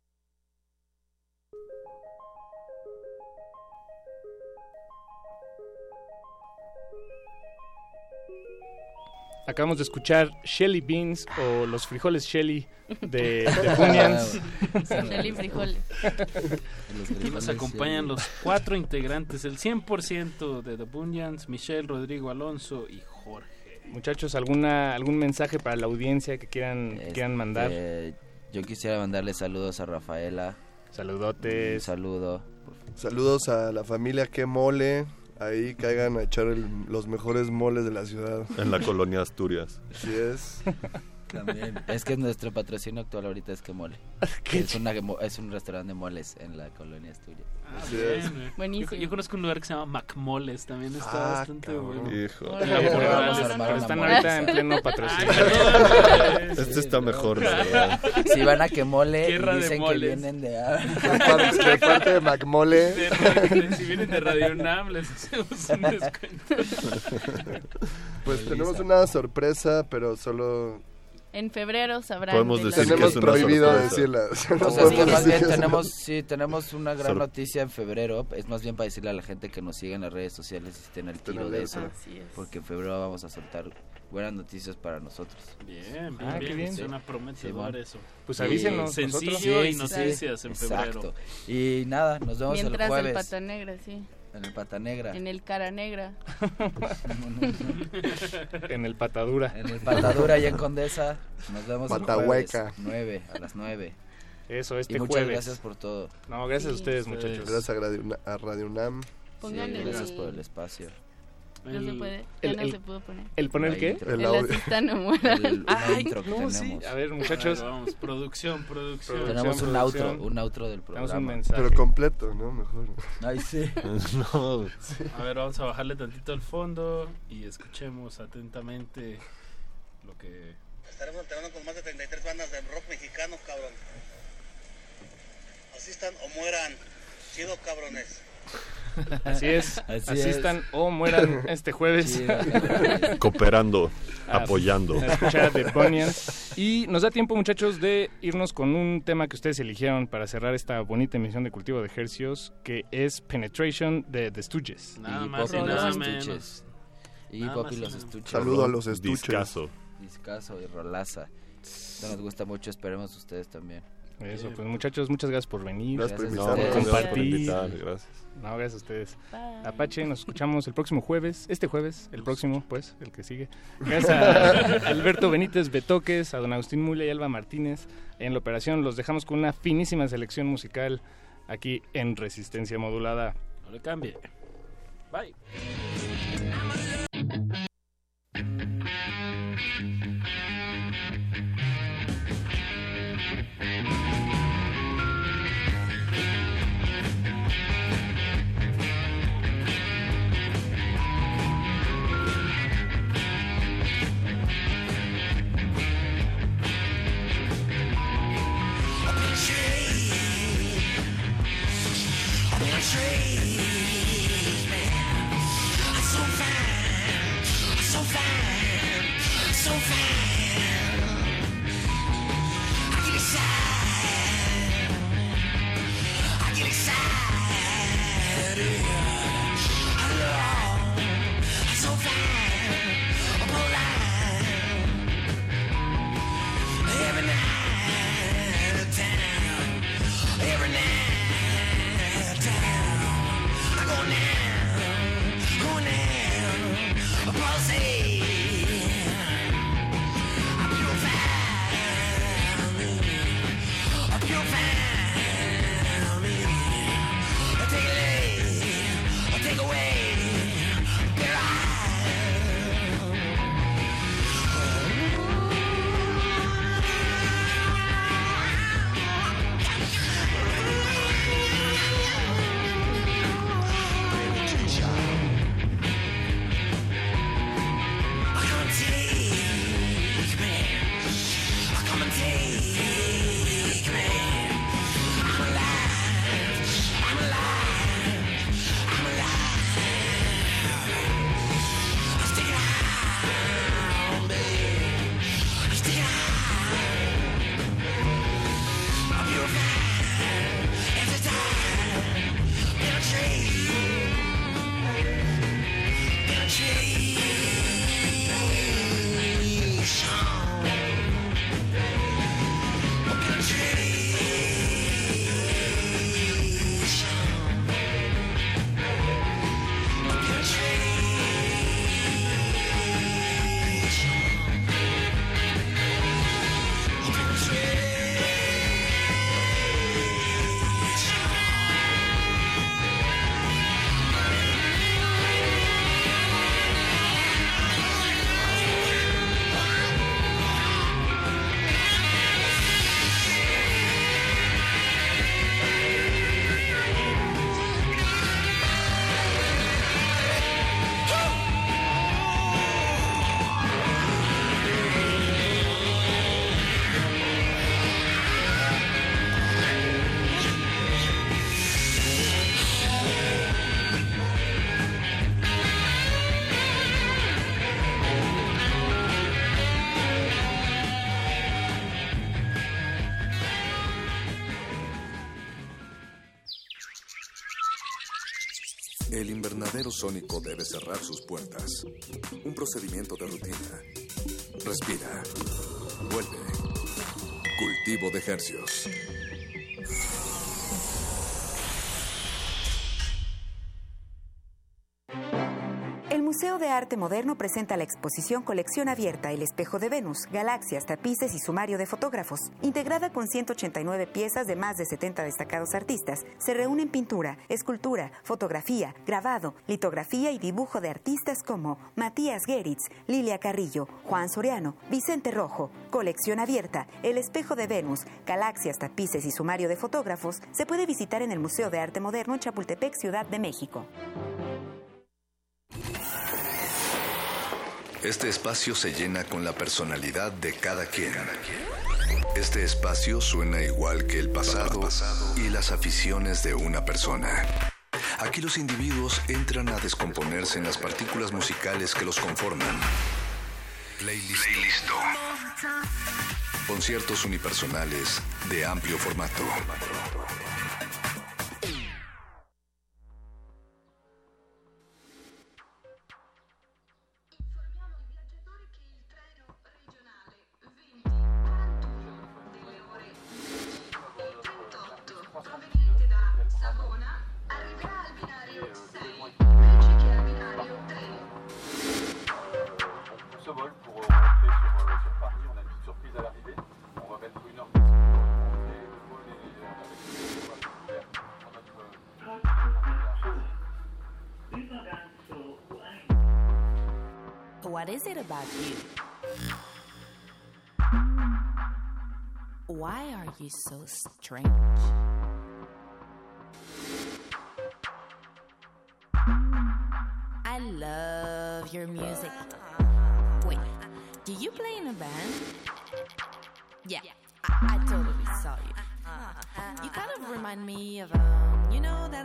R: Acabamos de escuchar Shelly Beans o los frijoles Shelly de Bunions.
H: Shelly frijoles.
Q: Aquí nos acompañan los 4 integrantes, el 100% de The Bunions, Michelle, Rodrigo, Alonso y Jorge.
R: Muchachos, ¿algún mensaje para la audiencia que quieran mandar?
T: Yo quisiera mandarle saludos a Rafaela.
R: Saludotes.
T: Un saludo.
V: Saludos a la familia Que Mole. Ahí caigan a echar los mejores moles de la ciudad.
U: En la colonia Asturias.
V: Así es.
T: También. Es que nuestro patrocinio actual ahorita es Quemole. Es un restaurante de moles en la colonia Asturias.
Q: Bien.
H: Buenísimo.
Q: Yo conozco un lugar que se llama Macmoles, también está bastante bueno.
U: Hijo.
R: Pero están ahorita en pleno patrocinio.
U: Este está mejor, la verdad.
T: Si van a Quemole,
Q: Tierra de
T: dicen que
Q: moles.
T: vienen de...
V: De parte de Macmole.
Q: Si vienen de Radio UNAM, les hacemos un descuento.
V: Pues tenemos una sorpresa, pero solo...
H: En febrero sabrán.
U: Podemos decir que
V: tenemos
U: es una
V: prohibido
U: sorpresa.
V: decirla.
T: O sea, es que más bien tenemos una gran noticia en febrero. Es más bien para decirle a la gente que nos siga en las redes sociales y estén al tiro de eso. Porque en febrero vamos a soltar buenas noticias para nosotros.
Q: Bien,
R: qué bien.
Q: Suena prometedor eso.
R: Pues avísenos.
Q: Sencillo y noticias en febrero.
T: Exacto. Y nada, nos vemos el
H: Mientras
T: jueves.
H: el Pata Negra, sí.
T: En el Pata Negra.
H: En el Cara Negra.
R: En el Patadura.
T: En el Patadura y en Condesa. Nos vemos
V: Patahueca.
T: el jueves, a las 9.
R: Eso,
T: y muchas
R: jueves.
T: gracias por todo.
R: No, gracias a ustedes, muchachos.
V: Gracias a Radio UNAM.
T: Gracias por el espacio.
H: No se puede, no se pudo poner.
R: ¿El poner qué?
V: El
H: asista no muera.
T: Ay, intro que tenemos.
R: Sí. A ver, muchachos.
Q: A ver, vamos, producción.
T: Tenemos un outro del programa.
R: Tenemos un mensaje.
V: Pero completo, ¿no? Mejor.
T: Ay, sí.
U: No.
Q: A ver, vamos a bajarle tantito al fondo y escuchemos atentamente lo que...
E: Estaremos entrenando con más de 33 bandas de rock mexicano, cabrón. Asistan o mueran. Chido, cabrones.
R: Así es, asistan o mueran este jueves.
U: Cooperando, apoyando.
R: A escuchar a The Bunions. Y nos da tiempo, muchachos, de irnos con un tema que ustedes eligieron para cerrar esta bonita emisión de Cultivo de Hercios, que es Penetration de The Stooges.
Q: Nada
T: y
Q: más
T: Pop y
Q: y
T: los
Q: nada
T: Estuches.
Q: menos.
T: Y
Q: Nada
T: Pop
Q: más
T: y
Q: y
T: los
Q: nada.
T: Estuches.
V: Saludo a los estuches.
U: Discaso
T: y rolaza. Esto nos gusta mucho, esperemos ustedes también.
R: Eso, pues muchachos, muchas gracias por venir.
V: Gracias por
R: compartir.
U: Gracias.
R: No, gracias a ustedes. Apache, nos escuchamos el próximo jueves, el próximo, pues, el que sigue. Gracias a Alberto Benítez Betoques, a don Agustín Mula y Alba Martínez en la operación. Los dejamos con una finísima selección musical aquí en Resistencia Modulada.
Q: No le cambie. Bye.
O: El invernadero sónico debe cerrar sus puertas. Un procedimiento de rutina. Respira. Vuelve. Cultivo de hercios.
G: El Museo de Arte Moderno presenta la exposición Colección Abierta, El Espejo de Venus, Galaxias, Tapices y Sumario de Fotógrafos. Integrada con 189 piezas de más de 70 destacados artistas, se reúnen pintura, escultura, fotografía, grabado, litografía y dibujo de artistas como Matías Geritz, Lilia Carrillo, Juan Soriano, Vicente Rojo. Colección Abierta, El Espejo de Venus, Galaxias, Tapices y Sumario de Fotógrafos se puede visitar en el Museo de Arte Moderno en Chapultepec, Ciudad de México.
B: Este espacio se llena con la personalidad de cada quien. Este espacio suena igual que el pasado y las aficiones de una persona. Aquí los individuos entran a descomponerse en las partículas musicales que los conforman. Playlisto. Conciertos unipersonales de amplio formato.
L: What is it about you? Why are you so strange? I love your music. Wait, do you play in a band? Yeah, I totally saw you. You kind of remind me of, you know that,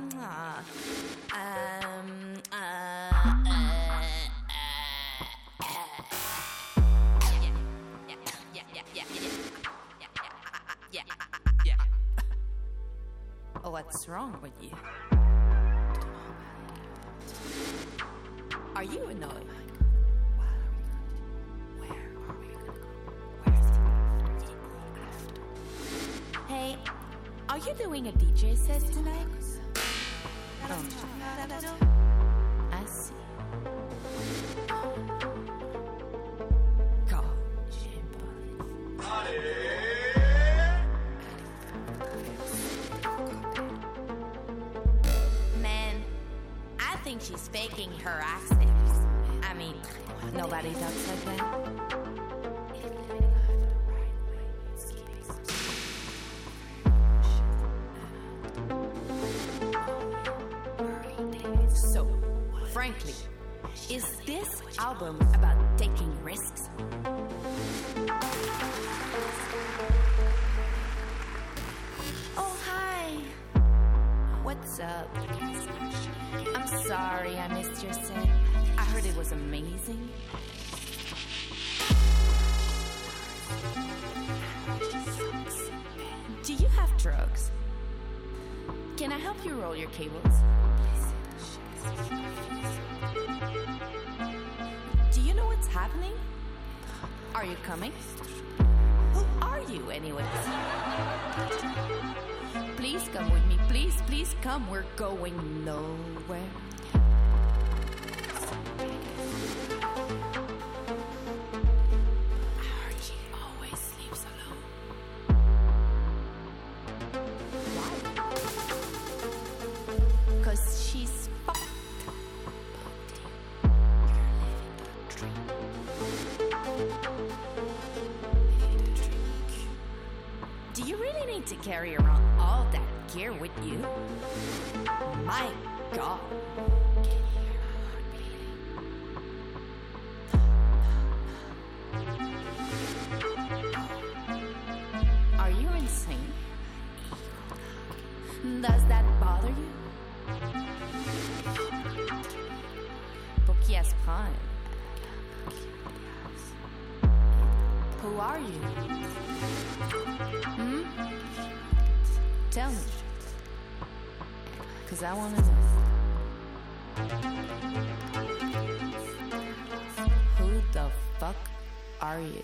L: What's wrong with you? Are you annoyed? Hey, are you doing a DJ set tonight? Oh, I see. Man, I think she's faking her accent. I mean, nobody talks like that. So, frankly, is this album about taking risks? Oh, hi. What's up? I'm sorry I missed your set. I heard it was amazing. Do you have drugs? Can I help you roll your cables? Do you know what's happening? Are you coming? Who are you, anyways? Please come with me. Please, please come. We're going nowhere. Archie always sleeps alone. Why? 'Cause she's fucked. Do you really need to carry around all that gear with you? My God. Are you insane? Does that bother you? Pokias Prime. Who are you? Tell me. 'Cause I want to know. Who the fuck are you?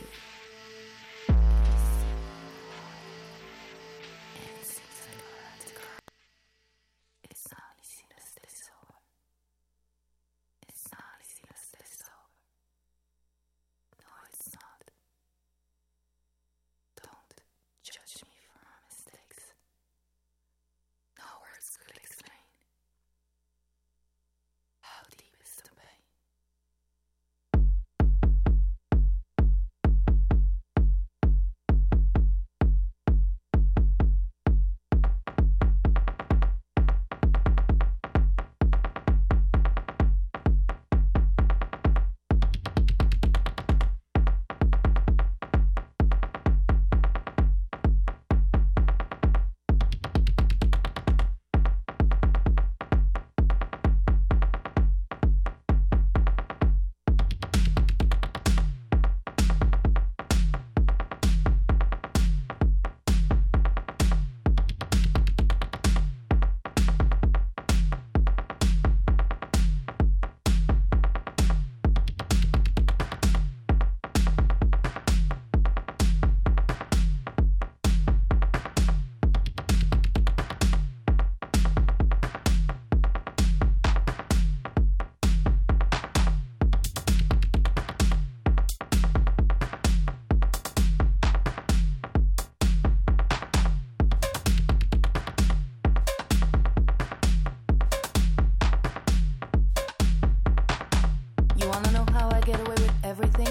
L: You wanna know how I get away with everything?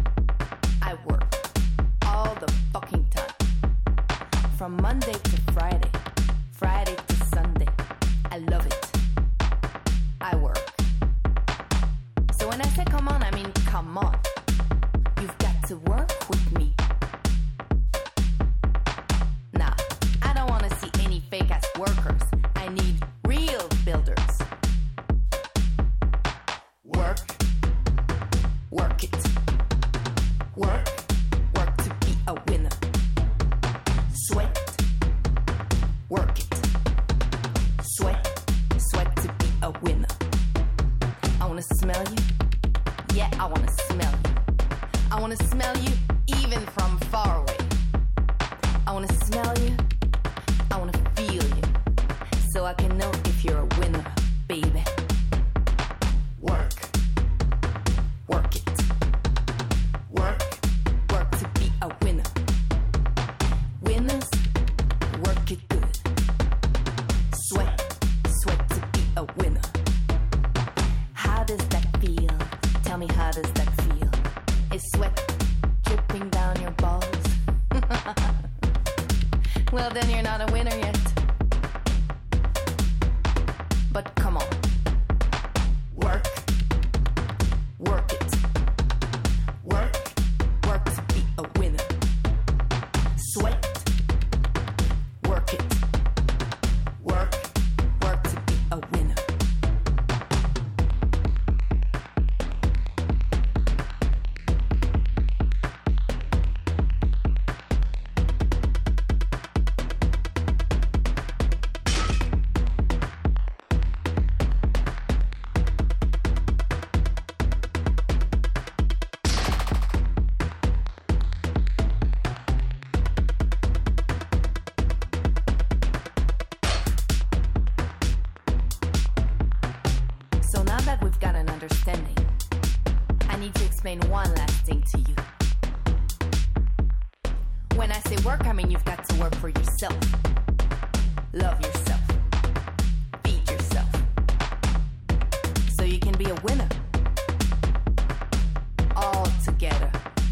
L: I work all the fucking time. From Monday to Friday, Friday to Sunday. I love it. I work. So when I say come on, I mean come on. You've got to work with me. Nah, I don't wanna see any fake ass workers. I need real builders. Work. Work it. Work. Work to be a winner. Sweat. Work it. Sweat. Sweat to be a winner. I wanna smell you. Yeah, I wanna smell you. I wanna smell you even from far away. I wanna smell you. I wanna feel you. So I can know if you're a winner, baby. Work. Work it. Work. Work to be a winner. Winners, work it good. Sweat. Sweat to be a winner. How does that feel? Tell me, how does that feel? Is sweat dripping down your balls? Well, then you're not a winner yet. But come on. Work. Work it. Work. Work to be a winner. Sweat. Work it. Work. Work to be a winner. So now that we've got an understanding, I need to explain one last thing to you. When I say work, I mean you've got to work for yourself. Love yourself. Feed yourself. So you can be a winner. All together.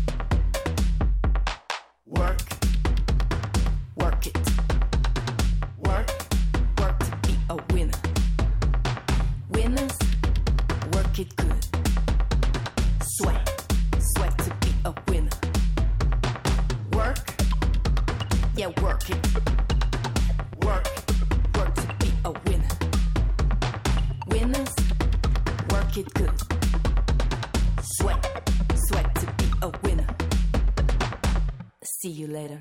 L: Work. Work it. Work. Work to be a winner. Winners, work it good. Sweat. Sweat to be a winner. Work. Yeah, work it. Work. Work to be a winner. Winners, work it good. Sweat. Sweat to be a winner. See you later.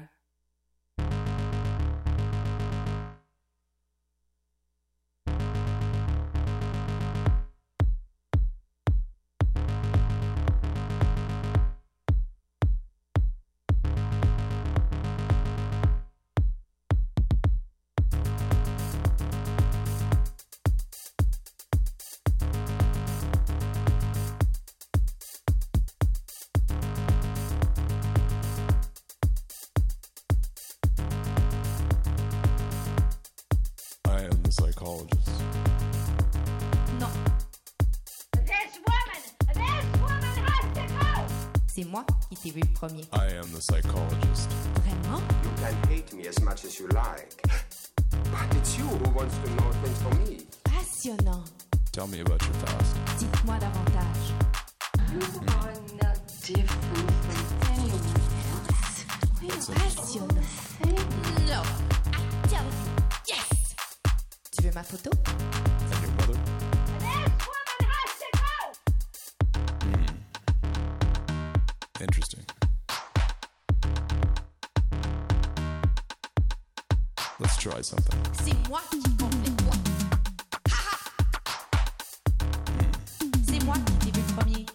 F: psychologist.
L: Non.
A: This woman has to go!
L: C'est moi qui t'ai vu le premier.
F: I am the psychologist.
L: Vraiment?
M: You can hate me as much as you like, but it's you who wants to know things from me.
L: Passionnant.
F: Tell me about your past.
L: Dites-moi davantage.
A: You are not different from anyone else.
L: Passionnant. No. I tell you, yes! Tu veux ma photo?
F: And your mother?
A: This woman has to go!
F: Interesting. Let's try something.
L: C'est moi qui complète moi. C'est moi qui t'ai vu le premier.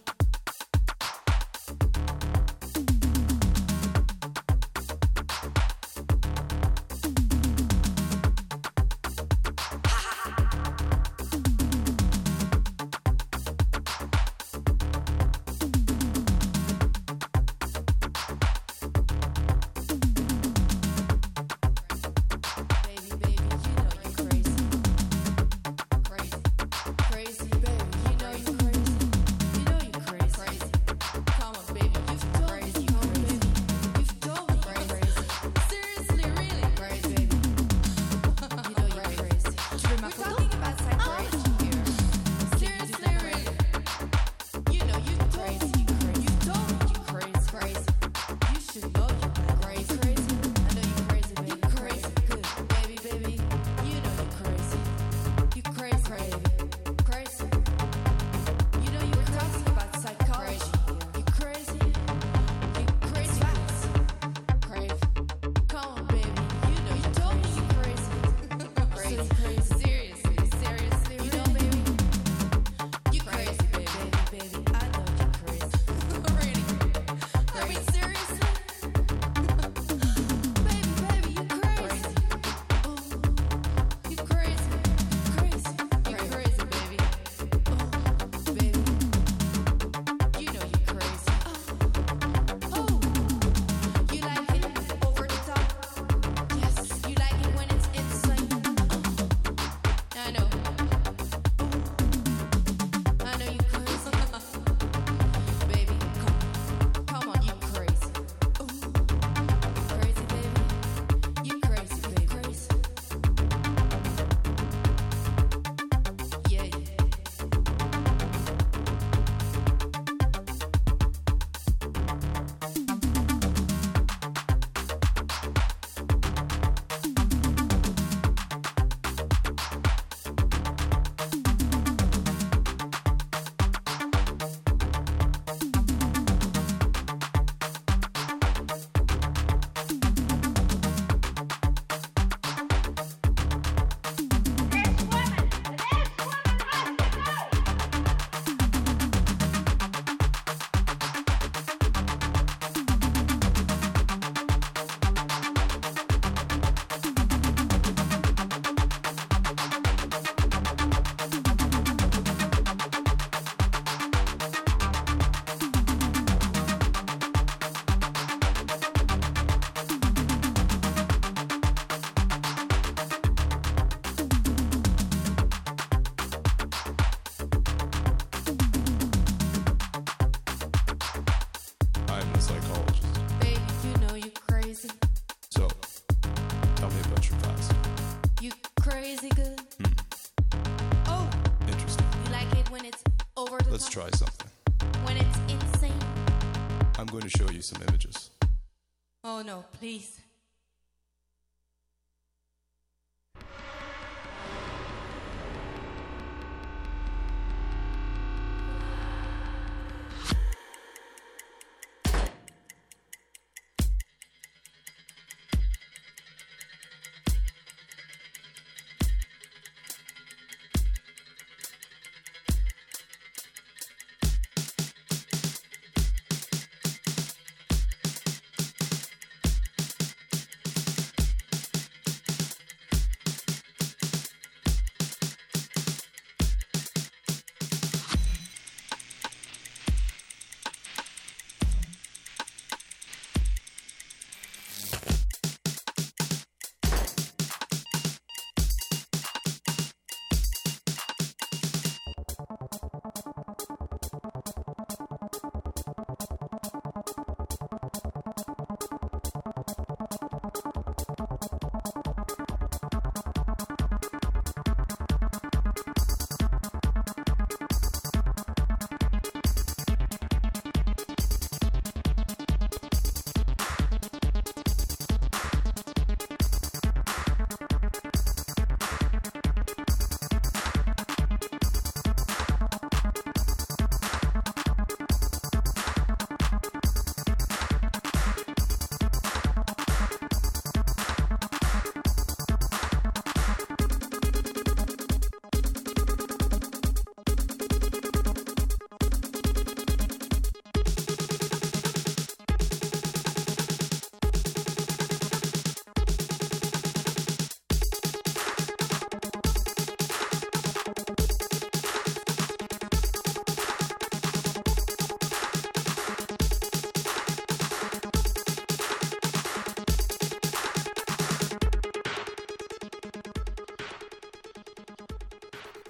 F: Let's try something.
L: When it's insane.
F: I'm going to show you some images.
L: Oh no, please.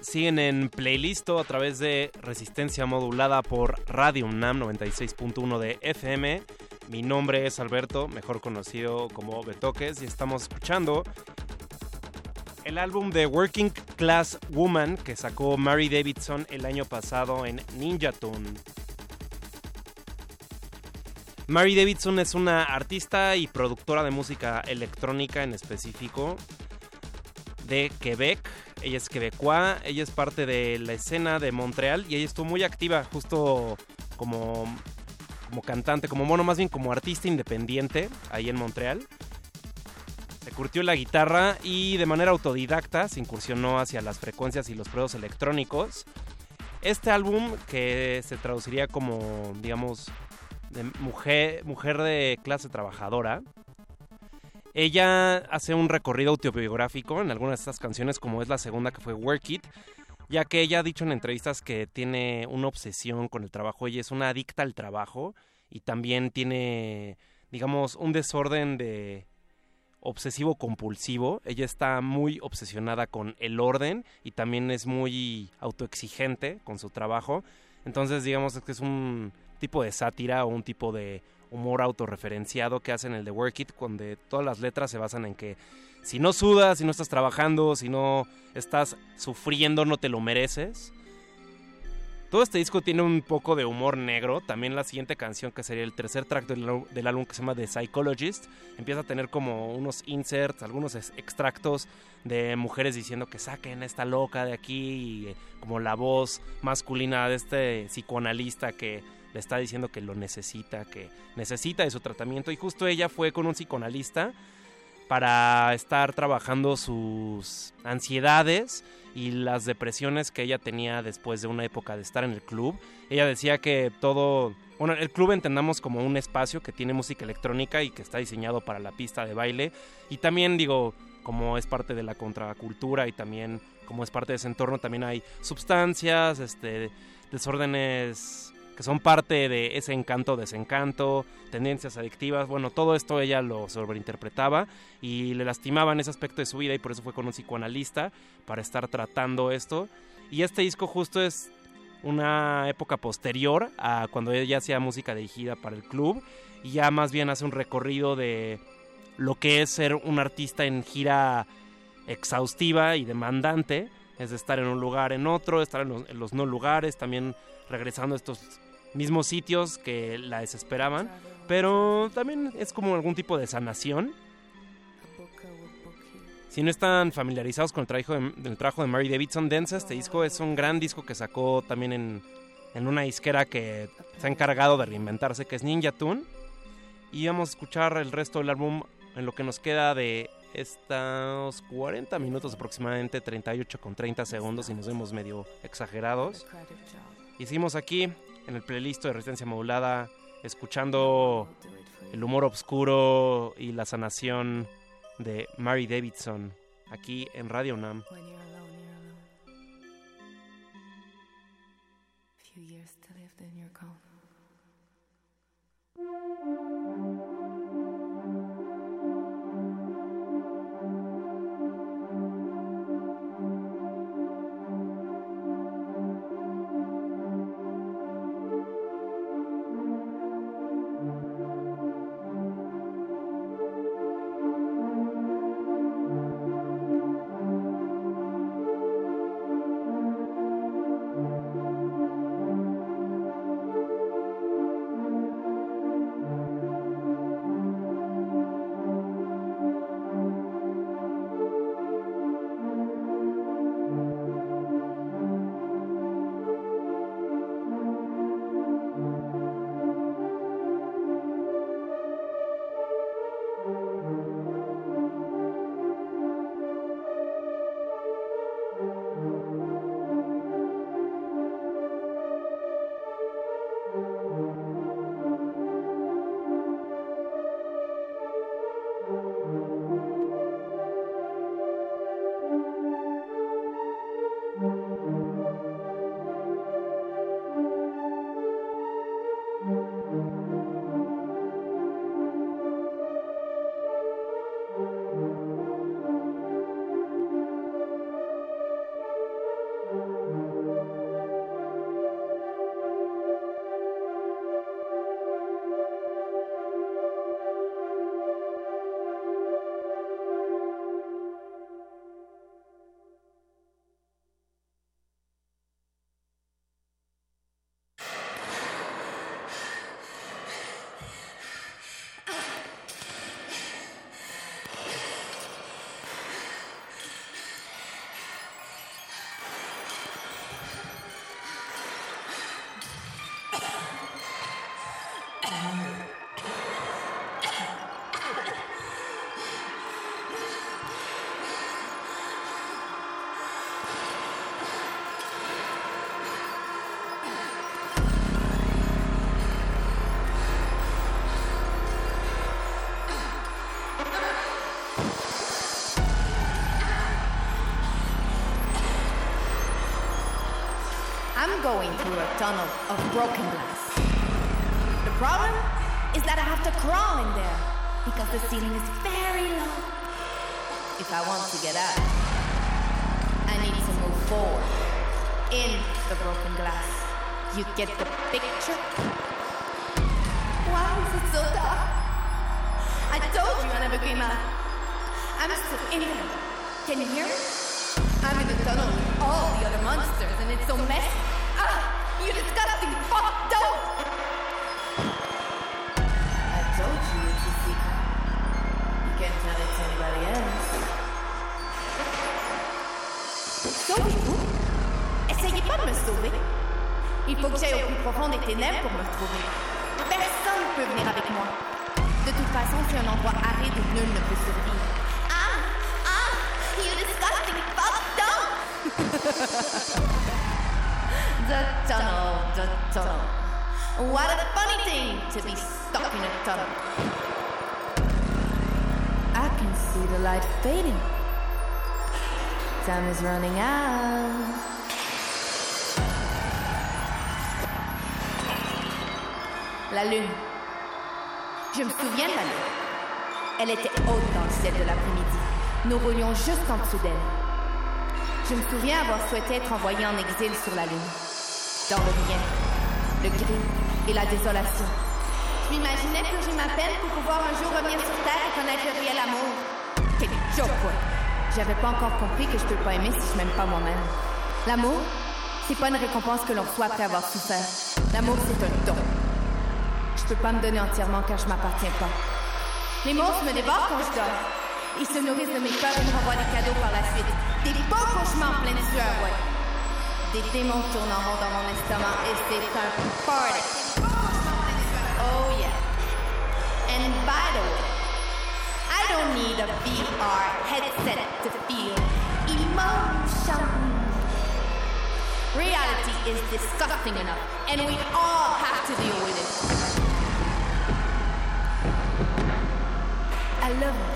J: siguen en Playlisto a través de Resistencia Modulada por Radio UNAM 96.1 de FM. Mi nombre es Alberto, mejor conocido como Betoques, y estamos escuchando el álbum de Working Class Woman que sacó Mary Davidson el año pasado en Ninja Tune. Mary Davidson es una artista y productora de música electrónica, en específico de Quebec. Ella es quebecoa, ella es parte de la escena de Montreal y ella estuvo muy activa justo como cantante, más bien como artista independiente ahí en Montreal. Se curtió la guitarra y de manera autodidacta se incursionó hacia las frecuencias y los pruebas electrónicos. Este álbum, que se traduciría como, digamos, de mujer de clase trabajadora, ella hace un recorrido autobiográfico en algunas de estas canciones, como es la segunda, que fue Work It, ya que ella ha dicho en entrevistas que tiene una obsesión con el trabajo. Ella es una adicta al trabajo y también tiene, digamos, un desorden de obsesivo compulsivo. Ella está muy obsesionada con el orden y también es muy autoexigente con su trabajo. Entonces, digamos que es un tipo de sátira o un tipo de humor autorreferenciado que hacen el de Work It, donde todas las letras se basan en que si no sudas, si no estás trabajando, si no estás sufriendo, no te lo mereces. Todo este disco tiene un poco de humor negro. También la siguiente canción, que sería el tercer track del álbum, que se llama The Psychologist, empieza a tener como unos inserts, algunos extractos de mujeres diciendo que saquen a esta loca de aquí, y como la voz masculina de este psicoanalista que le está diciendo que lo necesita, que necesita de su tratamiento. Y justo ella fue con un psicoanalista para estar trabajando sus ansiedades y las depresiones que ella tenía después de una época de estar en el club. Ella decía que el club entendamos como un espacio que tiene música electrónica y que está diseñado para la pista de baile, y también, digo, como es parte de la contracultura y también como es parte de ese entorno, también hay sustancias, desórdenes que son parte de ese encanto-desencanto, tendencias adictivas. Bueno, todo esto ella lo sobreinterpretaba y le lastimaba en ese aspecto de su vida, y por eso fue con un psicoanalista para estar tratando esto. Y este disco justo es una época posterior a cuando ella hacía música dirigida para el club, y ya más bien hace un recorrido de lo que es ser un artista en gira exhaustiva y demandante, es de estar en un lugar en otro, estar en los no lugares, también regresando a estos mismos sitios que la desesperaban, pero también es como algún tipo de sanación. Si no están familiarizados con el trabajo de Mary Davidson, dense este disco. Es un gran disco que sacó también en una disquera que se ha encargado de reinventarse, que es Ninja Tune. Y vamos a escuchar el resto del álbum en lo que nos queda de estos 40 minutos aproximadamente, 38 con 30 segundos, y nos vemos medio exagerados. Hicimos aquí en el playlist de Resistencia Modulada, escuchando el humor oscuro y la sanación de Mary Davidson, aquí en Radio UNAM.
L: I'm going through a tunnel of broken glass. The problem is that I have to crawl in there because the ceiling is very low. If I want to get out, I need to move forward in the broken glass. You get the picture? Why is it so dark? I told you I never came out. I'm still in there. Can you hear me? I'm in the tunnel with all the other monsters and it's so messy. Ah, you disgusting fuck, don't! I told you it's a secret. You can't tell it to anybody else. Sauvez-vous? Essayez pas de me sauver. Il faut que j'aille au plus profond des ténèbres pour me retrouver. Personne ne peut venir avec moi. De toute façon, c'est un endroit aride où nul ne peut survivre. You disgusting fuck, don't! The tunnel. What a funny thing to be stuck in a tunnel. I can see the light fading. Time is running out. La lune. Je me souviens de la lune. Elle était haute dans le ciel de l'après-midi. Nous roulions juste en dessous d'elle. Je me souviens avoir souhaité être envoyé en exil sur la lune. Dans le rien, le gris et la désolation. Je m'imaginais purger ma peine pour pouvoir un jour revenir sur Terre et connaître le réel amour. Quel joke, ouais. J'avais pas encore compris que je peux pas aimer si je m'aime pas moi-même. L'amour, c'est pas une récompense que l'on reçoit après avoir souffert. L'amour, c'est un don. Je peux pas me donner entièrement car je m'appartiens pas. Les monstres me dévorent quand je dors. Ils se nourrissent de mes peurs et me renvoient des cadeaux par la suite. Des beaux cauchemars pleins de sueur, ouais. Des démons tournent en rond dans mon estomac et c'est un party. Oh yeah. And by the way, I don't need a VR headset to feel emotion. Reality is disgusting enough, and we all have to deal with it. I love it.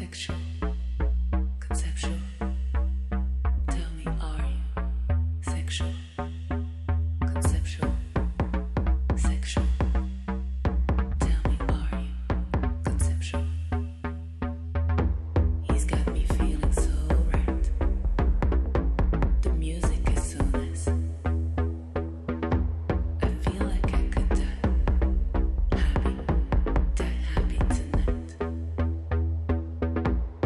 L: Sexual, conceptual. Tell me, are you sexual, conceptual, sexual? Tell me, are you conceptual? He's got me feeling so right. The music is so nice. I feel like I could die happy tonight.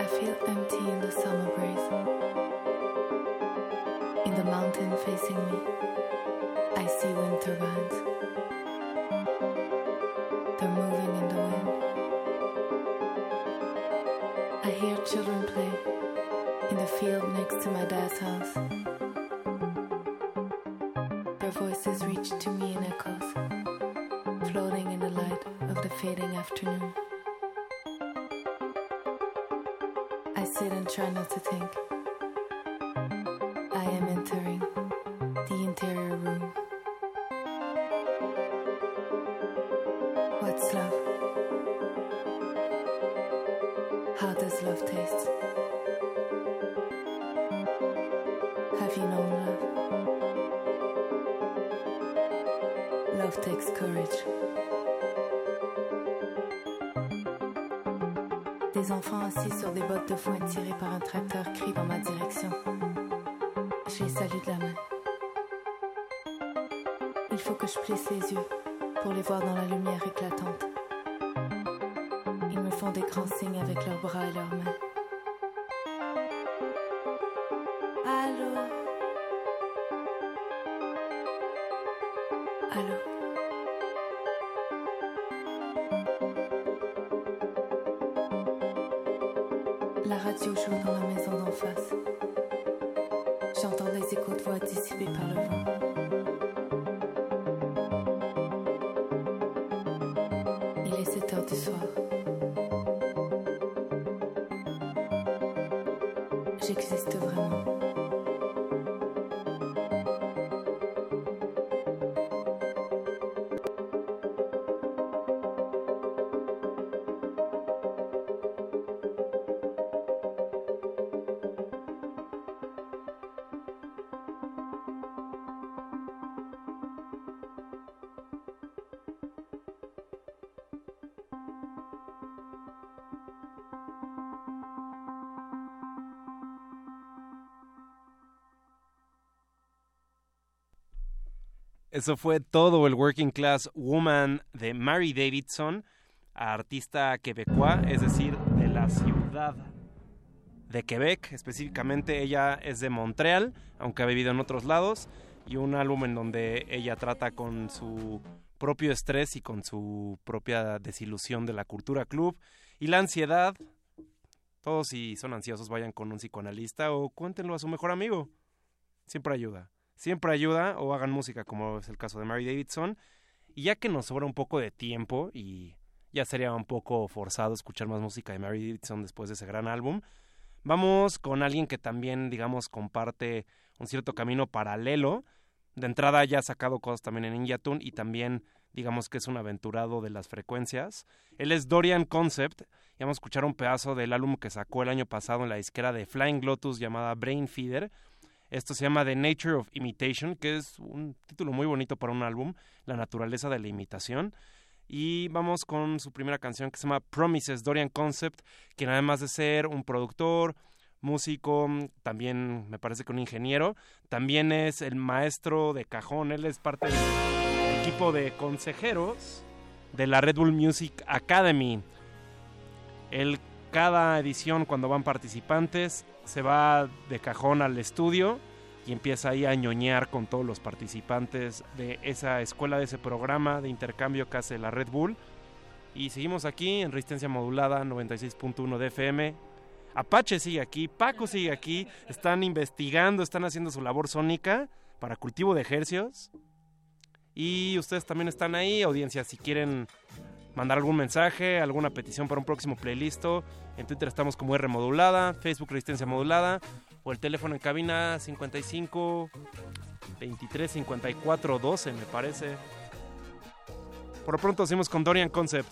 N: feel empty in the summer breeze. In the mountain facing me, I see wind turbines. They're moving in the wind. I hear children play in the field next to my dad's house. Their voices reach to me in echoes, floating in the light of the fading afternoon. I sit and try not to think. I am entering the interior room. What's love? How does love taste? Have you known love? Love takes courage. Des enfants assis sur des bottes de foin tirées par un tracteur crient dans ma direction. Je les salue de la main. Il faut que je plisse les yeux pour les voir dans la lumière éclatante. Ils me font des grands signes avec leurs bras et leurs mains. Allô? Allô? La radio joue dans la maison d'en face. J'entends les échos de voix dissipés par le vent. Il est 7 heures du soir. J'existe vraiment.
J: Eso fue todo el Working Class Woman de Mary Davidson, artista quebecois, es decir, de la ciudad de Quebec. Específicamente ella es de Montreal, aunque ha vivido en otros lados, y un álbum en donde ella trata con su propio estrés y con su propia desilusión de la cultura club y la ansiedad. Todos, si son ansiosos, vayan con un psicoanalista o cuéntenlo a su mejor amigo. Siempre ayuda. Siempre ayuda, o hagan música como es el caso de Mary Davidson. Y ya que nos sobra un poco de tiempo y ya sería un poco forzado escuchar más música de Mary Davidson después de ese gran álbum, vamos con alguien que también, digamos, comparte un cierto camino paralelo. De entrada ya ha sacado cosas también en Injatune y también, digamos que es un aventurado de las frecuencias. Él es Dorian Concept y vamos a escuchar un pedazo del álbum que sacó el año pasado en la disquera de Flying Lotus llamada Brain Feeder. Esto se llama The Nature of Imitation, que es un título muy bonito para un álbum, la naturaleza de la imitación. Y vamos con su primera canción que se llama Promises. Dorian Concept, quien además de ser un productor, músico, también me parece que un ingeniero, también es el maestro de cajón. Él es parte del equipo de consejeros de la Red Bull Music Academy. Él, cada edición, cuando van participantes, se va de cajón al estudio y empieza ahí a ñoñar con todos los participantes de esa escuela, de ese programa de intercambio que hace la Red Bull. Y seguimos aquí en Resistencia Modulada 96.1 de FM. Apache sigue aquí, Paco sigue aquí, están investigando, están haciendo su labor sónica para cultivo de hercios. Y ustedes también están ahí, audiencia, si quieren mandar algún mensaje, alguna petición para un próximo playlist. En Twitter estamos como R Modulada, Facebook Resistencia Modulada, o el teléfono en cabina 55 23 54 12, me parece. Por lo pronto seguimos con Dorian Concept.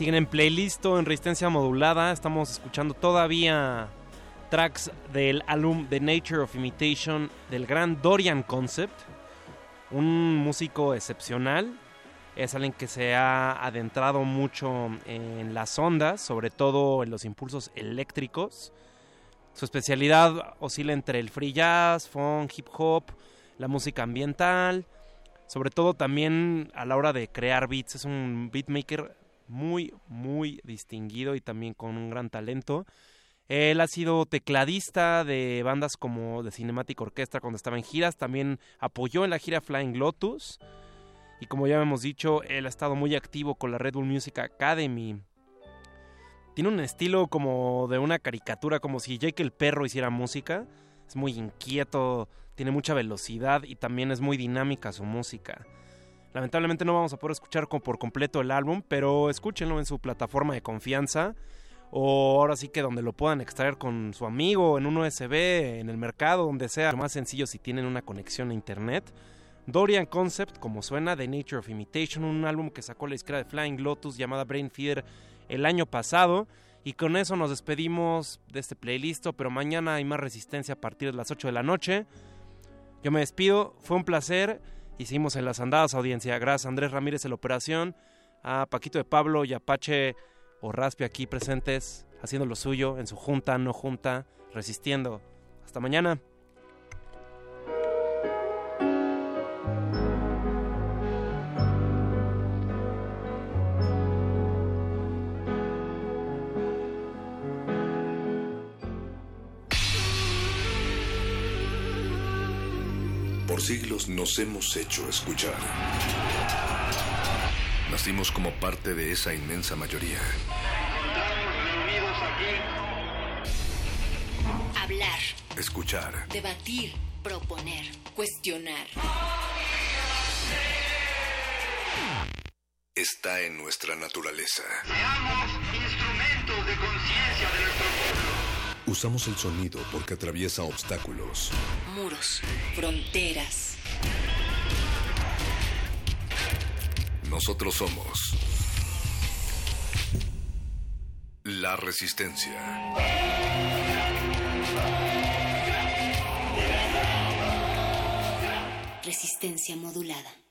J: Siguen en playlist en resistencia modulada. Estamos escuchando todavía tracks del álbum The Nature of Imitation del gran Dorian Concept, un músico excepcional. Es alguien que se ha adentrado mucho en las ondas, sobre todo en los impulsos eléctricos. Su especialidad oscila entre el free jazz, funk, hip hop, la música ambiental, sobre todo también a la hora de crear beats. Es un beatmaker muy, muy distinguido y también con un gran talento. Él ha sido tecladista de bandas como The Cinematic Orchestra cuando estaba en giras. También apoyó en la gira Flying Lotus. Y como ya hemos dicho, él ha estado muy activo con la Red Bull Music Academy. Tiene un estilo como de una caricatura, como si Jake el Perro hiciera música. Es muy inquieto, tiene mucha velocidad y también es muy dinámica su música. Lamentablemente no vamos a poder escuchar por completo el álbum, pero escúchenlo en su plataforma de confianza. O ahora sí que donde lo puedan extraer con su amigo, en un USB, en el mercado, donde sea. Lo más sencillo si tienen una conexión a internet. Dorian Concept, como suena, The Nature of Imitation, un álbum que sacó la disquera de Flying Lotus llamada Brain Feeder el año pasado. Y con eso nos despedimos de este playlist, pero mañana hay más resistencia a partir de las 8 de la noche. Yo me despido, fue un placer y seguimos en las andadas, audiencia. Gracias a Andrés Ramírez en la operación, a Paquito de Pablo y Apache o Raspi aquí presentes, haciendo lo suyo en su junta, no junta, resistiendo. Hasta mañana.
B: Por siglos nos hemos hecho escuchar. Nacimos como parte de esa inmensa mayoría.
D: Hablar.
B: Escuchar.
D: Debatir. Proponer. Cuestionar.
B: Está en nuestra naturaleza.
C: Seamos instrumentos de conciencia de nuestro pueblo.
O: Usamos el sonido porque atraviesa obstáculos.
D: Muros. Fronteras.
B: Nosotros somos la resistencia.
D: Resistencia modulada.